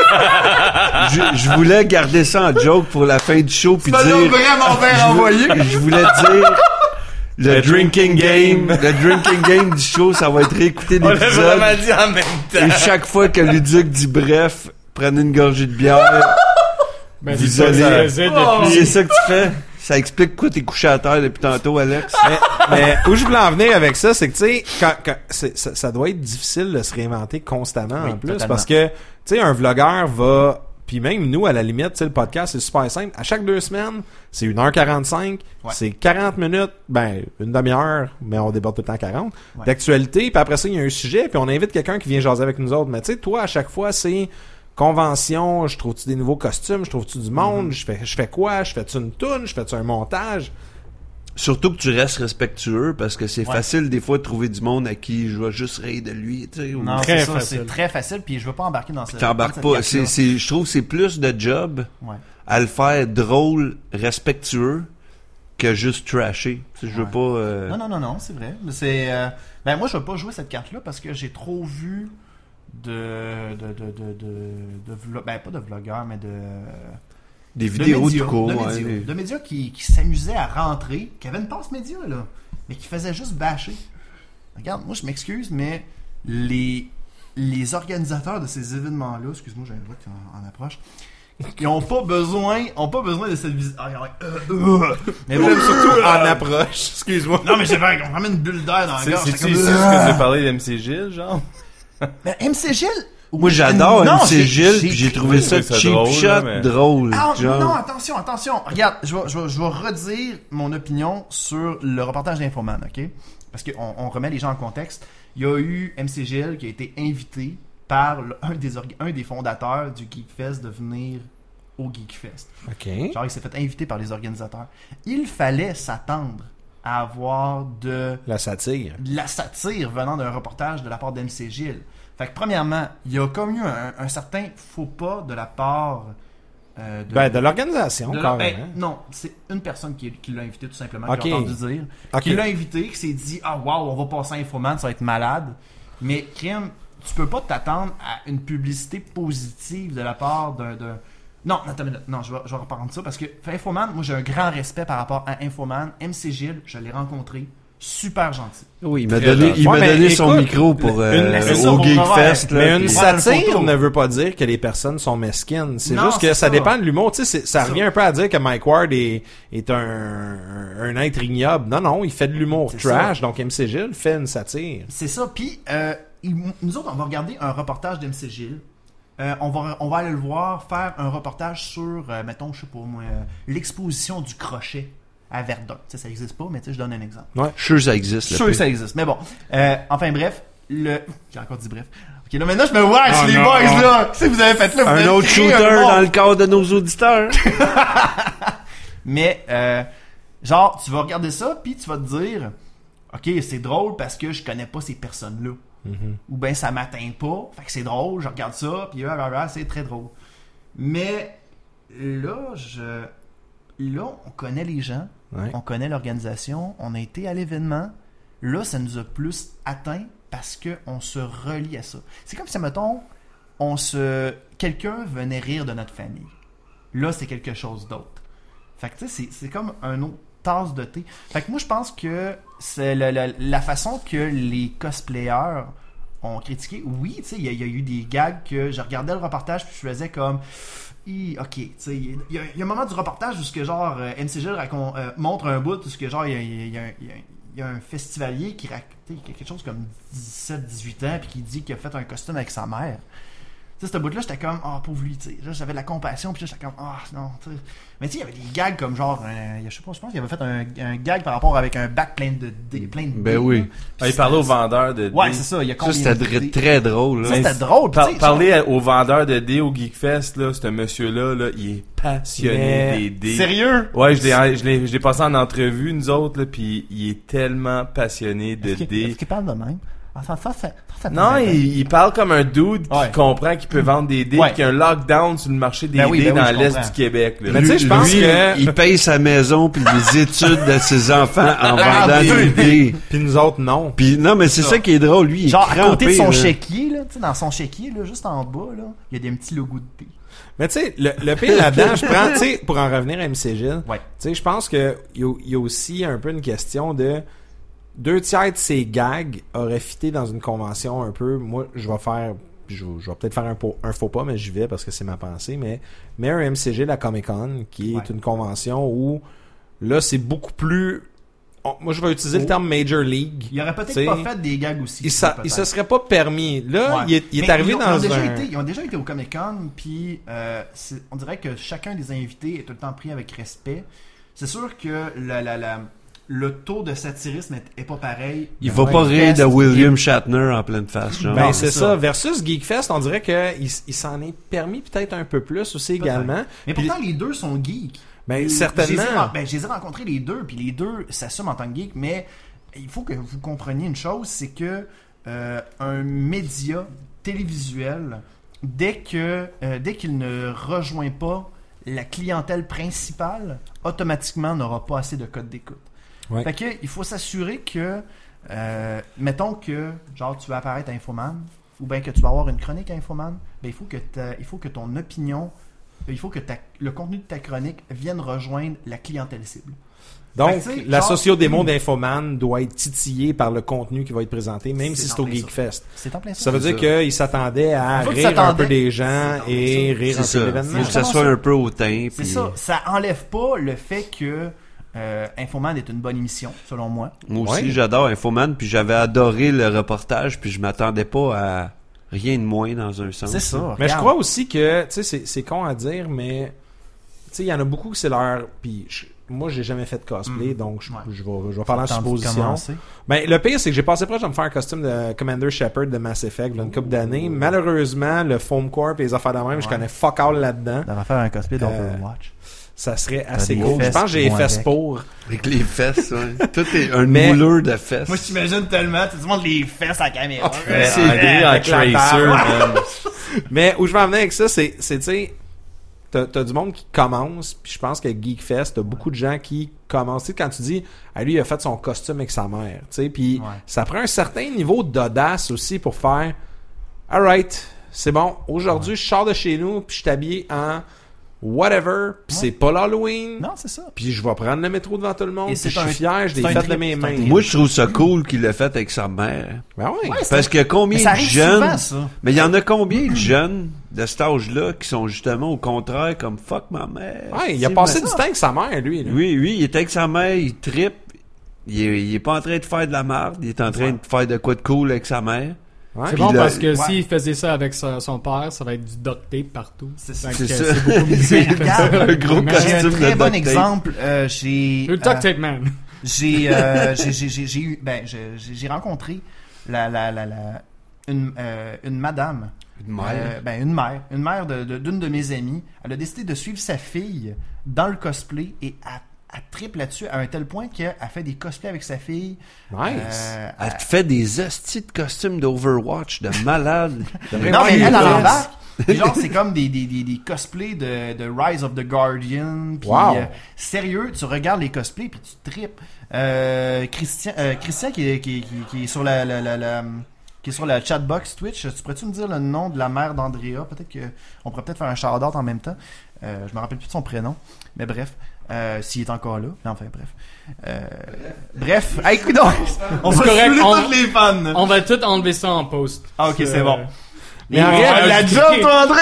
je- je voulais garder ça en joke pour la fin du show puis dire.
vraiment bien envoyé.
Je voulais dire. Le,
Le
drinking game, le drinking game du show, ça va être réécouter
On l'a
l'épisode.
vraiment dit en même
Et
temps.
chaque fois que Luduc dit bref, prenez une gorgée de bière.
Ben,
Vous
c'est ça que
allez-
ça faisait depuis.
C'est ça que tu fais. Ça explique pourquoi t'es couché à terre depuis tantôt, Alex.
mais, mais où je voulais en venir avec ça, c'est que, tu sais, quand, quand, c'est- ça, ça doit être difficile de se réinventer constamment
Oui,
en plus,
totalement.
parce que, tu sais, un vlogueur va, puis même nous, à la limite, tu sais, le podcast, c'est super simple. À chaque deux semaines, c'est une heure quarante-cinq,
Ouais.
c'est quarante minutes, ben, une demi-heure, mais on déborde tout le temps quarante,
Ouais.
d'actualité, puis après ça, il y a un sujet, puis on invite quelqu'un qui vient jaser avec nous autres. Mais tu sais, toi, à chaque fois, c'est convention, je trouve-tu des nouveaux costumes, je trouve-tu du monde,
Mm-hmm.
je fais je fais quoi, je fais-tu une toune, je fais-tu un montage?
Surtout que tu restes respectueux parce que c'est
Ouais.
facile des fois de trouver du monde à qui je vais juste rire de lui, tu sais. ou-
Non,
Très
c'est ça,
facile.
c'est très facile, puis je veux pas embarquer dans ce
T'embarques
dans
pas.
cette
C'est,
carte-là.
c'est, je trouve que c'est plus de job
Ouais.
à le faire drôle, respectueux, que juste trasher. Tu sais, je veux
Ouais.
pas... euh,
Non, non, non, non, c'est vrai. Mais c'est, euh, ben moi, je veux pas jouer cette carte-là parce que j'ai trop vu de, de, de, de, de, de vlog- ben pas de vlogueurs, mais de,
Des
de
vidéos
médias,
tout court.
de
ouais,
médias,
des-
de médias qui, qui s'amusaient à rentrer, qui avaient une passe média, là, mais qui faisaient juste bâcher. Regarde, moi, je m'excuse, mais les, les organisateurs de ces événements-là, excuse-moi, j'ai un doigt qui en, en approche, ils ont pas besoin, ont pas besoin de cette visite. Ah, ouais, euh, euh. Mais bon,
J'aime surtout en approche, excuse-moi.
non, mais j'ai fait, on vraiment une bulle d'air dans la
C'est-
gorge.
C'est-tu
j'étais
ici
comme,
ce
Ah.
que j'ai parlé d'M C Gilles, genre?
Mais M C Gilles.
Moi, j'adore
Non,
M C
j'ai-
Gilles, puis j'ai trouvé
oui,
ça
j'ai trouvé ça
cheap
drôle,
shot
là, mais-
drôle.
Ah,
genre.
non, attention, attention. Regarde, je vais, je vais, je vais redire mon opinion sur le reportage d'Infoman, ok? Parce qu'on on remet les gens en contexte. Il y a eu M C Gilles qui a été invité par le- un, des orga- un des fondateurs du Geekfest de venir au Geekfest.
OK.
Genre, il s'est fait inviter par les organisateurs. Il fallait s'attendre à avoir de
La satire.
de la satire venant d'un reportage de la part d'M C Gilles. Fait que premièrement, il y a comme eu un, un certain faux pas de la part euh, de,
Ben, de l'organisation,
de la-
quand
ben,
même.
non, c'est une personne qui, qui l'a invité tout simplement,
Ok.
qui a entendu dire,
Ok.
qui l'a invité, qui s'est dit ah waouh, on va passer à Infoman, ça va être malade. Mais crème, tu peux pas t'attendre à une publicité positive de la part d'un d'un- non, attends une minute. Non, je vais, je vais reprendre ça parce que Infoman, moi j'ai un grand respect par rapport à Infoman. M C Gilles, je l'ai rencontré, super gentil.
Oui, il m'a
Très
donné,
gentil.
il
Ouais,
m'a
mais
donné son
écoute,
micro pour, euh,
une- c'est ça,
au
pour
Geekfest,
vrai.
là.
Mais une
puis-
prendre une
satire
photo.
ne veut pas dire que les personnes sont mesquines. C'est
Non,
juste que
c'est
ça
ça.
dépend de l'humour. Tu sais, c'est- ça
C'est
revient
ça.
un peu à dire que Mike Ward est, est un, un, un être ignoble. Non, non, il fait de l'humour
C'est
trash. Donc M C Gilles fait une satire.
C'est ça. Puis, euh, il- nous autres, on va regarder un reportage d'M C Gilles. Euh, on, va, on va aller le voir faire un reportage sur, euh, mettons, je sais pas moi, euh, l'exposition du crochet à Verdun. Tu sais, ça existe pas, mais tu sais, je donne un exemple.
Je suis sûr que ça existe.
Je suis
le
sûr que
pire.
ça existe. Mais bon, euh, enfin bref, le... J'ai encore dit bref. Ok, là maintenant, je me watch,
Oh
les
non.
boys, là. Qu'est-ce que vous avez fait là? Vous
Un
avez
autre
créé
shooter
un monde.
dans le cadre de nos auditeurs.
Mais, euh, genre, tu vas regarder ça, puis tu vas te dire, ok, c'est drôle parce que je connais pas ces personnes-là. Ou ben ça m'atteint pas, fait que c'est drôle, je regarde ça, puis ah, ah, ah, c'est très drôle. Mais là, je, là, on connaît les gens,
Ouais.
on connaît l'organisation, on a été à l'événement. Là, ça nous a plus atteint parce que on se relie à ça. C'est comme si, mettons, on se, quelqu'un venait rire de notre famille. Là, c'est quelque chose d'autre. Fait que tu sais, c'est, c'est comme un autre tasse de thé. Fait que moi, je pense que c'est la, la, la façon que les cosplayers ont critiqué. Oui, tu sais, il y, a- il y a eu des gags que je regardais le reportage puis je faisais comme... Hi, ok, tu sais, il y, a- il y a un moment du reportage où ce que genre euh, M C Gilles racon- euh, montre un bout où ce que genre il y a, il y a- il y a- il y a un festivalier qui raconte quelque chose comme dix-sept dix-huit ans puis qui dit qu'il a fait un costume avec sa mère. Tu sais, ce bout-là, j'étais comme, ah, pauvre lui, tu sais. Là, j'avais de la compassion, puis là, j'étais comme, ah, non, tu sais. Mais tu sais, il y avait des gags comme genre, un- je sais pas, je pense qu'il avait fait un, un gag par rapport avec un bac plein de dés, plein de
Ben
dés,
oui.
là.
Ah, il parlait aux vendeurs de dés.
Ouais, c'est ça, il y a
Ça,
combien
c'était
de
dr-
dés?
très drôle.
Ça,
Là.
c'était drôle, puis
Par-
tu sais,
parler à- aux vendeurs de dés au Geekfest, là, ce monsieur-là, là, il est passionné
Mais-
des dés.
sérieux?
Ouais, je l'ai, je l'ai, je l'ai passé en entrevue, nous autres, là, puis il est tellement passionné de
Est-ce qu'il-
dés.
est-ce qu'il parle de même? Ah, ça, ça, ça, ça,
Non,
ça-
il, il parle comme un dude qui
Ouais.
comprend qu'il peut vendre des dés,
Ouais.
pis qu'il y a un lockdown sur le marché des
Ben oui,
dés
ben oui,
dans
je
l'est
comprends.
du Québec. Là.
Mais tu sais, je pense
Lui,
que-
il paye sa maison puis les études de ses enfants en
Ah,
vendant
oui.
des dés.
Puis nous autres, non.
Puis non, mais c'est ça qui est drôle. Lui, il est
Genre, à côté de
crampé,
son
là.
chéquier, là, tu sais, dans son chéquier, là, juste en bas, là, il y a des petits logos de thé.
Mais tu sais, le, le pire là-dedans, je prends, tu sais, pour en revenir à M C Gilles,
Ouais.
tu sais, je pense que il y, a- il y a aussi un peu une question de deux tiers de ces gags auraient fité dans une convention un peu. Moi, je vais faire, je, je vais peut-être faire un, po- un faux pas, mais j'y vais parce que c'est ma pensée. Mais, mais un M C G, la Comic Con, qui est
Ouais.
une convention où là, c'est beaucoup plus. on- moi, je vais utiliser le terme Major League.
Il aurait peut-être
T'sais,
pas fait des gags aussi.
Il, sa- il
peut-être.
se serait pas permis. Là,
Ouais.
il est, il est
Mais
arrivé
ils ont,
dans
ils ont déjà
un.
été, ils ont déjà été au Comic Con, puis euh, c'est- on dirait que chacun des invités est tout le temps pris avec respect. C'est sûr que la, la, la, le taux de satirisme est, est pas pareil.
Il
Ben
va
ouais,
pas rire
Fest,
de William
il-
Shatner en pleine face, genre.
Ben,
Non,
c'est
c'est
ça.
ça.
Versus Geekfest, on dirait qu'il il s'en est permis peut-être un peu plus aussi également.
Mais
Puis-
pourtant, les deux sont geeks.
Ben,
Euh,
certainement.
Je les ai ren- ben, je les ai rencontrés les deux, puis les deux s'assument en tant que geeks, mais il faut que vous compreniez une chose, c'est que euh, un média télévisuel, dès que euh, dès qu'il ne rejoint pas la clientèle principale, automatiquement n'aura pas assez de code d'écoute.
Ouais.
Fait que il faut s'assurer que, euh, mettons que genre tu vas apparaître à Infoman, ou bien que tu vas avoir une chronique à Infoman, ben il faut que ta- il faut que ton opinion, il faut que ta- le contenu de ta chronique vienne rejoindre la clientèle cible.
Donc,
Fait que, tu sais,
la
genre-
socio-démo d'Infoman doit être titillée par le contenu qui va être présenté, même
C'est
si c'est
en
au
plein ça.
Geekfest.
C'est en plein ça.
Ça veut
C'est
dire
ça.
qu'il s'attendait à
En fait, il
rire un
s'attendait-
peu des gens
c'est
et
ça.
rire un
C'est
peu de
ça.
l'événement.
Faut que ça
Comment
soit
ça?
un peu hautain.
C'est
puis-
ça. Ça enlève pas le fait que euh, Infoman est une bonne émission, selon moi.
Moi aussi,
Ouais.
j'adore Infoman, puis j'avais adoré le reportage, puis je m'attendais pas à rien de moins dans un sens.
C'est ça.
Mais je
regarde.
crois aussi que, tu sais, c'est, c'est con à dire, mais tu sais, il y en a beaucoup que c'est leur. Puis je- moi, j'ai jamais fait de cosplay,
Mm.
donc je,
Ouais.
je vais, je vais parler en
Attendu de
supposition.
commencer.
Ben, le pire, c'est que j'ai passé proche de me faire un costume de Commander Shepard de Mass Effect, là, une couple d'années. Malheureusement, le Foam Corp et les affaires de même, je
Ouais.
connais fuck all là-dedans.
On va faire un cosplay
d'Overwatch. Ça serait assez
des
cool. Je
fesses
pense que j'ai
qui
les
vont
fesses
avec.
pour.
Avec les fesses, ouais. Tout est un
Mais-
mouleur de fesses.
Moi, je t'imagine tellement, tu te montres les fesses à la caméra.
Ouais,
c'est
André
vrai,
en
avec la
Tracer,
barbe.
man.
Mais où je vais en venir avec ça, c'est, c'est tu sais, t'as, t'as du monde qui commence, puis je pense que Geekfest, t'as beaucoup de gens qui commencent. Tu sais, quand tu dis, ah, lui, il a fait son costume avec sa mère, tu sais, puis
Ouais.
ça prend un certain niveau d'audace aussi pour faire, alright, c'est bon, aujourd'hui, je sors de chez nous, puis je suis habillé en whatever, puis
Ouais.
c'est pas l'Halloween,
Non, c'est ça.
puis je vais prendre le métro devant tout le monde,
Et
puis
c'est
je suis
un-
fier, je l'ai
c'est un
fait de
trip,
mes
c'est un
mains.
trip.
Moi, je trouve ça cool qu'il l'a fait avec sa mère.
Ben oui.
Ouais, c'est-
Parce que combien
Mais ça
de
arrive
jeunes...
souvent, ça.
Mais il y en a combien de jeunes de cet âge-là qui sont justement au contraire comme « fuck ma mère ».
Ouais, il a
Tu sais,
passé
mais-
du temps avec sa mère, lui. Là.
Oui, oui, il est avec sa mère, il trippe. Il est, il est pas en train de faire de la merde, il est en train de faire de quoi de cool avec sa mère.
Ouais.
C'est
Puis
bon
là-
parce que
Ouais.
s'il faisait ça avec sa- son père, ça va être du duct tape partout.
C'est ça.
Fait que
C'est ça.
C'est beaucoup mieux.
C'est
Regarde,
un gros
Mais
J'ai un
costume
très
de
bon
duct tape.
exemple. Euh, j'ai,
Le
euh,
duct tape man.
j'ai, euh, j'ai, j'ai, j'ai, j'ai eu, ben, j'ai, j'ai j'ai rencontré la, la, la, la, une, euh, une madame.
Une mère.
Euh, ben, une mère. Une mère de, de- d'une de mes amies. Elle a décidé de suivre sa fille dans le cosplay et elle, elle tripe là-dessus à un tel point qu'elle fait des cosplays avec sa fille.
Nice.
Euh,
Elle te fait des hosties de costumes d'Overwatch de malade.
non, mais elle, elle embarque. Puis genre, c'est comme des, des, des, des cosplays de, de Rise of the Guardian. Puis,
Wow.
euh, sérieux, tu regardes les cosplays puis tu tripes. Euh, Christian, euh, Christian qui, est, qui, est- qui, qui est sur la, la, la, la- qui est sur la chatbox Twitch, tu pourrais-tu me dire le nom de la mère d'Andrea? Peut-être que on pourrait peut-être faire un shout-out en même temps. Euh, je me rappelle plus de son prénom, mais bref, euh, s'il est encore là. Enfin, bref. Euh, bref, hey, écoute donc, on
C'est
va
correct,
saouler
on-
toutes les fans.
On va tout enlever ça en post.
Ah, ok, c'est
Euh,
bon.
Mais en
Et-
réalité-
la job, toi, André!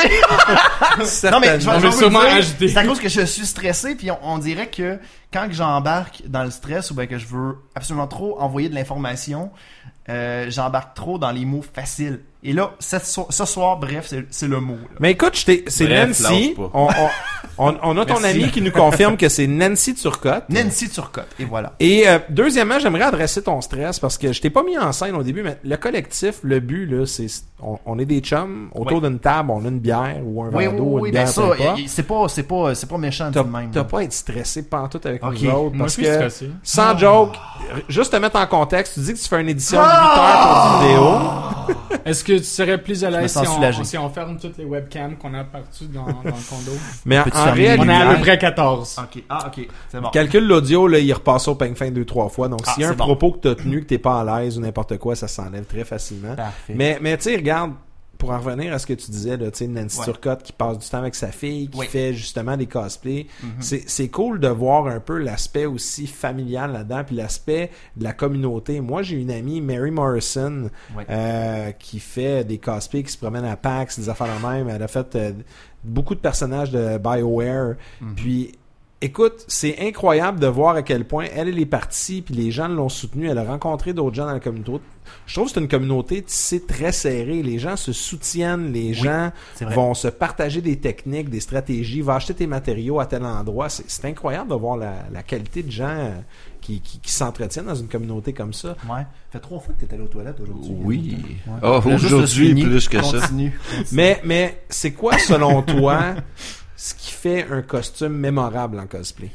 Non, mais je vais,
On
je
va
vais vous
sûrement
le dire,
ajouter.
c'est à cause que je suis stressé, puis on, on dirait que quand que j'embarque dans le stress ou bien que je veux absolument trop envoyer de l'information, euh, j'embarque trop dans les mots faciles. Et là, cette so- ce soir, bref, c'est, c'est le mot. là.
Mais écoute, je t'ai- c'est
Bref,
Nancy.
lâche pas.
On, on, on, on a ton
Merci.
ami qui nous confirme que c'est Nancy Turcotte.
Nancy Turcotte, et voilà.
Et euh, deuxièmement, j'aimerais adresser ton stress parce que je t'ai pas mis en scène au début, mais le collectif, le but, là, c'est on, on est des chums autour
Oui.
d'une table, on a une bière ou un
Oui,
verre
oui,
d'eau,
oui,
une
ben
bière,
ça,
peu importe.
y- y- c'est pas, c'est pas, c'est pas méchant
T'as
tout de même.
t'as
là.
pas à être stressé pantoute avec
Ok.
nous autres
Moi, je
parce
suis
que,
stressé.
sans joke, juste te mettre en contexte, tu dis que tu fais une édition de huit heures pour du vidéo.
Est-ce que tu serais plus à
me
l'aise
sens
si
soulagé.
on, si on ferme toutes les webcams qu'on a partout dans, dans le condo?
Mais en,
Peux-tu
en
fermer les
On est à
réalité,
peu près quatorze.
Ok, ah, ok, c'est bon.
calcule l'audio, là, il repasse au ping fin deux, trois fois. Donc,
Ah,
s'il y a un
c'est bon.
propos que t'as tenu, que t'es pas à l'aise ou n'importe quoi, ça s'enlève très facilement.
Parfait.
Mais, mais tu sais, regarde, pour en revenir à ce que tu disais, là, tu sais, Nancy
Ouais.
Turcotte qui passe du temps avec sa fille, qui
Oui.
fait justement des cosplays.
Mhm.
C'est, c'est cool de voir un peu l'aspect aussi familial là-dedans, puis l'aspect de la communauté. Moi, j'ai une amie, Mary Morrison,
Ouais.
euh, qui fait des cosplays, qui se promène à PAX, des affaires de même. Elle a fait euh, beaucoup de personnages de BioWare.
Mhm.
Puis, Écoute, c'est incroyable de voir à quel point elle, elle est partie, puis les gens l'ont soutenue. Elle a rencontré d'autres gens dans la communauté. Je trouve que c'est une communauté, tu sais, très serrée. Les gens se soutiennent, les
Oui,
gens
c'est vrai.
vont se partager des techniques, des stratégies, va acheter tes matériaux à tel endroit. C'est, c'est incroyable de voir la, la qualité de gens euh, qui, qui, qui s'entretiennent dans une communauté comme ça.
Ouais. Ça fait trois fois que t'étais allé aux toilettes aujourd'hui.
Oui.
Ouais.
Oh,
On a juste le
aujourd'hui,
souligner.
plus que ça.
Continue. Continue.
Mais, mais c'est quoi, selon toi, ce qui fait un costume mémorable en cosplay?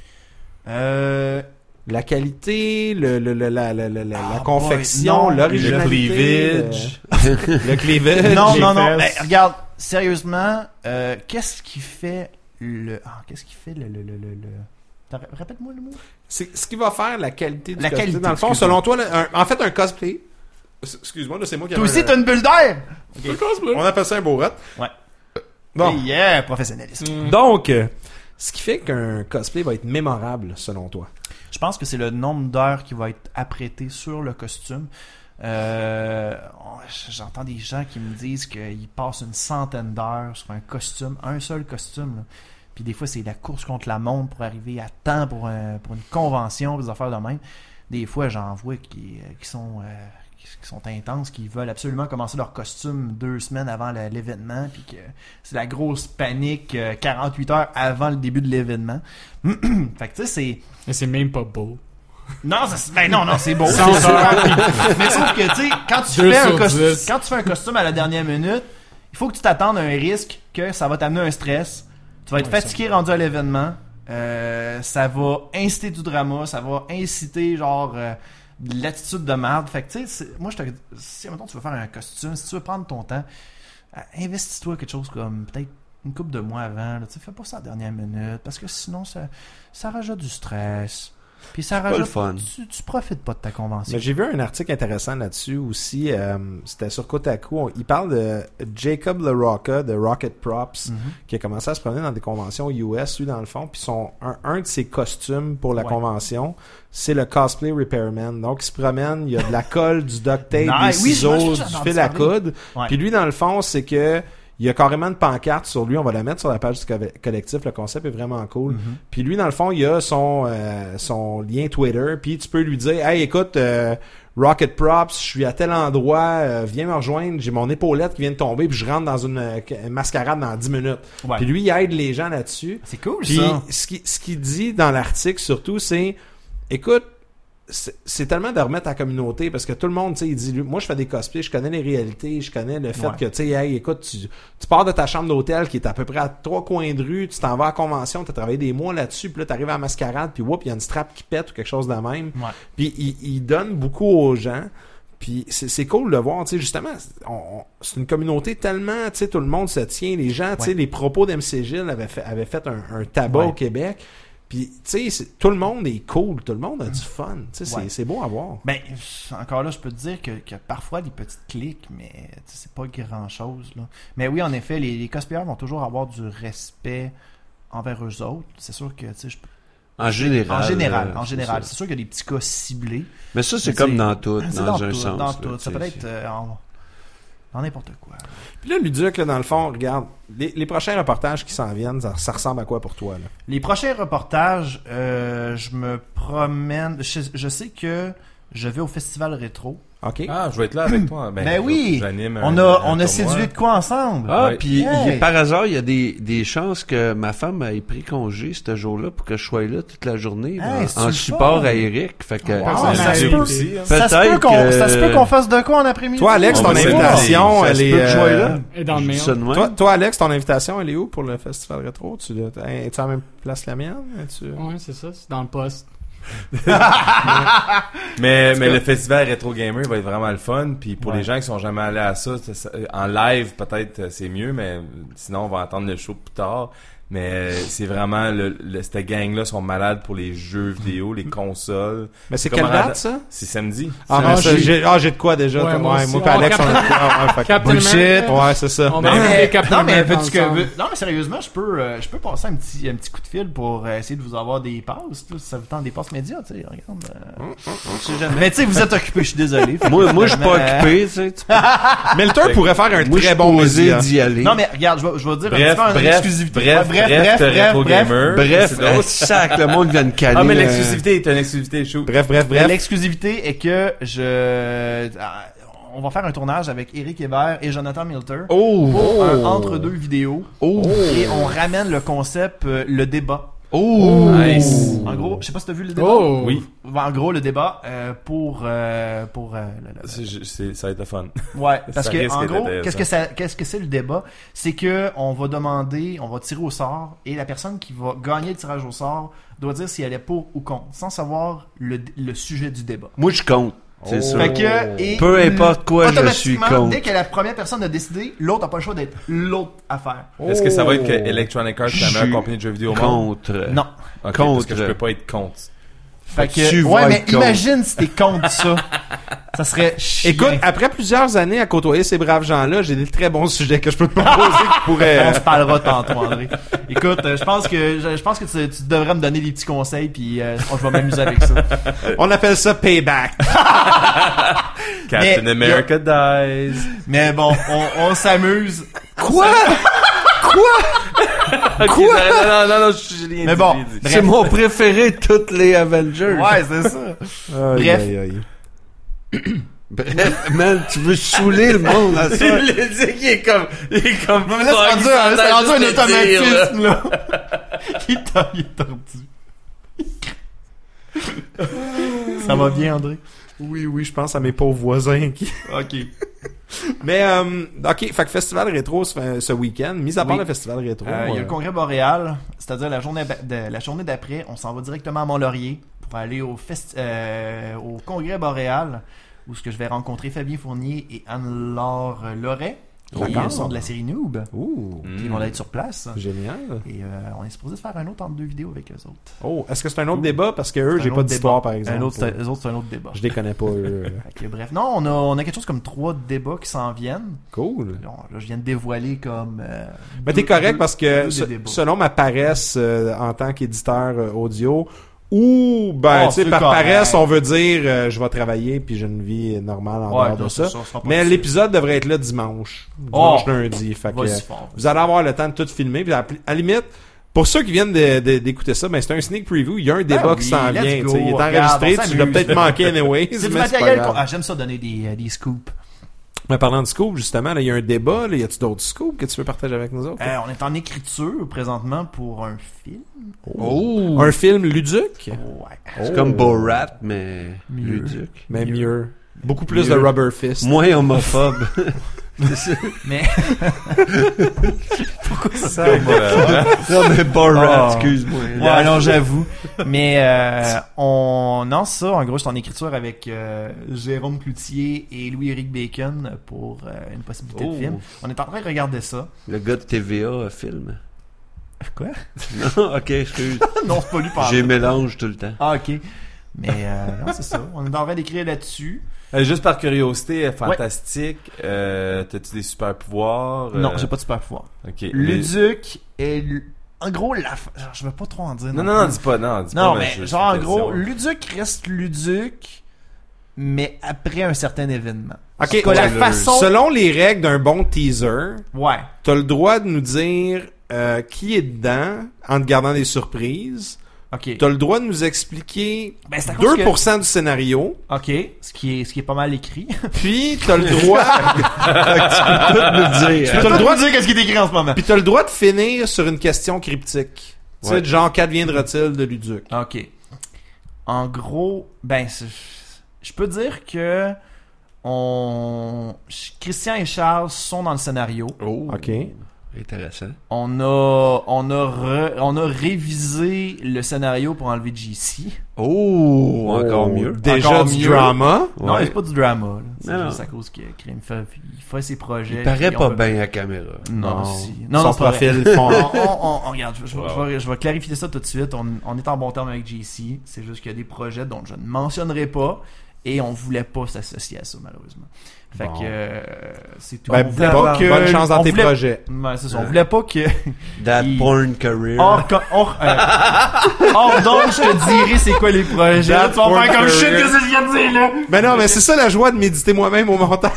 Euh...
La qualité, le, le, le- la, la, la, la,
Ah,
la confection,
boy, non,
l'originalité.
le cleavage.
Le, le cleavage.
Non,
les
non, non.
fesses.
Ben, regarde, sérieusement, euh, qu'est-ce qui fait le... Ah, qu'est-ce qui fait le... le, le, le, le... T'as- Répète-moi le mot.
C'est ce qui va faire la qualité du
La
costume.
qualité,
Dans le fond,
excuse-moi.
selon toi, le- un- en fait, un cosplay. Excuse-moi, là, c'est moi qui
Toi
avais
aussi,
un-
t'as une bulle d'air!
un cosplay. On appelle ça un beau rot.
Ouais.
Bon.
Hey, yeah, professionnalisme.
Donc, euh, ce qui fait qu'un cosplay va être mémorable, selon toi.
Je pense que c'est le nombre d'heures qui va être apprêté sur le costume. Euh, J'entends des gens qui me disent qu'ils passent une centaine d'heures sur un costume, un seul costume. Là. Puis des fois, c'est la course contre la montre pour arriver à temps pour, un- pour une convention, des affaires de même. Des fois, j'en vois qui, qui sont... euh, qui sont intenses, qui veulent absolument commencer leur costume deux semaines avant le- l'événement, puis que c'est la grosse panique euh, quarante-huit heures avant le début de l'événement. Fait que tu sais, c'est...
Mais c'est même pas beau.
Non, ça, ben non, non, c'est beau.
cent
c'est sûr.
heures.
Mais sauf que, tu sais, quand tu
Deux
fais un
sur
costume,
dix.
quand tu fais un costume à la dernière minute, il faut que tu t'attendes à un risque que ça va t'amener un stress. Tu vas être
Ouais,
fatigué rendu à l'événement. Euh, ça va inciter du drama, ça va inciter genre euh, de l'attitude de merde. Fait que tu sais, c'est- moi je te si maintenant tu veux faire un costume, si tu veux prendre ton temps, euh, investis-toi quelque chose comme peut-être une couple de mois avant. Là, tu sais, fais pas ça à la dernière minute parce que sinon ça, ça rajoute du stress. Puis ça
pas
rajoute
le fun.
Tu, tu profites pas de ta convention.
Mais j'ai vu un article intéressant là-dessus aussi. euh, c'était sur Kotaku. On- il parle de Jacob LaRocca de Rocket Props,
Mhm.
qui a commencé à se promener dans des conventions U S, lui, dans le fond. Puis son, un, un de ses costumes pour la
Ouais.
convention, c'est le cosplay repairman. Donc, il se promène, il y a de la colle, du duct tape,
Nice.
des
Oui, je vois,
ciseaux,
je-
du
j'en
fil
ai
à
parlé.
coude.
Ouais.
Puis lui, dans le fond, c'est que il y a carrément une pancarte sur lui. On va la mettre sur la page du co- collectif. Le concept est vraiment cool.
Mhm.
Puis lui, dans le fond, il a son euh, son lien Twitter. Puis tu peux lui dire, hey, écoute, euh, Rocket Props, je suis à tel endroit, euh, viens me rejoindre. J'ai mon épaulette qui vient de tomber, puis je rentre dans une, euh, une mascarade dans dix minutes.
Ouais.
Puis lui, il aide les gens là-dessus.
C'est cool
Puis
ça.
ce qu'il ce qu'il dit dans l'article surtout, c'est, écoute, c'est c'est tellement de remettre à la communauté parce que tout le monde, tu sais, il dit, lui, moi je fais des cosplays, je connais les réalités, je connais le fait
Ouais.
que, tu sais, hey, écoute, tu, tu pars de ta chambre d'hôtel qui est à peu près à trois coins de rue, tu t'en vas à la convention, tu as travaillé des mois là-dessus, puis là t'arrives à la mascarade, puis whoop, il y a une strap qui pète ou quelque chose de même.
Ouais.
Puis il, il donne beaucoup aux gens. Puis c'est c'est cool de voir, tu sais, justement, on- on- c'est une communauté tellement, tu sais, tout le monde se tient, les gens, tu sais,
Ouais.
les propos d'M C Gilles avaient fait, avaient fait un, un tabac
Ouais.
au Québec. Puis, tu sais, c'est- tout le monde est cool, tout le monde a du fun, tu sais, c'est-
Ouais.
c'est beau à voir.
Ben, encore là, je peux te dire que, que parfois des petites clics, mais tu sais, c'est pas grand chose. Là. Mais oui, en effet, les, les cosplayers vont toujours avoir du respect envers eux autres. C'est sûr que, tu sais, je peux-
En général.
en général,
euh,
en
c'est
général,
ça.
c'est sûr qu'il y a des petits cas ciblés.
Mais ça, c'est
Mais
comme
c'est-
dans tout,
C'est
dans,
dans
un
tout,
sens.
dans
là,
tout. Ça
tu
peut
sais,
être euh, en- dans n'importe quoi. là.
Puis là, Luduc, là, dans le fond, regarde, les, les prochains reportages qui s'en viennent, ça, ça ressemble à quoi pour toi, là?
Les prochains reportages, euh, je me promène. Je, je sais que je vais au festival rétro.
OK?
Ah, je vais être là avec toi. Ben,
Ben oui!
J'anime
On
un-
a,
un
on a
tournoi.
séduit de quoi ensemble?
Ah,
Ouais.
puis il y a-
Hey.
par hasard, il y a des, des chances que ma femme ait pris congé ce jour-là pour que je sois là toute la journée
Hey,
en-
c'est
en,
le
support
fun.
à Eric. Fait que,
Wow,
Ah,
ça, se
ben,
peut,
aussi, hein.
ça se peut
Peut-être
qu'on
que-
ça se peut qu'on fasse de quoi en après-midi?
Toi, Alex,
On
ton
va
invitation,
Ça
elle
se
est...
peut que je sois
euh,
là.
Et dans le
Je dis
mail.
ça de même.
Toi, toi, Alex, ton invitation, elle est où pour le festival rétro? Tu l'as- es-tu à la même place que la mienne? Es-tu...
Ouais, c'est ça, c'est dans le poste.
Mais, mais
cas-
le festival Retro Gamer va être vraiment le fun. Puis pour
Ouais.
les gens qui sont jamais allés à ça, ça- ça- en live, peut-être euh, c'est mieux, mais sinon on va entendre le show plus tard. Mais euh, c'est vraiment, le, le- cette gang-là sont malades pour les jeux vidéo, les consoles.
Mais c'est
Comme
quelle
en-
date, ça?
C'est samedi.
Ah,
Ah,
mais ça,
j'ai-
j'ai ah, j'ai de quoi déjà?
Ouais,
comme-
moi
ouais,
aussi.
moi pis
Oh,
Alex, on a
Captain-
de quoi? Ouais, fait que-
Captain
Bullshit!
America.
Ouais, c'est ça.
On
Non,
va
mais,
inviter Captain
non, mais,
America
veux-tu que-
ensemble.
veux- non, mais sérieusement, je peux, euh, je peux passer un petit, un petit coup de fil pour euh, essayer de vous avoir des passes. là, si ça vous tente des passes médias, tu sais, regarde. euh, on sait jamais. Mais tu sais, vous êtes occupé, je suis désolé. Fait que
Moi, moi je suis pas
finalement,
occupé, tu sais. tu peux-
Melter pourrait faire un
Moi, je
très
suis
bon
posé
média.
d'y aller.
Non, mais regarde, je vais, je vais dire
Bref,
un petit peu en
bref,
exclusivité.
bref,
Ouais, bref,
Bref,
bref, bref,
Retro
bref.
Gamer.
Bref,
C'est drôle.
euh, sac, le monde vient de caler.
Ah, mais
euh,
l'exclusivité est une exclusivité shoot.
Bref, bref,
Mais
bref.
l'exclusivité est que je... ah, on va faire un tournage avec Éric Hébert et Jonathan Milter
Oh!
pour un entre-deux vidéos.
Oh!
Et on ramène le concept, euh, le débat.
Oh!
Nice.
En gros, je sais pas si t'as vu le débat.
Oh!
Oui.
En gros, le débat euh, pour... euh, pour euh, le- le-
C'est, je- c'est, ça va être le fun.
Ouais, parce
Ça
que
risque
en
d'être
gros,
intéressant.
qu'est-ce que ça, qu'est-ce que c'est le débat? C'est que on va demander, on va tirer au sort, et la personne qui va gagner le tirage au sort doit dire si elle est pour ou contre, sans savoir le, le sujet du débat.
Moi, je compte. C'est
Oh.
sûr.
Fait que, et
Peu importe quoi, je suis
automatiquement,
contre.
dès que la première personne a décidé, l'autre n'a pas le choix d'être l'autre à faire.
Est-ce que ça va être que
Oh.
Electronic Arts,
Je
la meilleure
suis
compagnie de jeux vidéo au monde?
Contre.
Non.
Ok,
Contre.
Parce que je peux pas être contre.
Fait
Tu
que,
vas
ouais, mais
être contre.
imagine si t'es contre ça. Ça serait chiant.
Écoute, après plusieurs années à côtoyer ces braves gens-là, j'ai des très bons sujets que je peux te proposer qui pourraient...
On se parlera tantôt, André. Écoute, euh, je pense que je, je pense que tu, tu devrais me donner des petits conseils, puis euh, je vais m'amuser avec ça.
On appelle ça payback.
Captain
Mais-
America dies.
Mais bon, on, on s'amuse.
Quoi?
Ok,
Quoi?
Non, non, non, non, j'ai rien
Mais
dit,
bon,
j'ai dit.
bref.
C'est mon préféré de toutes les Avengers.
Ouais, c'est ça.
Aïe,
Bref.
aïe, aïe.
Bref, man, tu veux saouler le monde à ça?
Il le dit qu'il est comme, il est comme,
Non, mais là, c'est rendu, un- c'est rendu un automatisme, là. il, est, tor- il est tordu. Ça va bien, André?
Oui, oui, je pense à mes pauvres voisins qui...
Ok.
Mais, euh, ok, fait que Festival Rétro ce, ce week-end, mis à part
Oui.
le Festival Rétro...
Euh, Il y a
euh,
le congrès boréal, c'est-à-dire la journée, ba- de, la journée d'après, on s'en va directement à Mont-Laurier pour aller au, festi- euh, au congrès boréal, où ce que je vais rencontrer Fabien Fournier et Anne-Laure Loret, qui
D'accord.
sont de la série Noob,
Ouh,
qui vont être sur place.
génial.
Et euh, on est supposé faire un autre entre deux vidéos avec eux autres.
Oh, est-ce que c'est un autre débat? Parce que eux,
C'est
j'ai
un
pas
autre
d'histoire,
débat.
par exemple.
Un autre, c'est- eux autres, c'est un autre débat.
Je les connais pas, eux.
Fait que, bref, non, on a, on a quelque chose comme trois débats qui s'en viennent.
Cool.
Là, là, je viens de dévoiler comme... euh,
Mais t'es
deux-
correct
deux-
parce que,
deux
se-
des débats.
selon ma paresse euh, en tant qu'éditeur euh, audio, ou, ben,
Oh,
tu sais,
c'est
par
correct.
paresse, on veut dire, euh, je vais travailler puis j'ai une vie normale en
Ouais,
dehors de
non,
ça.
ça sera pas
Mais
possible.
l'épisode devrait être là dimanche. Dimanche,
Oh!
lundi. Fait que,
Vas-y
euh,
fort.
vous allez avoir le temps de tout filmer. Puis à, à la limite, pour ceux qui viennent de- de- d'écouter ça, ben c'est un sneak preview. Il y a un débat
Ben
qui
oui,
s'en
let's
vient.
go.
tu sais, Il est
Regarde,
enregistré.
on
Tu l'as
s'amuse.
peut-être manqué anyways.
C'est du
mais c'est pas
matériel...
grave.
qu'on- Ah, j'aime ça donner des, euh, des scoops.
Mais parlant de scoop, justement, là, il y a un débat. Là, y a-tu d'autres scoops que tu veux partager avec nous autres?
Euh, on est en écriture présentement pour un film.
Oh!
Un film ludique?
Ouais.
C'est comme Borat, mais
Mieux.
ludique.
Mais
Mieux.
mieux. Beaucoup plus
Mieux.
de rubber fist.
Moins homophobe.
Mais
Ça, voilà.
Non, mais Borat,
Oh.
excuse-moi.
ouais, non, j'avoue. Mais euh, on lance ça. En gros, je suis en écriture avec euh, Jérôme Cloutier et Louis-Éric Bacon pour euh, une possibilité
Oh.
de film. On est en train de regarder ça.
Le gars de T V A euh, filme.
Quoi?
Non, ok, excuse.
Non, c'est pas lui par
J'ai mélange tout le temps.
Ah, ok. Mais euh, non, c'est ça. On est en train d'écrire là-dessus.
Euh, juste par curiosité, euh, fantastique, euh, t'as-tu des super pouvoirs?
Non,
euh,
j'ai pas de super pouvoir.
Ok. Les-
Luduc est... l- En gros, la... f- genre, je veux pas trop en dire.
Non, non, non,
plus.
dis pas, non, dis
Non,
pas.
mais
je-
genre, en
je-
gros,
je-
Luduc reste Luduc, mais après un certain événement.
Ok,
Que la
ouais,
façon...
Selon les règles d'un bon teaser,
Ouais.
t'as le droit de nous dire euh, qui est dedans en te gardant des surprises.
Ok.
T'as le droit de nous expliquer
Ben, c'est à cause
deux pour cent du scénario.
Ok. Ce qui est, ce qui est pas mal écrit.
Puis t'as le droit,
Tout nous dire.
t'as le droit de
dire qu'est-ce qui est écrit en ce moment.
puis t'as le droit de finir sur une question cryptique. Tu sais,
Ouais.
genre qu'adviendra-t-il de Luduc?
Ok. En gros, ben, c'est- je peux dire que on, Christian et Charles sont dans le scénario.
Oh.
Ok.
Intéressant.
On a, on a, re- on a révisé le scénario pour enlever J C.
Oh, encore mieux.
Déjà
Encore
du
mieux.
drama.
Non,
Ouais.
c'est pas du drama. là. C'est
Non,
juste
non.
à cause que Crime fait, il fait ses projets.
Il paraît
puis
pas
on peut-
bien à caméra.
Non, si.
Son
Non, non, c'est pas vrai.
profil fond.
on, on, on- on- regarde, je, je- je vais, je vais clarifier ça tout de suite. On, on est en bon terme avec J C. C'est juste qu'il y a des projets dont je ne mentionnerai pas et on voulait pas s'associer à ça, malheureusement. Fait
Bon.
que euh, c'est tout.
Ben,
on voulait
bonne,
pas que.
bonne chance dans
on
tes
voulait-
projets.
Ouais, c'est ça. On voulait pas que.
That
Il-
porn career.
Hors, co- hors, euh, hors donc, je te dirai c'est quoi les projets.
That
Tu vas faire
porn
comme shit,
career.
qu'est-ce que je viens de dire là?
Mais non, mais c'est ça la joie de méditer moi-même au montage.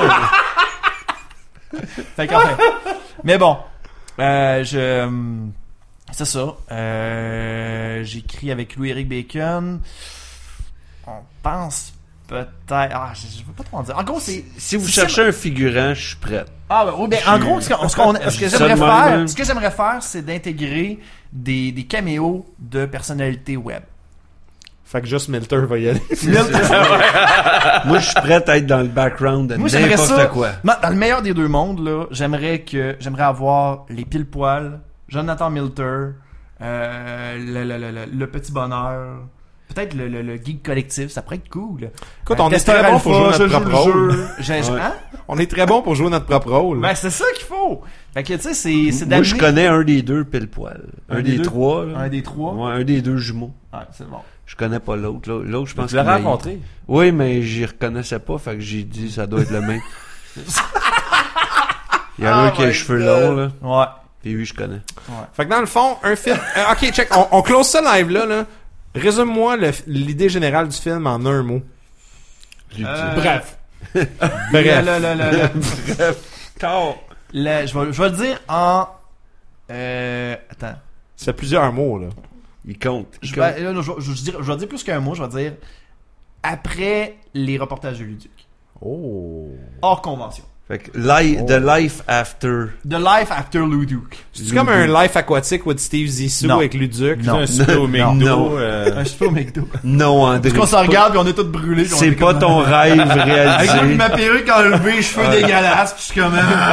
Fait qu'enfin. Mais bon, euh, je. hum, C'est ça. Euh, j'écris avec Louis-Éric Bacon. On pense peut-être... Ah, je, je veux pas trop en dire. En gros, c'est...
Si vous
c'est
cherchez un figurant, je suis prêt.
Ah, ben, oui, ben, en gros, ce, qu'on- ce, qu'on- ce que
Ça
j'aimerais
de même,
faire,
hein.
ce que j'aimerais faire, c'est d'intégrer des, des caméos de personnalités web.
Fait que juste Milter va y aller.
Moi, je suis prêt à être dans le background de
Moi, j'aimerais ça.
n'importe quoi.
Non, dans le meilleur des deux mondes, là, j'aimerais que j'aimerais avoir les pile poils, Jonathan Milter, euh, le, le, le, le, le petit bonheur, peut-être le, le, le geek collectif, ça pourrait être cool.
Écoute,
Euh,
on est
Testeur
très bon
Alpha,
pour jouer
je
notre
joue
propre
le
rôle.
jeu. J'ai-
Ouais.
hein?
On est très bon pour jouer notre propre rôle.
Ben, c'est ça qu'il faut. Fait que, tu sais, c'est, c'est
Moi, je
d'amener-
connais un des deux pile poil. Un,
Un
des,
des deux?
trois. Là.
un des trois.
Ouais, un des deux jumeaux.
Ouais, c'est bon.
Je connais pas l'autre. L'autre, l'autre, je pense
Tu l'as
qu'il m'a-
rencontré?
Oui, mais j'y reconnaissais pas, fait que j'ai dit ça doit être le même. Il y a
Oh
un qui a
my
les cheveux
God.
longs, là.
Ouais.
Puis oui, je connais.
Fait que dans le fond, un film... euh, ok, check. On, on close ça live là. là. Résume-moi le- l'idée générale du film en un mot.
Euh,
Bref.
Bref.
Le, le, le, le, le- le- je, vais, je vais le dire en... Euh, attends.
C'est plusieurs mots, là.
Il compte. Il
Je
compte.
vais, là, je, vais- je, vais dire, je vais dire plus qu'un mot, je vais dire après les reportages de Luduc.
Oh.
Hors convention.
Fait que li- The Life After.
The Life After Luduc.
C'est comme un life aquatique with Steve Zissou
Non.
avec Luduc.
Non.
Un super au
Non.
McDo. euh,
Un super McDo.
Non, André.
Parce qu'on s'en
c'est pas-
regarde puis on est tous brûlés. puis on
C'est
est
pas
comme-
ton rêve
Avec
réalisé.
ma perruque enlevée, cheveux dégueulasses, puis je suis comme...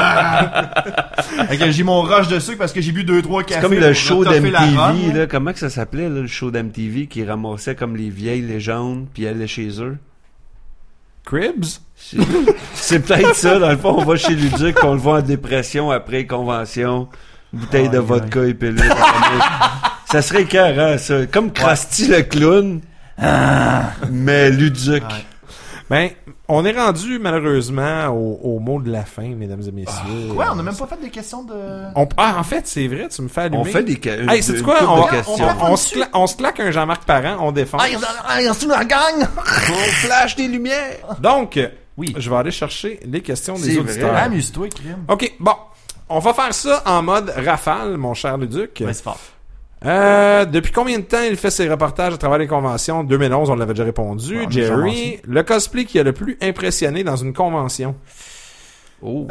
Fait que j'ai mon rush de sucre parce que j'ai bu deux trois cafés.
C'est comme le
pour
show
toffer
d'M
la
T
run,
V,
là.
là. Comment que ça s'appelait, là, le show d'M T V qui ramassait comme les vieilles légendes puis allaient chez eux?
Cribs?
C'est c'est peut-être ça, dans le fond, on va chez Luduc, on le voit en dépression après convention, bouteille de
Aïe,
vodka épelée. Ça serait écœurant, ça. Comme Krusty le clown, mais Luduc.
Ouais.
Ben, on est rendu malheureusement au, au mot de la fin, mesdames et messieurs.
Ouais, on a même pas fait des questions de...
On- ah, en fait, c'est vrai, tu me fais allumer.
On fait des ca-
Hey,
une-
c'est
une
quoi?
couple
On,
de
va-
questions.
on, on se cla- on se claque un Jean-Marc Parent, on défonce.
Ah, il y en a- ah, il y en a tout dans la gang!
On flash des lumières.
Donc,
Oui.
je vais aller chercher les questions des
C'est
auditeurs.
vrai.
Amuse-toi, crime.
Ok, bon. On va faire ça en mode rafale, mon cher Luduc.
Ouais, c'est fort.
Euh, depuis combien de temps il fait ses reportages à travers les conventions? deux mille onze, on l'avait déjà répondu.
Ouais, on a
Jerry, le cosplay qui a le plus impressionné dans une convention.
Oh.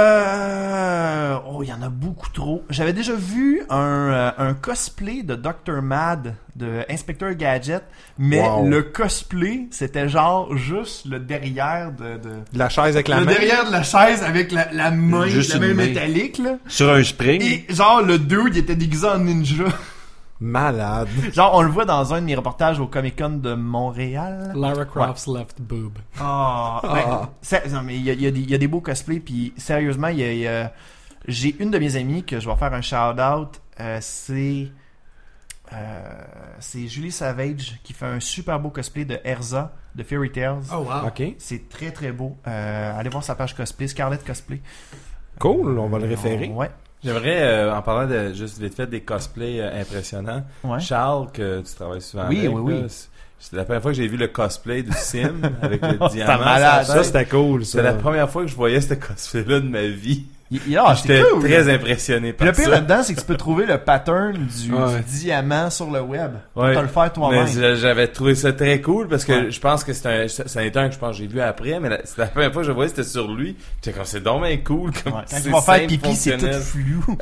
Euh... Oh, il y en a beaucoup trop. J'avais déjà vu un, euh, un cosplay de docteur Mad, de Inspecteur Gadget, mais
Wow.
le cosplay, c'était genre juste le derrière de... de...
De la chaise avec la
le
main.
derrière de la chaise avec la, la main,
Juste
la main
une main.
métallique, là.
Sur un spring.
Et genre, le dude, il était déguisé en ninja.
Malade.
Genre, on le voit dans un de mes reportages au Comic-Con de Montréal.
Lara Croft's left boob.
Ah, ben, c'est- non, mais il y a, il y a des- il y a des beaux cosplays, puis sérieusement, il y a, il y a- j'ai une de mes amies que je vais faire un shout-out, euh, c'est euh, c'est Julie Savage qui fait un super beau cosplay de Erza de Fairy Tales.
Oh wow.
Ok.
C'est très très beau. Euh, allez voir sa page cosplay, Scarlett Cosplay.
Cool, on va le référer.
Ouais.
J'aimerais, euh, en parlant de juste vite fait des cosplays euh, impressionnants,
Ouais.
Charles, que tu travailles souvent
Oui,
avec,
oui,
là,
oui.
c'est- c'était la première fois que j'ai vu le cosplay du Sim avec le
C'était
diamant.
malade.
sur la
Ça,
tête.
c'était cool, ça.
C'était la première fois que je voyais ce cosplay-là de ma vie.
Il- il- ah, c'est
J'étais
cool.
très impressionné
Puis
par
le pire
ça.
là-dedans, c'est que tu peux trouver le pattern du,
Ouais.
du diamant sur le web.
Ouais.
Tu peux le faire
Mais
toi-même.
j'a- j'avais trouvé ça très cool parce que
Ouais.
je pense que c'est un, ça ça est un que je pense que j'ai vu après, mais la- c'était la première fois que je voyais c'était sur lui. J'étais comme c'est donc bien cool comme
Ouais. Quand
c'est
tu vas faire
simple,
pipi, c'est tout
fonctionnel.
flou.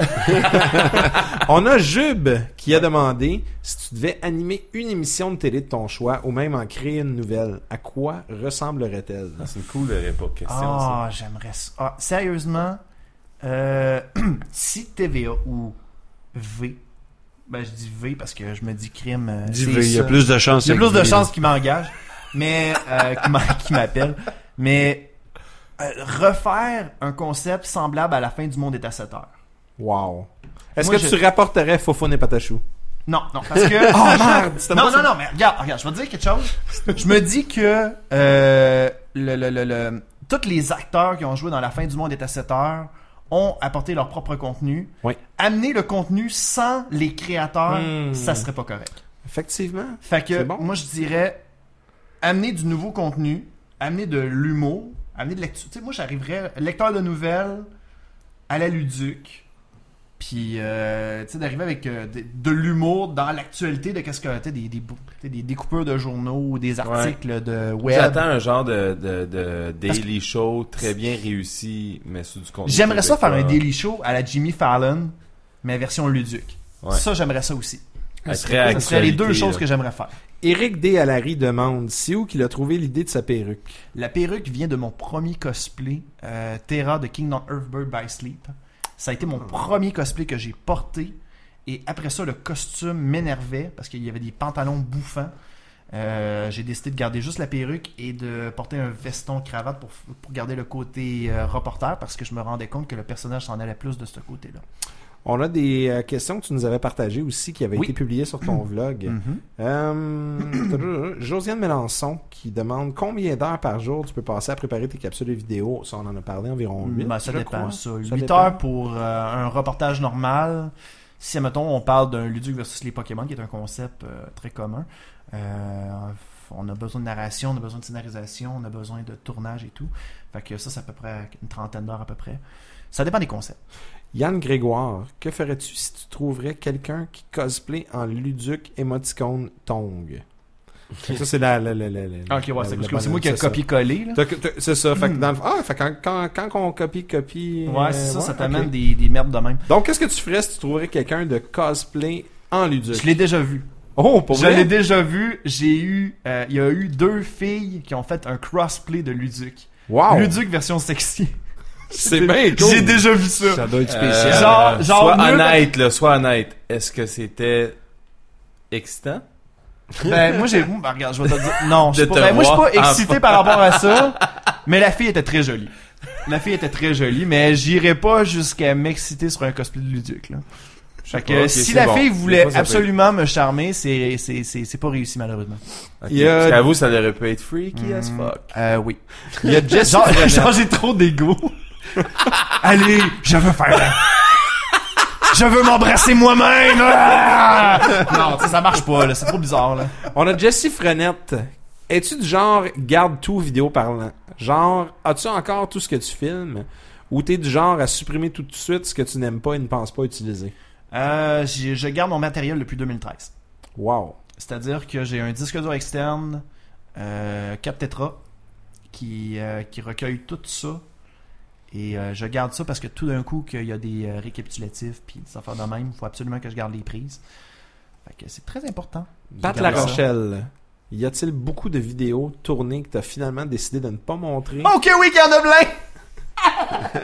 On a Jube qui a demandé si tu devais animer une émission de télé de ton choix ou même en créer une nouvelle, à quoi ressemblerait-elle?
Ah, c'est une cool euh, pas question ça.
Ah, j'aimerais ça. Ah, sérieusement, euh, si T V A ou V, ben je dis V parce que je me dis crime. euh,
Dis,
c'est
il y a
ça.
plus de chances.
Il y a
avec
plus de
lui.
chances qu'il m'engage, mais euh, qu'il m'a- qu'il m'appelle. Mais euh, refaire un concept semblable à La fin du monde est à sept heures.
Wow. Est-ce
Moi,
que
je-
tu rapporterais Fofone et Patachou?
Non, non, parce que.
Oh merde! c'était
Non,
pas
non,
ça.
non, mais regarde, regarde, je vais te dire quelque chose. Je me dis que euh, le, le, le, le- tous les acteurs qui ont joué dans La fin du monde est à sept heures ont apporté leur propre contenu.
Oui.
Amener le contenu sans les créateurs,
Hmm.
ça serait pas correct.
Effectivement.
Fait que
C'est bon.
moi je dirais amener du nouveau contenu, amener de l'humour, amener de lecture. Tu sais, moi j'arriverais lecteur de nouvelles à la Luduc. Puis, euh, tu sais, d'arriver avec euh, de, de l'humour dans l'actualité de qu'est-ce que, tu sais, des, des, des découpeurs de journaux, des articles ouais. de web.
J'attends un genre de, de, de daily que... show très bien réussi, mais sous du contenu.
J'aimerais ça faire un daily show à la Jimmy Fallon, mais version Luduc.
Ouais.
Ça, j'aimerais ça aussi.
Ça
serait, ça serait les deux choses que j'aimerais faire.
Éric D. Allary demande, c'est où qu'il a trouvé l'idée de sa perruque?
La perruque vient de mon premier cosplay, euh, Terra de Kingdom Earthbird by Sleep. Ça a été mon premier cosplay que j'ai porté. Et après ça, le costume m'énervait parce qu'il y avait des pantalons bouffants. Euh, j'ai décidé de garder juste la perruque et de porter un veston cravate pour, pour garder le côté euh, reporter parce que je me rendais compte que le personnage s'en allait plus de ce côté-là.
On a des euh, questions que tu nous avais partagées aussi qui avaient oui. été publiées sur ton vlog.
Mm-hmm.
Euh, Josiane Mélenchon qui demande combien d'heures par jour tu peux passer à préparer tes capsules vidéo. Ça, on en a parlé environ huit.
Ben, ça dépend.
Crois.
Ça.
ça
huit
dépend.
heures pour euh, un reportage normal. Si, mettons, on parle d'un Luduc versus les Pokémon, qui est un concept euh, très commun. Euh, on a besoin de narration, on a besoin de scénarisation, on a besoin de tournage et tout. Fait que ça, c'est à peu près une trentaine d'heures à peu près. Ça dépend des concepts.
Yann Grégoire, que ferais-tu si tu trouverais quelqu'un qui cosplay en Luduc émoticône Tong? Ça, c'est la... la, la, la, la
ok, ouais,
la,
c'est,
la,
parce
la
que c'est moi qui ai
ça.
copié-collé. Là.
T'as, t'as, c'est ça. Fait que dans le, ah, fait quand, quand, quand on copie, copie...
Ouais, c'est ça,
ouais,
ça t'amène
okay.
des, des merdes de même.
Donc, qu'est-ce que tu ferais si tu trouverais quelqu'un de cosplay en Luduc?
Je l'ai déjà vu.
Oh, pour
Je
vrai?
l'ai déjà vu. J'ai eu... Euh, il y a eu deux filles qui ont fait un crossplay de Luduc.
Wow!
Luduc version sexy.
C'est bien cool.
J'ai déjà vu ça.
Ça doit être spécial.
Euh,
Genre- genre
sois
mieux
honnête, là, sois honnête. Est-ce que c'était excitant?
Ben, moi, j'ai... Ben, regarde, je vais te dire... Non, je
De
suis pas...
te
Ben, moi, je suis pas
voir
excité
en-
par rapport à ça. Mais la fille était très jolie. La fille était très jolie, mais j'irais pas jusqu'à m'exciter sur un cosplay de Luduc, là. Fait que
Ok,
si
c'est
la
bon.
fille
Des
voulait
fois, ça peut
absolument me charmer, c'est, c'est, c'est, c'est pas réussi, malheureusement.
Okay.
Il y a-
Parce qu'à vous, ça aurait pu être freaky as fuck.
Euh, oui.
Il y a Jesse
Genre,
Frenette.
genre, j'ai trop d'ego. Allez, je veux faire... Je veux m'embrasser moi-même! Ah! Non, tu sais, ça marche pas, là. C'est trop bizarre, là.
On a Jesse Frenette. Es-tu du genre garde tout vidéo parlant? Genre, as-tu encore tout ce que tu filmes? Ou t'es du genre à supprimer tout de suite ce que tu n'aimes pas et ne penses pas utiliser?
Euh, j'ai- je garde mon matériel depuis deux mille treize.
Wow.
C'est-à-dire que j'ai un disque dur externe, euh, quatre Tetra, qui, euh, qui recueille tout ça. Et euh, je garde ça parce que tout d'un coup, qu'il y a des euh, récapitulatifs puis des affaires de même, il faut absolument que je garde les prises. Fait que c'est très important.
Pat
Je garde
La
ça.
Rochelle. Y a-t-il beaucoup de vidéos tournées que t'as finalement décidé de ne pas montrer?
Ok, oui, qu'il y en a plein!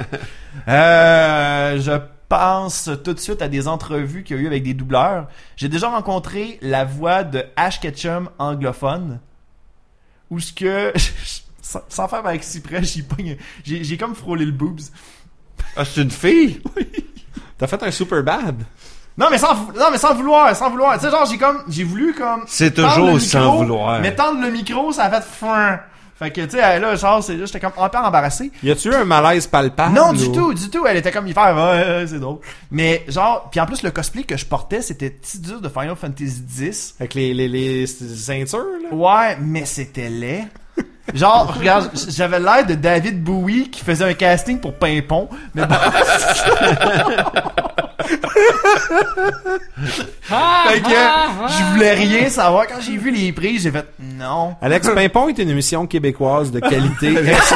euh, je pense tout de suite à des entrevues qu'il y a eu avec des doubleurs. J'ai déjà rencontré la voix de Ash Ketchum anglophone. Où ce que... sans, sans faire avec Cyprès, j'ai, pogne- j'ai, j'ai comme frôlé le boobs.
Ah, c'est une fille?
T'as fait un super bad.
Non mais sans vou- non mais sans vouloir, sans vouloir. Tu sais genre j'ai comme j'ai voulu comme
C'est
tendre
toujours
le
sans
micro,
vouloir.
Mais tendre le micro, ça a fait fin. Fait que tu sais là genre c'est j'étais comme un peu embarrassé.
Y a-tu eu un malaise palpable?
Non, du
ou-
tout, du tout, elle était comme hyper ouais, ouais, c'est drôle. Mais genre puis en plus le cosplay que je portais, c'était Tidus de Final Fantasy X.
Avec les, les, les ceintures, là?
Ouais, mais c'était laid. Genre, regarde, j'avais l'air de David Bowie qui faisait un casting pour Pimpon, mais bon.
Ah,
Fait que
ah, ah.
je voulais rien savoir. Quand j'ai vu les prix, j'ai fait non.
Alex Pimpon est une émission québécoise de qualité.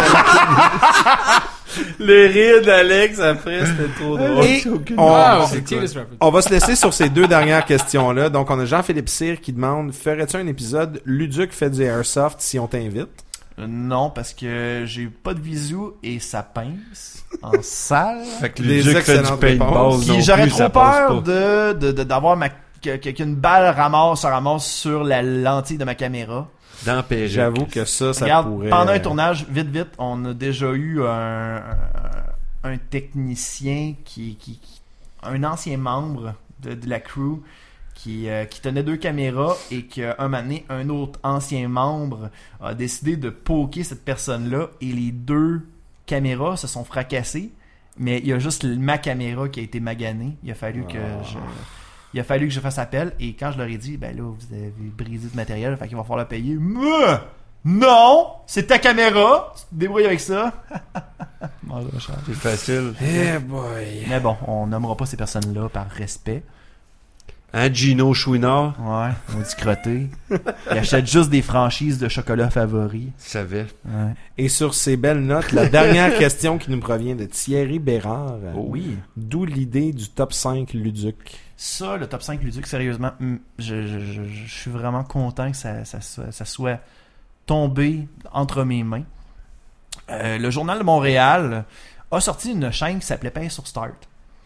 Le rire d'Alex après, c'était trop drôle.
Et on,
Wow, c'est Titus Rapid.
on va se laisser sur ces deux dernières questions-là. Donc, on a Jean-Philippe Cyr qui demande, ferais-tu un épisode Luduc fait du airsoft si on t'invite?
Euh, Non, parce que j'ai pas de visou et ça pince en salle.
Fait que
Des
Luduc fait du
excellentes
paintball.
réponses.
Puis
non
j'aurais
plus,
trop
ça passe
peur
pas.
de, de, de- d'avoir ma, que- que- qu'une balle ramasse, se ramasse sur la lentille de ma caméra.
Dans Perrick.
J'avoue que ça, ça
Regarde,
pourrait...
pendant un tournage, vite, vite, on a déjà eu un, un, un technicien qui, qui, qui- un ancien membre de, de la crew qui, euh, qui tenait deux caméras et qu'un moment donné, un autre ancien membre a décidé de poker cette personne-là et les deux caméras se sont fracassées, mais il y a juste ma caméra qui a été maganée. Il a fallu que je... Il a fallu que je fasse appel et quand je leur ai dit, ben là, vous avez brisé du matériel, fait qu'il va falloir le payer. Mais, non! C'est ta caméra! Tu te débrouilles avec ça? Mort de recharge.
C'est facile.
Eh boy.
Mais bon, on nommera pas ces personnes-là par respect.
Hein, Gino Chouinard?
Ouais, on dit crotté. Il achète juste des franchises de chocolat favoris.
Tu savais.
Ouais.
Et sur ces belles notes, la dernière question qui nous provient de Thierry Bérard.
Oh oui.
D'où l'idée du top cinq Luduc?
Ça, le top cinq Luduc, sérieusement, je, je, je, je suis vraiment content que ça, ça, soit, ça soit tombé entre mes mains. Euh, le Journal de Montréal a sorti une chaîne qui s'appelait Pain sur Start.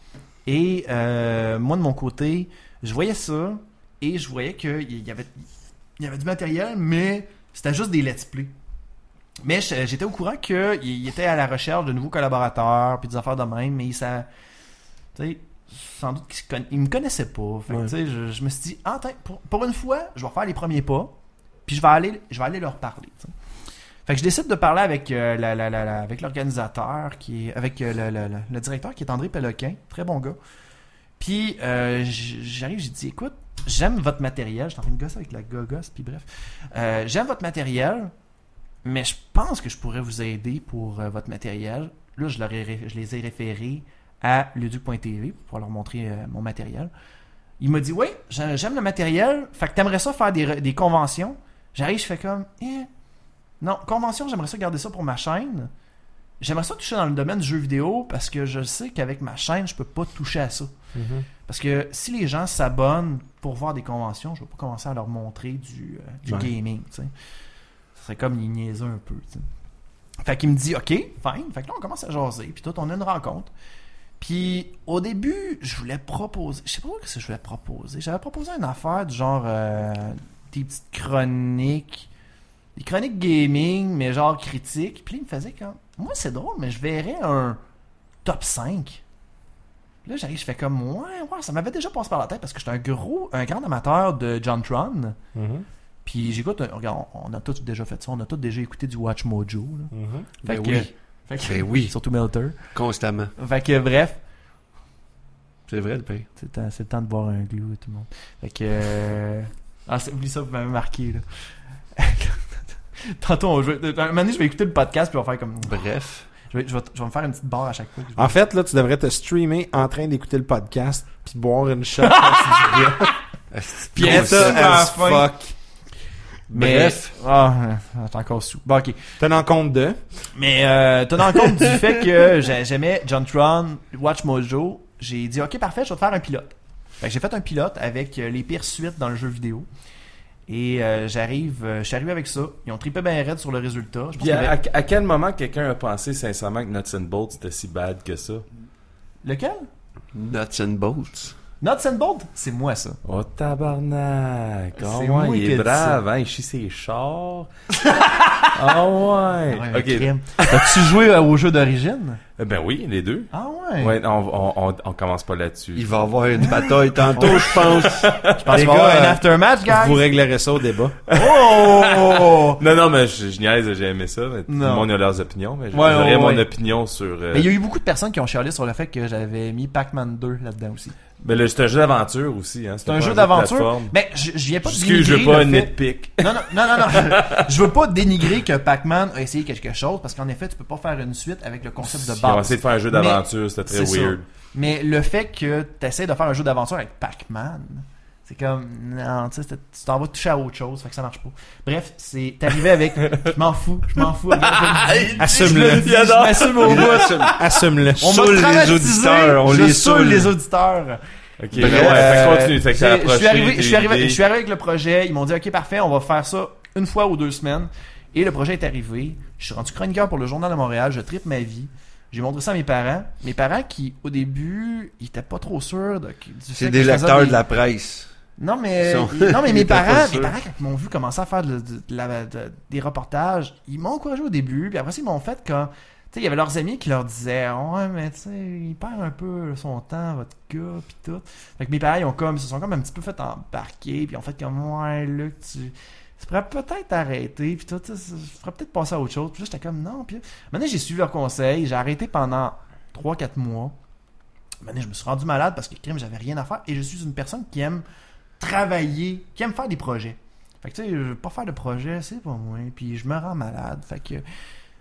Et euh, moi, de mon côté, je voyais ça et je voyais qu'il y avait, il y avait du matériel, mais c'était juste des let's play. Mais j'étais au courant qu'il était à la recherche de nouveaux collaborateurs puis des affaires de même, mais ça... Tu sais, sans doute qu'il conna... il me connaissait pas. Fait que,
Ouais.
tu sais, je, je me suis dit, ah, attends, pour, pour une fois, je vais faire les premiers pas, puis je vais aller, je vais aller leur parler. T'sais. Fait que je décide de parler avec euh, la, la, la, la, avec l'organisateur, qui est, avec euh, le, le, le, le directeur qui est André Péloquin, très bon gars. Puis euh, j'arrive, j'ai dit, écoute, j'aime votre matériel, je suis en train de gosser avec la gogosse, puis bref, euh, j'aime votre matériel, mais je pense que je pourrais vous aider pour euh, votre matériel. Là, je, leur ai, je les ai référés à luduc point t v pour leur montrer euh, mon matériel. Il m'a dit, oui, j'aime le matériel, fait que t'aimerais ça faire des, des conventions. J'arrive, je fais comme, eh, non, convention, j'aimerais ça garder ça pour ma chaîne. J'aimerais ça toucher dans le domaine du jeu vidéo parce que je sais qu'avec ma chaîne, je peux pas toucher à ça.
Mm-hmm.
Parce que si les gens s'abonnent pour voir des conventions, je vais pas commencer à leur montrer du, euh, du
Ouais.
gaming, tu sais. Ça serait comme les niaiser un peu, tu sais. Fait qu'il me dit, OK, fine. Fait que là, on commence à jaser. Puis tout, on a une rencontre. Puis au début, je voulais proposer... Je sais pas ce que je voulais proposer. J'avais proposé une affaire du genre... Euh, des petites chroniques... Des chroniques gaming, mais genre critiques. Puis là, il me faisait comme... Moi, c'est drôle, mais je verrais un top cinq. Là, j'arrive, je fais comme... Ouais, ouais, ça m'avait déjà passé par la tête parce que j'étais un gros... Un grand amateur de John Tron.
Mm-hmm.
Puis j'écoute... Regarde, on a tous déjà fait ça. On a tous déjà écouté du Watch Mojo. Là.
Mm-hmm.
Fait
Ben
que...
oui.
Fait que,
Ben oui.
Surtout Melter.
Constamment.
Fait que bref...
C'est vrai, le pain.
C'est le, temps, c'est le temps de boire un glue et tout le monde. Fait que... Euh... Ah, c'est, oublie ça, vous m'avez marqué, là. Tantôt, on joue... Un moment donné, je vais écouter le podcast puis on va faire comme...
Bref.
Je vais, je, vais, je vais me faire une petite barre à chaque fois. Que je vais...
En fait, là, tu devrais te streamer en train d'écouter le podcast puis boire une shot quand tu dis bien.
Puis
Get
être
ça
super
as
fin.
fuck.
Mais...
Bref.
Ah, euh, t'es encore sous. Bon, ok.
Tenant compte de...
Mais euh, tenant compte du fait que j'ai- j'aimais John Tron, Watch Mojo, j'ai dit, ok, parfait, je vais te faire un pilote. Fait que j'ai fait un pilote avec euh, les pires suites dans le jeu vidéo. Et euh, j'arrive, euh, je suis arrivé avec ça. Ils ont trippé bien raide sur le résultat. Je pense
Puis
qu'il y
à,
avait-
à- à quel moment quelqu'un a pensé sincèrement que Nuts and Bolts c'était si bad que ça?
Lequel?
Nuts and bolts.
Nuts and Bolts? C'est moi, ça.
Oh tabarnak! Oh
C'est
ouais,
moi
il
qui ai
est
dit
brave, hein? Il chie ses chars. Ah ouais!
Ouais, un
Ok.
crime. As-tu joué euh, au jeu d'origine?
Euh, Ben oui, les deux.
Ah ouais?
Ouais, on, on, on, on commence pas là-dessus.
Il va y avoir une bataille tantôt, je pense.
Je pense
Les
qu'il va y avoir
gars,
un
euh,
aftermatch, guys.
Vous réglerez ça au débat.
Oh!
Non, non, mais je, je niaise, j'ai aimé ça. Mais tout le
Non.
monde a leurs opinions. Mais
Ouais,
j'aurais
ouais,
mon
ouais.
opinion sur... euh,
Mais il y a eu beaucoup de personnes qui ont chialé sur le fait que j'avais mis Pac-Man deux là-dedans aussi.
Ben là, c'est un jeu d'aventure aussi. Hein.
C'est
C'était
un
pas
jeu
de
d'aventure.
plateforme.
Mais je, je viens pas de
Excuse, je veux
dénigrer
pas
le fait...
nitpick.
Non, non, non, non, non. Je veux pas dénigrer que Pac-Man a essayé quelque chose parce qu'en effet, tu peux pas faire une suite avec le concept de
Ils ont
base.
essayé de faire un jeu
Mais
d'aventure, c'était très
c'est ça.
weird.
Mais le fait que tu essaies de faire un jeu d'aventure avec Pac-Man, c'est comme, non, tu sais, c'est- tu t'en vas toucher à autre chose, fait que ça marche pas. Bref, c'est arrivé avec, je m'en fous, je m'en fous. regarde, je-
Assume-le.
je, je m'assume au bout.
Assume-le.
On m'a
Saoule les
traumatisé,
auditeurs, on
je
les
saoule
saoule.
les auditeurs.
Ok,
Bref,
ouais, fait que continue. Fait que
C'est-
t'as
je
approché
suis arrivé,
tes
je suis arrivé,
idées.
je suis arrivé avec le projet. Ils m'ont dit, ok, parfait, on va faire ça une fois ou deux semaines. Et le projet est arrivé. Je suis rendu chroniqueur pour le Journal de Montréal. Je tripe ma vie. J'ai montré ça à mes parents. Mes parents qui, au début, ils étaient pas trop sûrs de, du fait
C'est
que
des
je faisais
lecteurs
des-
de la presse.
Non, mais,
Ils sont-
non, mais
ils
mes
étaient pas
parents, mes
sûrs.
parents, quand ils m'ont vu commencer à faire de, de- de la- de- des reportages, ils m'ont encouragé au début. Puis après, ça, ils m'ont fait quand. Tu sais, il y avait leurs amis qui leur disaient, ouais, mais tu sais, il perd un peu son temps, votre gars, pis tout. Fait que mes parents, ils ont comme, ils se sont comme un petit peu fait embarquer, puis ils ont fait comme, ouais, là, que tu. Tu pourrais peut-être arrêter, puis tout, tu sais, je ferais peut-être passer à autre chose. Puis là, j'étais comme, non, puis là, maintenant, j'ai suivi leurs conseils, j'ai arrêté pendant trois quatre mois. Maintenant, je me suis rendu malade parce que, crime, j'avais rien à faire, et je suis une personne qui aime travailler, qui aime faire des projets. Fait que, tu sais, je veux pas faire de projet, c'est pas moi, puis je me rends malade. Fait que,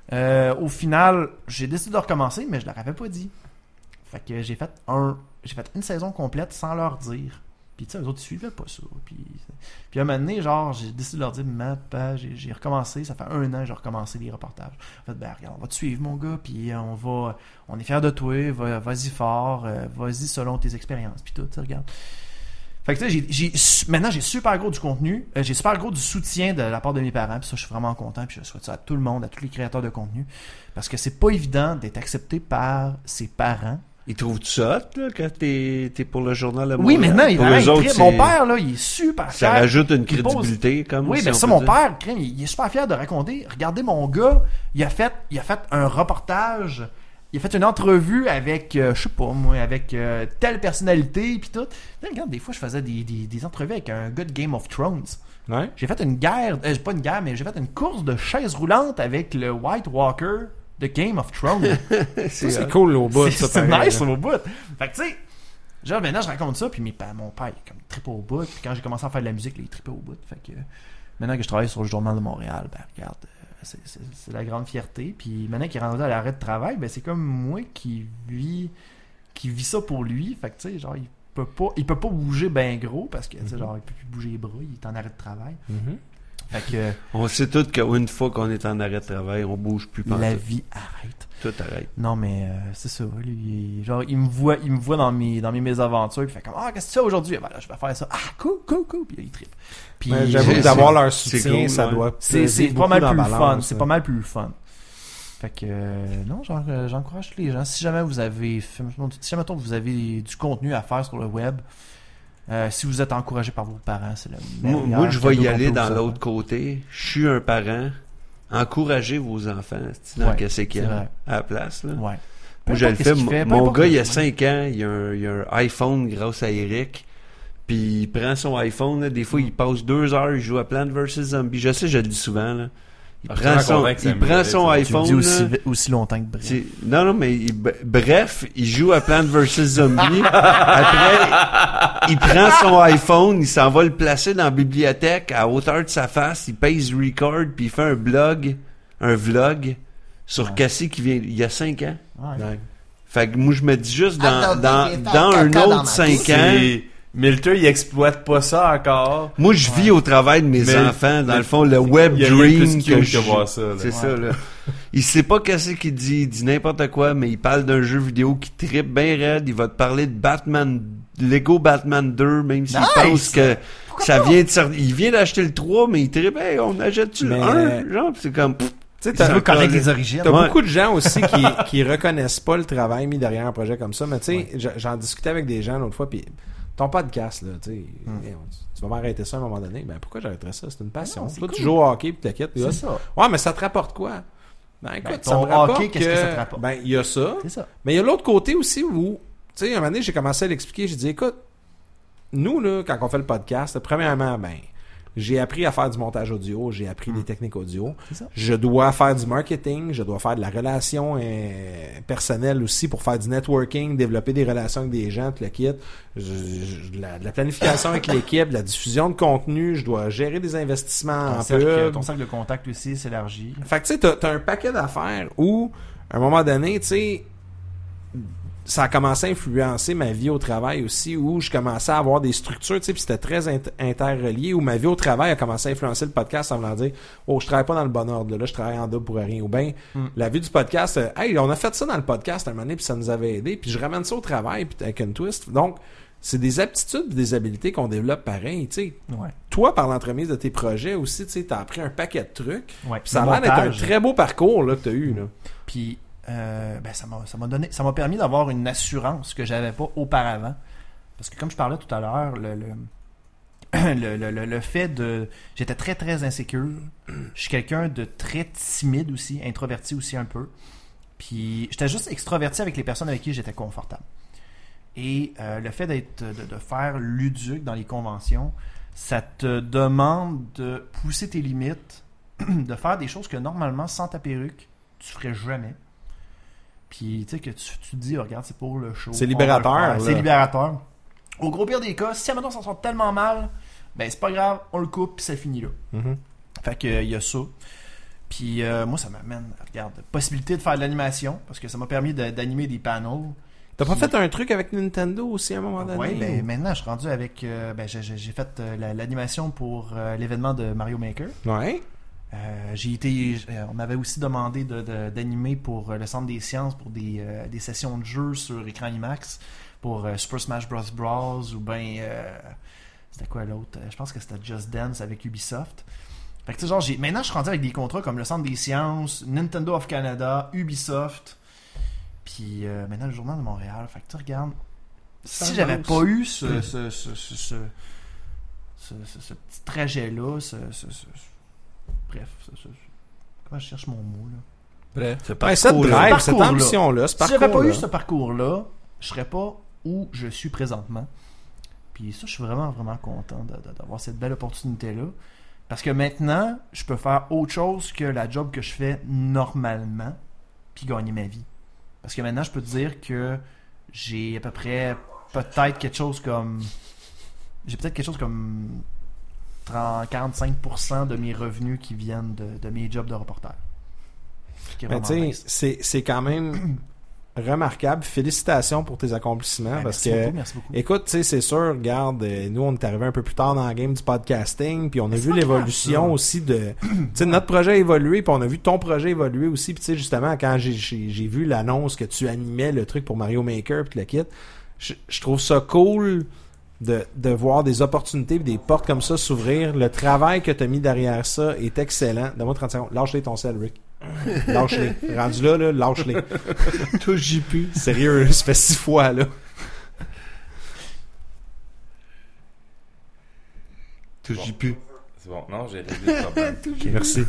Euh, au final, j'ai décidé de recommencer, mais je leur avais pas dit. Fait que j'ai fait un, j'ai fait une saison complète sans leur dire. Puis tu sais, eux autres, ils suivaient pas ça. Puis, puis à un moment donné, genre, j'ai décidé de leur dire, ma pa, j'ai, j'ai recommencé, ça fait un an que j'ai recommencé les reportages. En fait, ben regarde, on va te suivre, mon gars, puis on va, on est fiers de toi, va, vas-y fort, euh, vas-y selon tes expériences, puis tout, tu sais, regarde. Fait que tu sais, j'ai, j'ai, maintenant j'ai super gros du contenu, euh, j'ai super gros du soutien de la part de mes parents, puis ça, je suis vraiment content, puis je souhaite ça à tout le monde, à tous les créateurs de contenu, parce que c'est pas évident d'être accepté par ses parents.
Ils trouvent ça hot, là, quand t'es, t'es pour le journal de
Oui,
Montréal?
maintenant, il,
Pour
il
eux autres,
tripe. Mon
c'est-
père, là, il est super
Ça
fier.
rajoute une
Il pose-
crédibilité, comme
Oui,
si
mais
on
ça,
peut
mon
dire.
père, crème, il il est super fier de raconter. Regardez mon gars, il a fait, il a fait un reportage, il a fait une entrevue avec, euh, je sais pas moi, avec euh, telle personnalité, puis tout. Là, regarde, des fois, je faisais des, des, des entrevues avec un gars de Game of Thrones.
Ouais.
J'ai fait une guerre, euh, pas une guerre, mais j'ai fait une course de chaise roulante avec le White Walker de Game of Thrones.
Ça, c'est cool au bout.
C'est,
ça,
c'est
pareil,
nice
là.
au bout. Fait que tu sais, genre maintenant je raconte ça, puis mes pa- mon père il est comme trippé au bout. Puis quand j'ai commencé à faire de la musique, là, il trippait au bout. Fait que maintenant que je travaille sur le Journal de Montréal, ben regarde, euh, c'est, c'est, c'est la grande fierté. Puis maintenant qu'il est rendu à l'arrêt de travail, ben c'est comme moi qui vis, qui vis ça pour lui. Fait que tu sais, genre il peut pas, il peut pas bouger ben gros parce que tu sais, genre il peut plus bouger les bras, il est en arrêt de travail.
Mhm.
Fait que
On sait tous qu'une fois qu'on est en arrêt de travail, on bouge plus pendant
la
tout.
vie arrête.
Tout arrête.
Non, mais euh, c'est ça. Lui, il, genre, il me voit, il me voit dans mes, dans mes mésaventures. Puis il fait comme, ah, qu'est-ce que tu fais aujourd'hui? Ben là, je vais faire ça. Ah, cool, cool, cool. Puis il trippe. Puis
Mais j'avoue
c'est-
que d'avoir leur
c'est
soutien,
cool,
ça
ouais.
doit.
c'est,
peser
c'est pas
beaucoup
mal
dans
plus
la
le fun.
balance,
C'est
hein.
pas mal plus le fun. Fait que, euh, non, genre, euh, j'encourage tous les gens. Si jamais vous avez, fait- si jamais mettons, vous avez du contenu à faire sur le web, euh, si vous êtes encouragé par vos parents, c'est le
Moi,
meilleur
moi, je vais y
cadeau qu'on
aller
peut
dans
vous
l'autre
offrir.
côté. Je suis un parent. Encouragez vos enfants. C'est dans
Ouais,
qu'est-ce qu'il y
c'est
a
vrai.
à la place, là.
Ouais.
Moi, je le
importe
fais.
ce qu'il
Mon,
fait, peu
mon
importe
gars, il
le
a
chemin.
cinq ans. Il a, un, il a un iPhone grâce à Eric. Puis il prend son iPhone. Là, des fois, il passe deux heures. Il joue à Plants versus. Zombies. Je sais, je le dis souvent. Là. Il
Ah, je suis
prend
vraiment
son,
content que ça
il
me
prend
mérite,
son
ça.
Tu le
iPhone.
dis aussi,
là.
aussi longtemps que Bref.
C'est- Non, non, mais il- b- bref, il joue à Plants versus. Zombies. Après, il prend son iPhone, il s'en va le placer dans la bibliothèque à hauteur de sa face, il pèse record, puis il fait un blog, un vlog sur
Ouais.
Cassie qui vient il y a cinq ans.
Ouais.
Ouais.
Fait que moi, je me dis juste dans,
Attends,
dans,
j'ai fait
dans un
caca dans
autre
ma
cinq
pisse.
ans,
C'est- Milter, il exploite pas ça encore.
moi, je vis au travail de mes
Mais-
enfants, dans
mais-
le fond, le web
Il y a rien de
dream
plus
que
cute
je...
que voir ça. là.
C'est ça, là. Il sait pas qu'est-ce qu'il dit, il dit n'importe quoi, mais il parle d'un jeu vidéo qui trippe bien raide, il va te parler de Batman, Lego Batman deux, même s'il
Nice!
pense que ça vient de sortir. Il vient d'acheter le trois, mais il trippe, hey, on achète-tu le
Mais-
un? Genre, pis c'est comme, pff,
Tu sais,
Tu
t'as-
veux connaître
t'as-
les origines.
T'as
Ouais.
beaucoup de gens aussi qui, qui reconnaissent pas le travail mis derrière un projet comme ça, mais tu sais, j- j'en discutais avec des gens l'autre fois, puis ton podcast, là, tu sais, hey, on- tu vas m'arrêter ça à un moment donné, ben pourquoi j'arrêterais ça? C'est une passion.
Non, c'est
Toi,
cool.
tu joues au hockey, puis t'inquiète,
C'est
là.
ça.
Ouais, mais ça te rapporte quoi? Ben écoute,
Ben,
ça
ton
me rapporte
hockey, qu'est-ce que ça te rapporte?
Ben, il y a ça,
C'est ça.
mais il y a l'autre côté aussi où, tu sais, un moment donné, j'ai commencé à l'expliquer, j'ai dit, écoute, nous, là, quand on fait le podcast, premièrement, ben, j'ai appris à faire du montage audio, j'ai appris des techniques audio.
C'est ça.
Je dois faire du marketing, je dois faire de la relation euh, personnelle aussi pour faire du networking, développer des relations avec des gens, tout le kit. Je- je- de, la, de la planification avec l'équipe, de la diffusion de contenu, je dois gérer des investissements
Ton
en
cercle,
pub.
ton cercle de contact aussi s'élargit.
Fait que tu sais, t'as, t'as un paquet d'affaires où, à un moment donné, tu sais, ça a commencé à influencer ma vie au travail aussi, où je commençais à avoir des structures, tu sais, puis c'était très int- interrelié, où ma vie au travail a commencé à influencer le podcast en voulant dire, oh, je travaille pas dans le bon ordre, là, là je travaille en double pour rien, ou bien,
Mm.
la vie du podcast, euh, hey, on a fait ça dans le podcast un moment donné, puis ça nous avait aidé, puis je ramène ça au travail, puis avec une twist. Donc, c'est des aptitudes et des habiletés qu'on développe pareil, tu sais.
Ouais.
Toi, par l'entremise de tes projets aussi, tu sais, t'as appris un paquet de trucs,
Ouais.
puis ça a
Le
l'air d'être un
montage.
très beau parcours, là, que t'as eu, là.
Puis euh, ben ça m'a ça m'a donné ça m'a permis d'avoir une assurance que j'avais pas auparavant. Parce que comme je parlais tout à l'heure, le le, le, le, le- le fait de j'étais très très insécure. Je suis quelqu'un de très timide aussi, introverti aussi un peu. Puis j'étais juste extroverti avec les personnes avec qui j'étais confortable. Et euh, le fait d'être de, de faire luduc dans les conventions, ça te demande de pousser tes limites, de faire des choses que normalement sans ta perruque tu ferais jamais. Puis tu sais que tu, tu te dis, oh, regarde, c'est pour le show.
C'est
on
libérateur,
va le faire.
là.
C'est libérateur. Au gros pire des cas, si maintenant ça sort tellement mal, ben c'est pas grave, on le coupe puis ça finit là.
Mhm.
Fait que il y a ça. Puis euh, moi, ça m'amène, regarde, possibilité de faire de l'animation, parce que ça m'a permis de, d'animer des panels.
T'as pas
Qui-
fait un truc avec Nintendo aussi à un moment donné?
Oui, ben
ou-
maintenant, je suis rendu avec... euh, ben, j'ai, j'ai j'ai fait euh, la- l'animation pour euh, l'événement de Mario Maker.
Ouais.
Euh, j'ai été... euh, on m'avait aussi demandé de, de- d'animer pour euh, le Centre des sciences, pour des, euh, des sessions de jeu sur écran IMAX, pour euh, Super Smash Bros. Bros. Ou ben... euh, c'était quoi l'autre? Euh, Je pense que c'était Just Dance avec Ubisoft. Fait que tu sais, genre, j'ai... maintenant, je suis rendu avec des contrats comme le Centre des sciences, Nintendo of Canada, Ubisoft, puis euh, maintenant le Journal de Montréal. Fait que tu regardes,
Ça
si j'avais
avance.
pas eu ce, ce, ce, ce, ce, ce, ce- ce petit trajet-là, ce, ce, ce- bref, ce, ce- comment je cherche mon mot, là?
Bref.
Ce
Ben, cette
parcours-là.
drive,
Ce
cette
parcours-là.
ambition-là, ce
Si j'avais pas
parcours-là.
eu ce parcours-là, je serais pas où je suis présentement. Puis ça, je suis vraiment, vraiment content de- de- d'avoir cette belle opportunité-là. Parce que maintenant, je peux faire autre chose que la job que je fais normalement, puis gagner ma vie. Parce que maintenant, je peux te dire que j'ai à peu près peut-être quelque chose comme... J'ai peut-être quelque chose comme trente à quarante-cinq pour cent de mes revenus qui viennent de, de mes jobs de reporter. Ce qui est
Ben,
vraiment
tu
nice.
sais, c'est, c'est quand même remarquable. Félicitations pour tes accomplissements.
Ben,
parce
merci
que,
beaucoup, merci beaucoup.
écoute, tu sais, c'est sûr, regarde, euh, nous, on est arrivé un peu plus tard dans la game du podcasting, puis on a
Mais c'est
vu
pas grave,
l'évolution
ça.
aussi de... Tu sais, notre projet a évolué, puis on a vu ton projet évoluer aussi. Puis tu sais, justement, quand j'ai, j'ai, j'ai vu l'annonce que tu animais le truc pour Mario Maker, puis le kit, je, je trouve ça cool de, de voir des opportunités, puis des portes comme ça s'ouvrir. Le travail que tu as mis derrière ça est excellent. Donne-moi trente secondes. Lâche-les ton sel, Rick. Lâche-les. Rendu là, là, lâche-les.
Toi, j'y pue.
Sérieux, ça fait six fois, là.
Toi, j'y pue.
C'est bon. Non, j'ai réglé le problème.
Merci.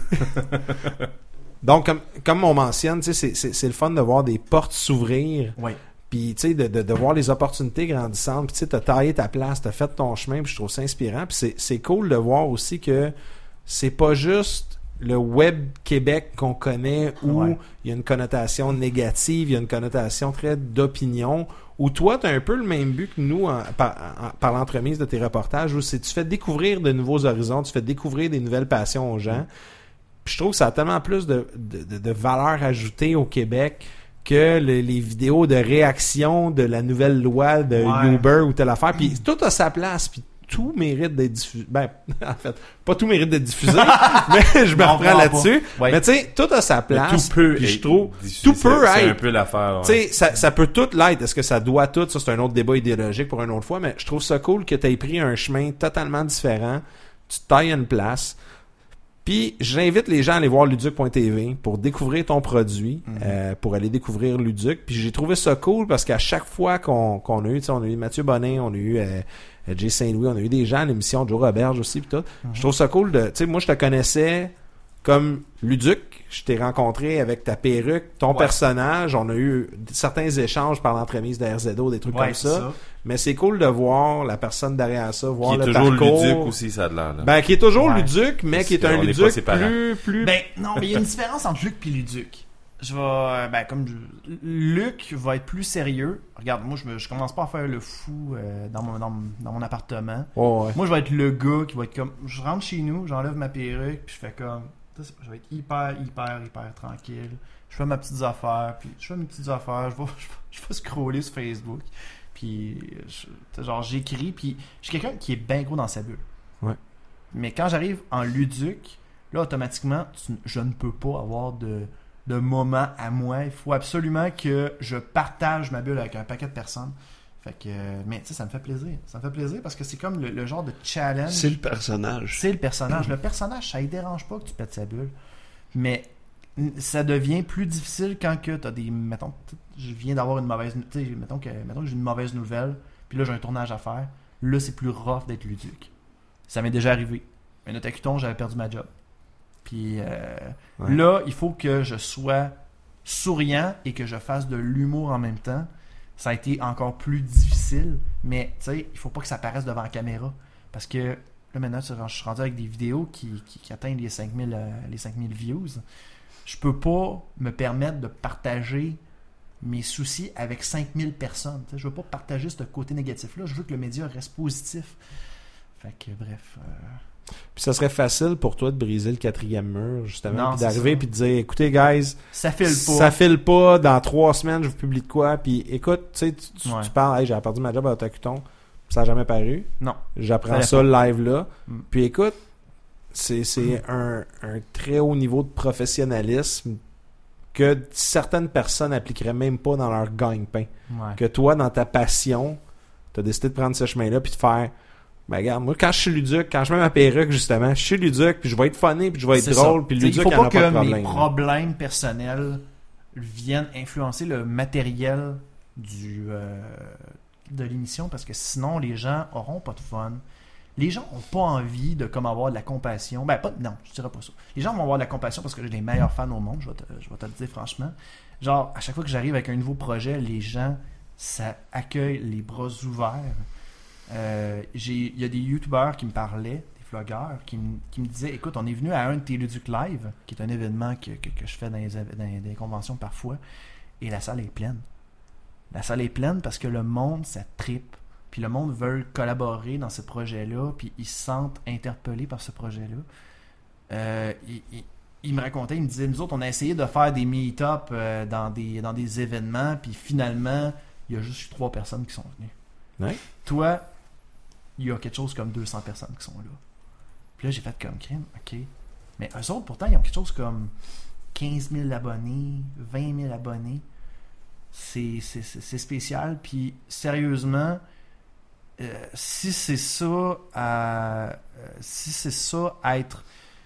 Donc, comme, comme on mentionne, tu sais, c'est, c'est, c'est le fun de voir des portes s'ouvrir,
Ouais.
puis tu sais, de, de, de voir les opportunités grandissantes, puis tu sais, t'as taillé ta place, t'as fait ton chemin, puis je trouve ça inspirant, puis c'est, c'est cool de voir aussi que c'est pas juste le web Québec qu'on connaît où il
Ouais.
y a une connotation négative, il y a une connotation très d'opinion, où toi, tu as un peu le même but que nous en- par, en- par l'entremise de tes reportages, où c'est tu fais découvrir de nouveaux horizons, tu fais découvrir des nouvelles passions aux gens. Puis je trouve que ça a tellement plus de, de, de, de valeur ajoutée au Québec que le- les vidéos de réaction de la nouvelle loi de
Ouais.
Uber ou telle affaire. Puis tout a sa place, puis tout mérite d'être diffusé. Ben, en fait, pas tout mérite d'être diffusé, mais je me
Non,
reprends
vraiment
là-dessus.
pas. Ouais.
Mais tu sais, tout a sa
Mais
place.
tout peut
puis je
être
trouve,
diffusé,
tout peut
c'est, c'est
être.
un peu l'affaire.
Tu
Ouais.
sais, ça, ça peut tout l'être. Est-ce que ça doit tout? Ça, c'est un autre débat idéologique pour une autre fois, mais je trouve ça cool que tu aies pris un chemin totalement différent. Tu te tailles une place. Puis, j'invite les gens à aller voir luduc point t v pour découvrir ton produit,
Mhm.
euh, pour aller découvrir Luduc. Puis, j'ai trouvé ça cool parce qu'à chaque fois qu'on, qu'on a eu, tu sais, on a eu Mathieu Bonin, on a eu euh, euh, Jay Saint-Louis, on a eu des gens à l'émission, Joe Roberge aussi, puis tout. Je trouve ça cool de, tu sais, moi, je te connaissais comme Luduc. Je t'ai rencontré avec ta perruque, ton
Ouais.
personnage. On a eu certains échanges par l'entremise de R Z O, des trucs
Ouais,
comme
c'est
ça. Mais c'est cool de voir la personne derrière ça, voir
Qui est
le
toujours
parcours.
ludique aussi, ça a de l'air. Là.
Ben, qui est toujours
Ouais.
luduc, mais
Parce
qui est
qu'on
un
est pas
luduc
séparants.
plus, plus...
Ben, non, mais il y a une différence entre Luc et Luduc. Je vais, euh, ben, comme je- Luc va être plus sérieux. Regarde, moi, je, me, je commence pas à faire le fou euh, dans, mon, dans, mon- dans mon appartement.
Ouais, ouais.
Moi, je vais être le gars qui va être comme, je rentre chez nous, j'enlève ma perruque, puis je fais comme, tu sais, je vais être hyper, hyper, hyper tranquille. Je fais ma petite affaire, puis je fais mes petites affaires, je vais, je vais, je vais scroller sur Facebook, puis je- tu sais, genre j'écris, puis je suis quelqu'un qui est bien gros dans sa bulle.
Ouais.
Mais quand j'arrive en luduc, là, automatiquement, tu- je ne peux pas avoir de, de moment à moi. Il faut absolument que je partage ma bulle avec un paquet de personnes. Fait que, euh, mais tu sais, ça me fait plaisir. Ça me fait plaisir parce que c'est comme le, le genre de challenge.
C'est le personnage.
C'est le personnage. Le personnage, ça ne dérange pas que tu pètes sa bulle. Mais n- ça devient plus difficile quand que tu as des. Mettons, t- je viens d'avoir une mauvaise. Tu sais, mettons que, mettons que j'ai une mauvaise nouvelle, puis là j'ai un tournage à faire. Là, c'est plus rough d'être ludique. Ça m'est déjà arrivé. Un Otakuton, j'avais perdu ma job. Puis euh,
Ouais.
là, il faut que je sois souriant et que je fasse de l'humour en même temps. Ça a été encore plus difficile, mais tu sais, il faut pas que ça paraisse devant la caméra. Parce que là, maintenant, je suis rendu avec des vidéos qui, qui, qui atteignent les cinq mille, euh, les cinq mille views. Je peux pas me permettre de partager mes soucis avec cinq mille personnes. Tu sais, je veux pas partager ce côté négatif-là. Je veux que le média reste positif. Fait que, bref, euh,
Puis ça serait facile pour toi de briser le quatrième mur, justement,
Non,
puis
c'est
d'arriver
ça.
puis de dire, écoutez, guys,
Ça file pas.
ça file pas, dans trois semaines, je vous publie de quoi, puis écoute, tu sais, tu, tu,
Ouais.
tu parles, hey, j'ai perdu ma job à Otakuton, ça a jamais paru,
Non.
j'apprends
Fallait
ça live là,
Mm.
puis écoute, c'est, c'est un, un très haut niveau de professionnalisme que certaines personnes n'appliqueraient même pas dans leur gagne-pain.
Ouais.
Que toi, dans ta passion, t'as décidé de prendre ce chemin-là puis de faire, ben regarde, moi quand je suis luduc, quand je mets ma perruque justement, je suis luduc puis je vais être funny puis je vais être
C'est
drôle
ça.
puis
T'sais,
luduc,
il faut
il y en
pas
a
que
pas de
mes
problème.
problèmes personnels viennent influencer le matériel du euh, de l'émission parce que sinon les gens auront pas de fun. Les gens ont pas envie de comme avoir de la compassion. Ben pas non, je dirais pas ça. Les gens vont avoir de la compassion parce que j'ai les meilleurs fans au monde, je vais te, je vais te le dire franchement. Genre à chaque fois que j'arrive avec un nouveau projet, les gens ça accueille les bras ouverts. Euh, j'ai il y a des youtubeurs qui me parlaient, des vlogueurs qui me, qui me disaient écoute, on est venu à un de tes Luduc Live, qui est un événement que, que, que je fais dans les, dans des conventions parfois, et la salle est pleine. La salle est pleine parce que le monde, ça trippe. Puis le monde veut collaborer dans ce projet-là, puis ils se sentent interpellés par ce projet-là. Euh, il, il, il me racontait, il me disait, nous autres, on a essayé de faire des meet-up euh, dans, des, dans des événements, puis finalement, il y a juste eu trois personnes qui sont venues.
Ouais.
Toi, il y a quelque chose comme deux cents personnes qui sont là. Puis là, j'ai fait comme crime, ok. Mais eux autres, pourtant, ils ont quelque chose comme quinze mille abonnés, vingt mille abonnés. C'est, c'est, c'est, c'est spécial. Puis, sérieusement, euh, si c'est ça à, euh, si c'est ça à être...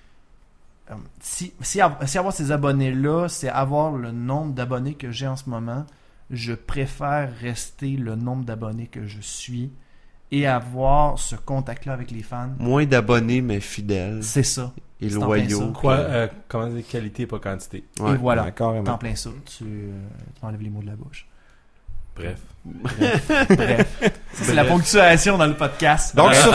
euh, si, si, av- si avoir ces abonnés-là, c'est avoir le nombre d'abonnés que j'ai en ce moment, je préfère rester le nombre d'abonnés que je suis et avoir ce contact-là avec les fans.
Moins d'abonnés, mais fidèles
C'est ça.
et
c'est en plein
loyaux.
ça.
Quoi, euh, comment dire, qualité, pas quantité.
Ouais.
Et voilà.
Ouais, carrément.
T'en plein ça. Tu, euh, tu m'enlèves les mots de la bouche.
Bref.
Bref. Ça, c'est la ponctuation dans le podcast.
Donc sur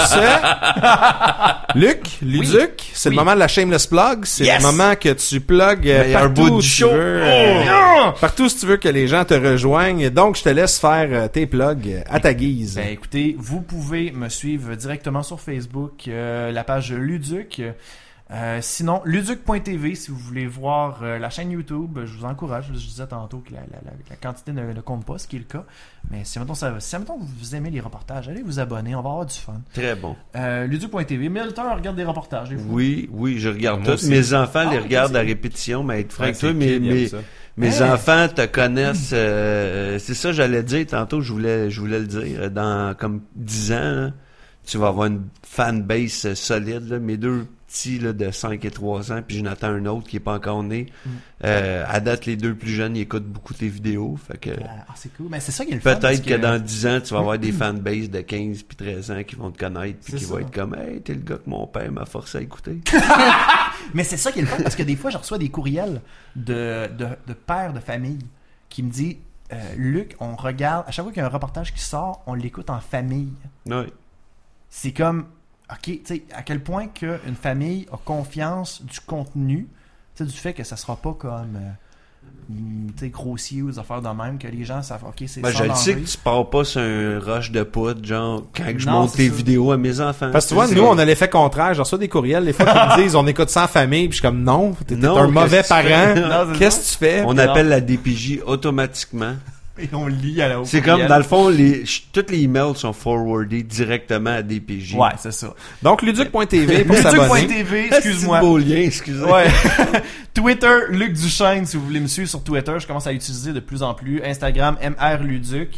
ce, Luc, Luduc, c'est
Oui.
le moment de la shameless plug, c'est
Yes.
le moment que tu plugs euh,
Meilleur
partout
bout du
où tu
show.
veux, euh, partout si tu veux que les gens te rejoignent. Donc je te laisse faire euh, tes plugs euh, à ta guise.
Ben écoutez, vous pouvez me suivre directement sur Facebook, euh, la page Luduc. Euh, sinon, luduc point t v si vous voulez voir euh, la chaîne YouTube, je vous encourage. Je disais tantôt que la, la, la, la quantité ne, ne compte pas, ce qui est le cas. Mais si mettons, ça, si mettons vous aimez les reportages, allez vous abonner, on va avoir du fun.
Très bon.
Euh, luduc point t v, Milton regarde des reportages des fois.
Oui, oui, je regarde
Moi
tout.
aussi.
Mes enfants
Ah,
les
oui,
regardent
vas-y.
à répétition, mais être franc
Ouais,
avec toi,
c'est
mes,
kid, il aime
mes,
ça.
mes
Hey.
enfants te connaissent. euh, c'est ça, j'allais dire tantôt, je voulais, je voulais le dire. Dans comme dix ans, là, tu vas avoir une fanbase euh, solide. Là. Mes deux petits là, de cinq et trois ans, puis j'en attends un autre qui est pas encore né.
Mm.
Euh, à date, les deux plus jeunes, ils écoutent beaucoup tes vidéos. Fait que
Ah, c'est cool. Mais c'est ça qui est le fun. parce
peut-être que, dans dix ans, tu vas avoir des fanbases de quinze puis treize ans qui vont te connaître puis
C'est
qui
ça.
vont être comme « Hey, t'es le gars que mon père m'a forcé à écouter. »
Mais c'est ça qui est le fun, parce que des fois, je reçois des courriels de, de, de pères de famille qui me disent euh, Luc, on regarde, à chaque fois qu'il y a un reportage qui sort, on l'écoute en famille.
Ouais.
C'est comme, ok, tu sais, à quel point qu'une famille a confiance du contenu, tu sais, du fait que ça sera pas comme, euh, mm, tu sais, grossier ou des affaires de même, que les gens savent, ok, c'est
Ben,
sans
je le sais
danger.
que tu pars pas sur un rush de poudre, genre, quand je
Non,
monte
c'est
tes
ça.
vidéos à mes enfants.
Parce que tu vois,
C'est-
nous, on a l'effet contraire. Je reçois des courriels, des fois, qui me disent, on écoute ça en famille, puis je suis comme, non, t'es, t'es
Non,
un mauvais
qu'est-ce que tu
parent.
fais?
Non, c'est
Qu'est-ce que tu fais?
On
Non.
appelle la D P J automatiquement.
Et on lit à la haut
C'est
courriel.
comme, dans le fond, les, ch- tous les emails sont forwardés directement à D P J.
Ouais, c'est ça.
Donc, luduc point t v pour s'abonner.
luduc point t v, excuse-moi.
C'est beau lien, excusez.
Ouais. Twitter, Luc Duchesne, si vous voulez me suivre sur Twitter, je commence à l'utiliser de plus en plus. Instagram, M R Luduc.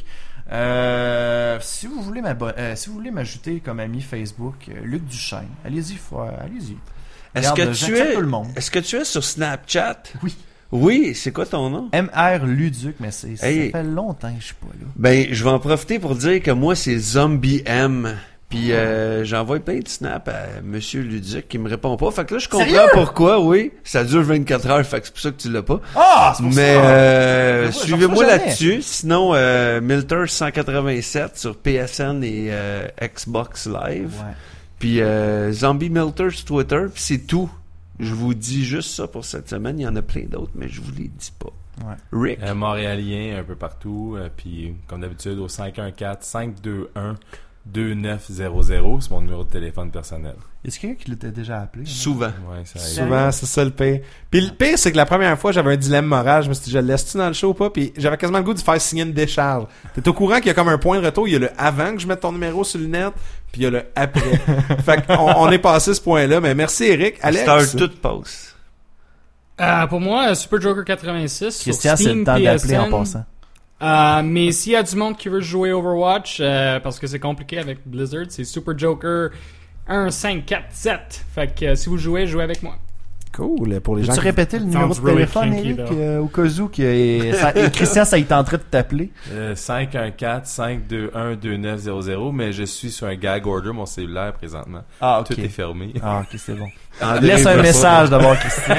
Euh, si vous voulez m'abo- euh, si vous voulez m'ajouter comme ami Facebook, euh, Luc Duchesne, allez-y, faut- euh, allez-y.
Est-ce
Regarde,
que tu
j'accepte
es,
tout le monde.
est-ce que tu es sur Snapchat?
Oui.
Oui, c'est quoi ton nom?
M R Luduc, mais c'est,
Hey.
ça fait longtemps que je suis pas là.
Ben, je vais en profiter pour dire que moi, c'est Zombie M. Puis euh, j'envoie plein de snaps à Monsieur Luduc qui me répond pas. Fait que là, je comprends
Sérieux?
pourquoi, oui. Ça dure vingt-quatre heures, fait que c'est pour ça que tu l'as pas.
Ah, c'est pour
Mais
ça.
euh,
Je vois, j'en
suivez-moi
reçois jamais.
là-dessus. Sinon, euh, Milter cent quatre-vingt-sept sur P S N et euh, Xbox Live.
Ouais.
Puis euh, Zombie Milter sur Twitter. Puis c'est tout. Je vous dis juste ça pour cette semaine. Il y en a plein d'autres, mais je vous les dis pas.
Ouais.
Rick?
Euh, Montréalien un peu partout. euh, Puis, comme d'habitude, au cinq un quatre, cinq deux un, deux neuf zéro zéro, c'est mon numéro de téléphone personnel.
Est-ce quelqu'un qui l'a déjà appelé?
Souvent.
Ouais, ça arrive.
Souvent, c'est ça le pire. Puis le pire, c'est que la première fois, j'avais un dilemme moral. Je me suis dit, je le laisse-tu dans le show ou pas? Puis j'avais quasiment le goût de faire signer une décharge. T'es au courant qu'il y a comme un point de retour. Il y a le avant que je mette ton numéro sur le net, puis il y a le après. Fait qu'on on est passé ce point-là. Mais merci, Eric. Alex.
Star toute passe.
Euh, pour moi, euh, Super Joker quatre-vingt-six
Christian,
sur
c'est
Steam,
le temps
P S
d'appeler en
N.
passant.
Euh, mais s'il y a du monde qui veut jouer Overwatch, euh, parce que c'est compliqué avec Blizzard, c'est Super Joker un cinq quatre sept. Fait que euh, si vous jouez, jouez avec moi.
Cool. Pour les gens
Peux-tu
qui...
répéter le numéro de
Sounds really
téléphone,
kinky,
Eric,
though.
euh, au cas où que et, ça- et Christian, ça il tenterait de t'appeler?
Euh, cinq un quatre cinq deux un deux neuf zéro zéro, mais je suis sur un gag order, mon cellulaire, présentement.
Ah, ok.
Tout est fermé.
Ah, ok, c'est bon.
André
Laisse
veut
un
pas.
message d'abord, Christian.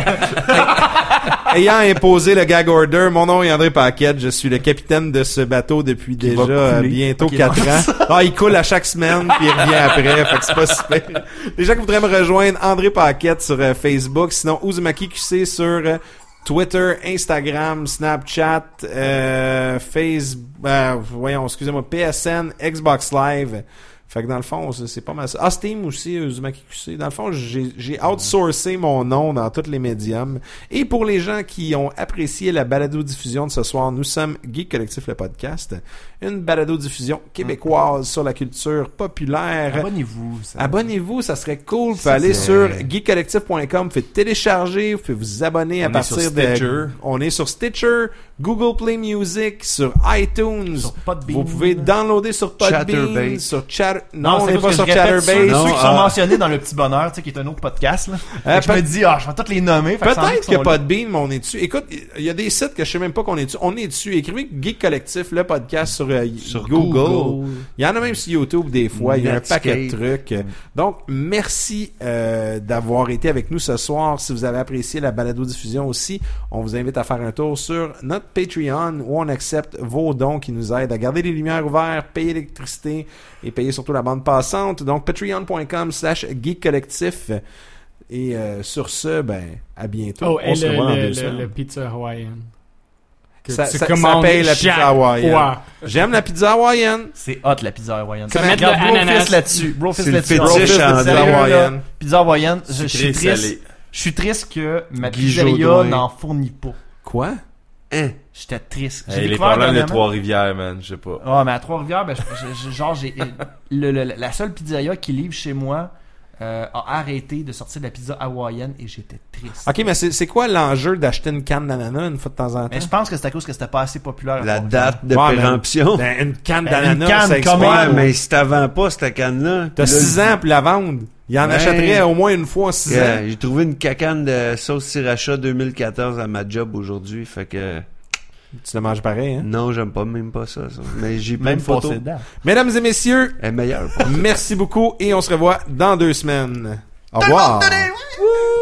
Ayant imposé le gag order, mon nom est André Paquette. Je suis le capitaine de ce bateau depuis
Qui
déjà
va
euh,
couler.
bientôt
Ok,
quatre
non.
ans. Ah, il coule à chaque semaine, puis il revient après. Fait que c'est pas super. Les gens qui voudraient me rejoindre, André Paquette sur euh, Facebook. Sinon, Uzumaki Q C sur euh, Twitter, Instagram, Snapchat, euh, Facebook, euh, voyons, excusez-moi, P S N, Xbox Live. Fait que dans le fond, c'est c'est pas mal ça. Ah, Steam aussi, Uzumaki Q C. Dans le fond, j'ai j'ai outsourcé mon nom dans tous les médiums. Et pour les gens qui ont apprécié la balado-diffusion de ce soir, nous sommes Geek Collectif, le podcast. Une balado-diffusion québécoise sur la culture populaire.
Abonnez-vous. ça-
Abonnez-vous, ça serait cool. Vous
Ça,
pouvez aller
c'est-
sur geek collectif point com, vous pouvez télécharger, vous pouvez vous abonner à
On est
partir
sur
de...
Stitcher.
On est sur Stitcher, Google Play Music, sur iTunes.
Sur Podbean.
Vous pouvez downloader sur Podbean,
Chatterbait.
sur Chat...
Non,
Non, on
c'est
n'est
parce
pas
que
sur
je répète
Chatterbait.
Ceux,
Non,
ceux qui
ah.
sont mentionnés dans le Petit Bonheur, tu sais, qui est un autre podcast, là.
Euh,
Fait que je me
peut-
dis, ah, je vais tous les nommer. Fait que ça en est
Peut-être
qu'ils
qu'il n'y a
sont
pas
là.
de Bean, mais on est dessus. Écoute, il y a des sites que je sais même pas qu'on est dessus. On est dessus. Écrivez Geek Collectif, le podcast sur, euh,
Sur
Google.
Google.
Il y en a même sur YouTube des fois. Il y a un
Netscape.
paquet de trucs. Donc, merci euh, d'avoir été avec nous ce soir. Si vous avez apprécié la balado-diffusion aussi, on vous invite à faire un tour sur notre Patreon où on accepte vos dons qui nous aident à garder les lumières ouvertes, payer l'électricité et payer surtout la bande passante. Donc, patreon point com slash geek collectif. Et euh, sur ce, ben, à bientôt.
Oh,
on
et
se
le,
revoit dans
le,
deux
le,
semaine.
le pizza hawaïenne. Que
Ça-
tu
ça- ça
commandes
paye la pizza
chaque
hawaïenne.
fois.
J'aime la pizza hawaïenne.
C'est hot, la pizza hawaïenne.
Tu vas mettre
Regarde,
le
Brofist
ananas.
là-dessus. Brofist
C'est le
là-dessus.
fétiche
Brofist,
à
sérieux,
André.
là,
Hawaïenne.
Pizza hawaïenne. Je je suis
Sucré,
triste.
salé.
Je suis triste que ma
Guy
pizzeria
Jodoin.
n'en fournit pas.
Quoi?
Hein?
J'étais triste. J'ai
Hey, les
découvert
problèmes de
dernièrement-
Trois-Rivières, man, je sais pas.
Ah, mais à Trois-Rivières, ben, je- je- genre, j'ai, le, le- la seule pizzeria qui livre chez moi euh, a arrêté de sortir de la pizza hawaïenne et j'étais triste.
Ok, mais c'est c'est quoi l'enjeu d'acheter une canne d'ananas une fois de temps en temps?
Mais je pense que c'est à cause que c'était pas assez populaire. à
La
Trois-Rivières.
date de
Ouais, mais-
péremption.
Ben, une canne
Ben,
d'ananas,
une canne,
ça
comment?
expire.
Ouais, mais si t'avais pas cette canne-là.
T'as
puis là,
six ans pour la vendre. Il en
Ouais.
achèterait au moins une fois en six
Yeah,
ans.
j'ai trouvé une cacane de sauce sriracha deux mille quatorze à ma job aujourd'hui, fait que
Tu le manges pareil, hein?
non, j'aime pas même pas ça, ça. Mais j'ai plein
Même
de photos.
passé dedans.
Mesdames et messieurs,
Elle est meilleure.
merci beaucoup et on se revoit dans deux semaines. Au revoir. Wouh!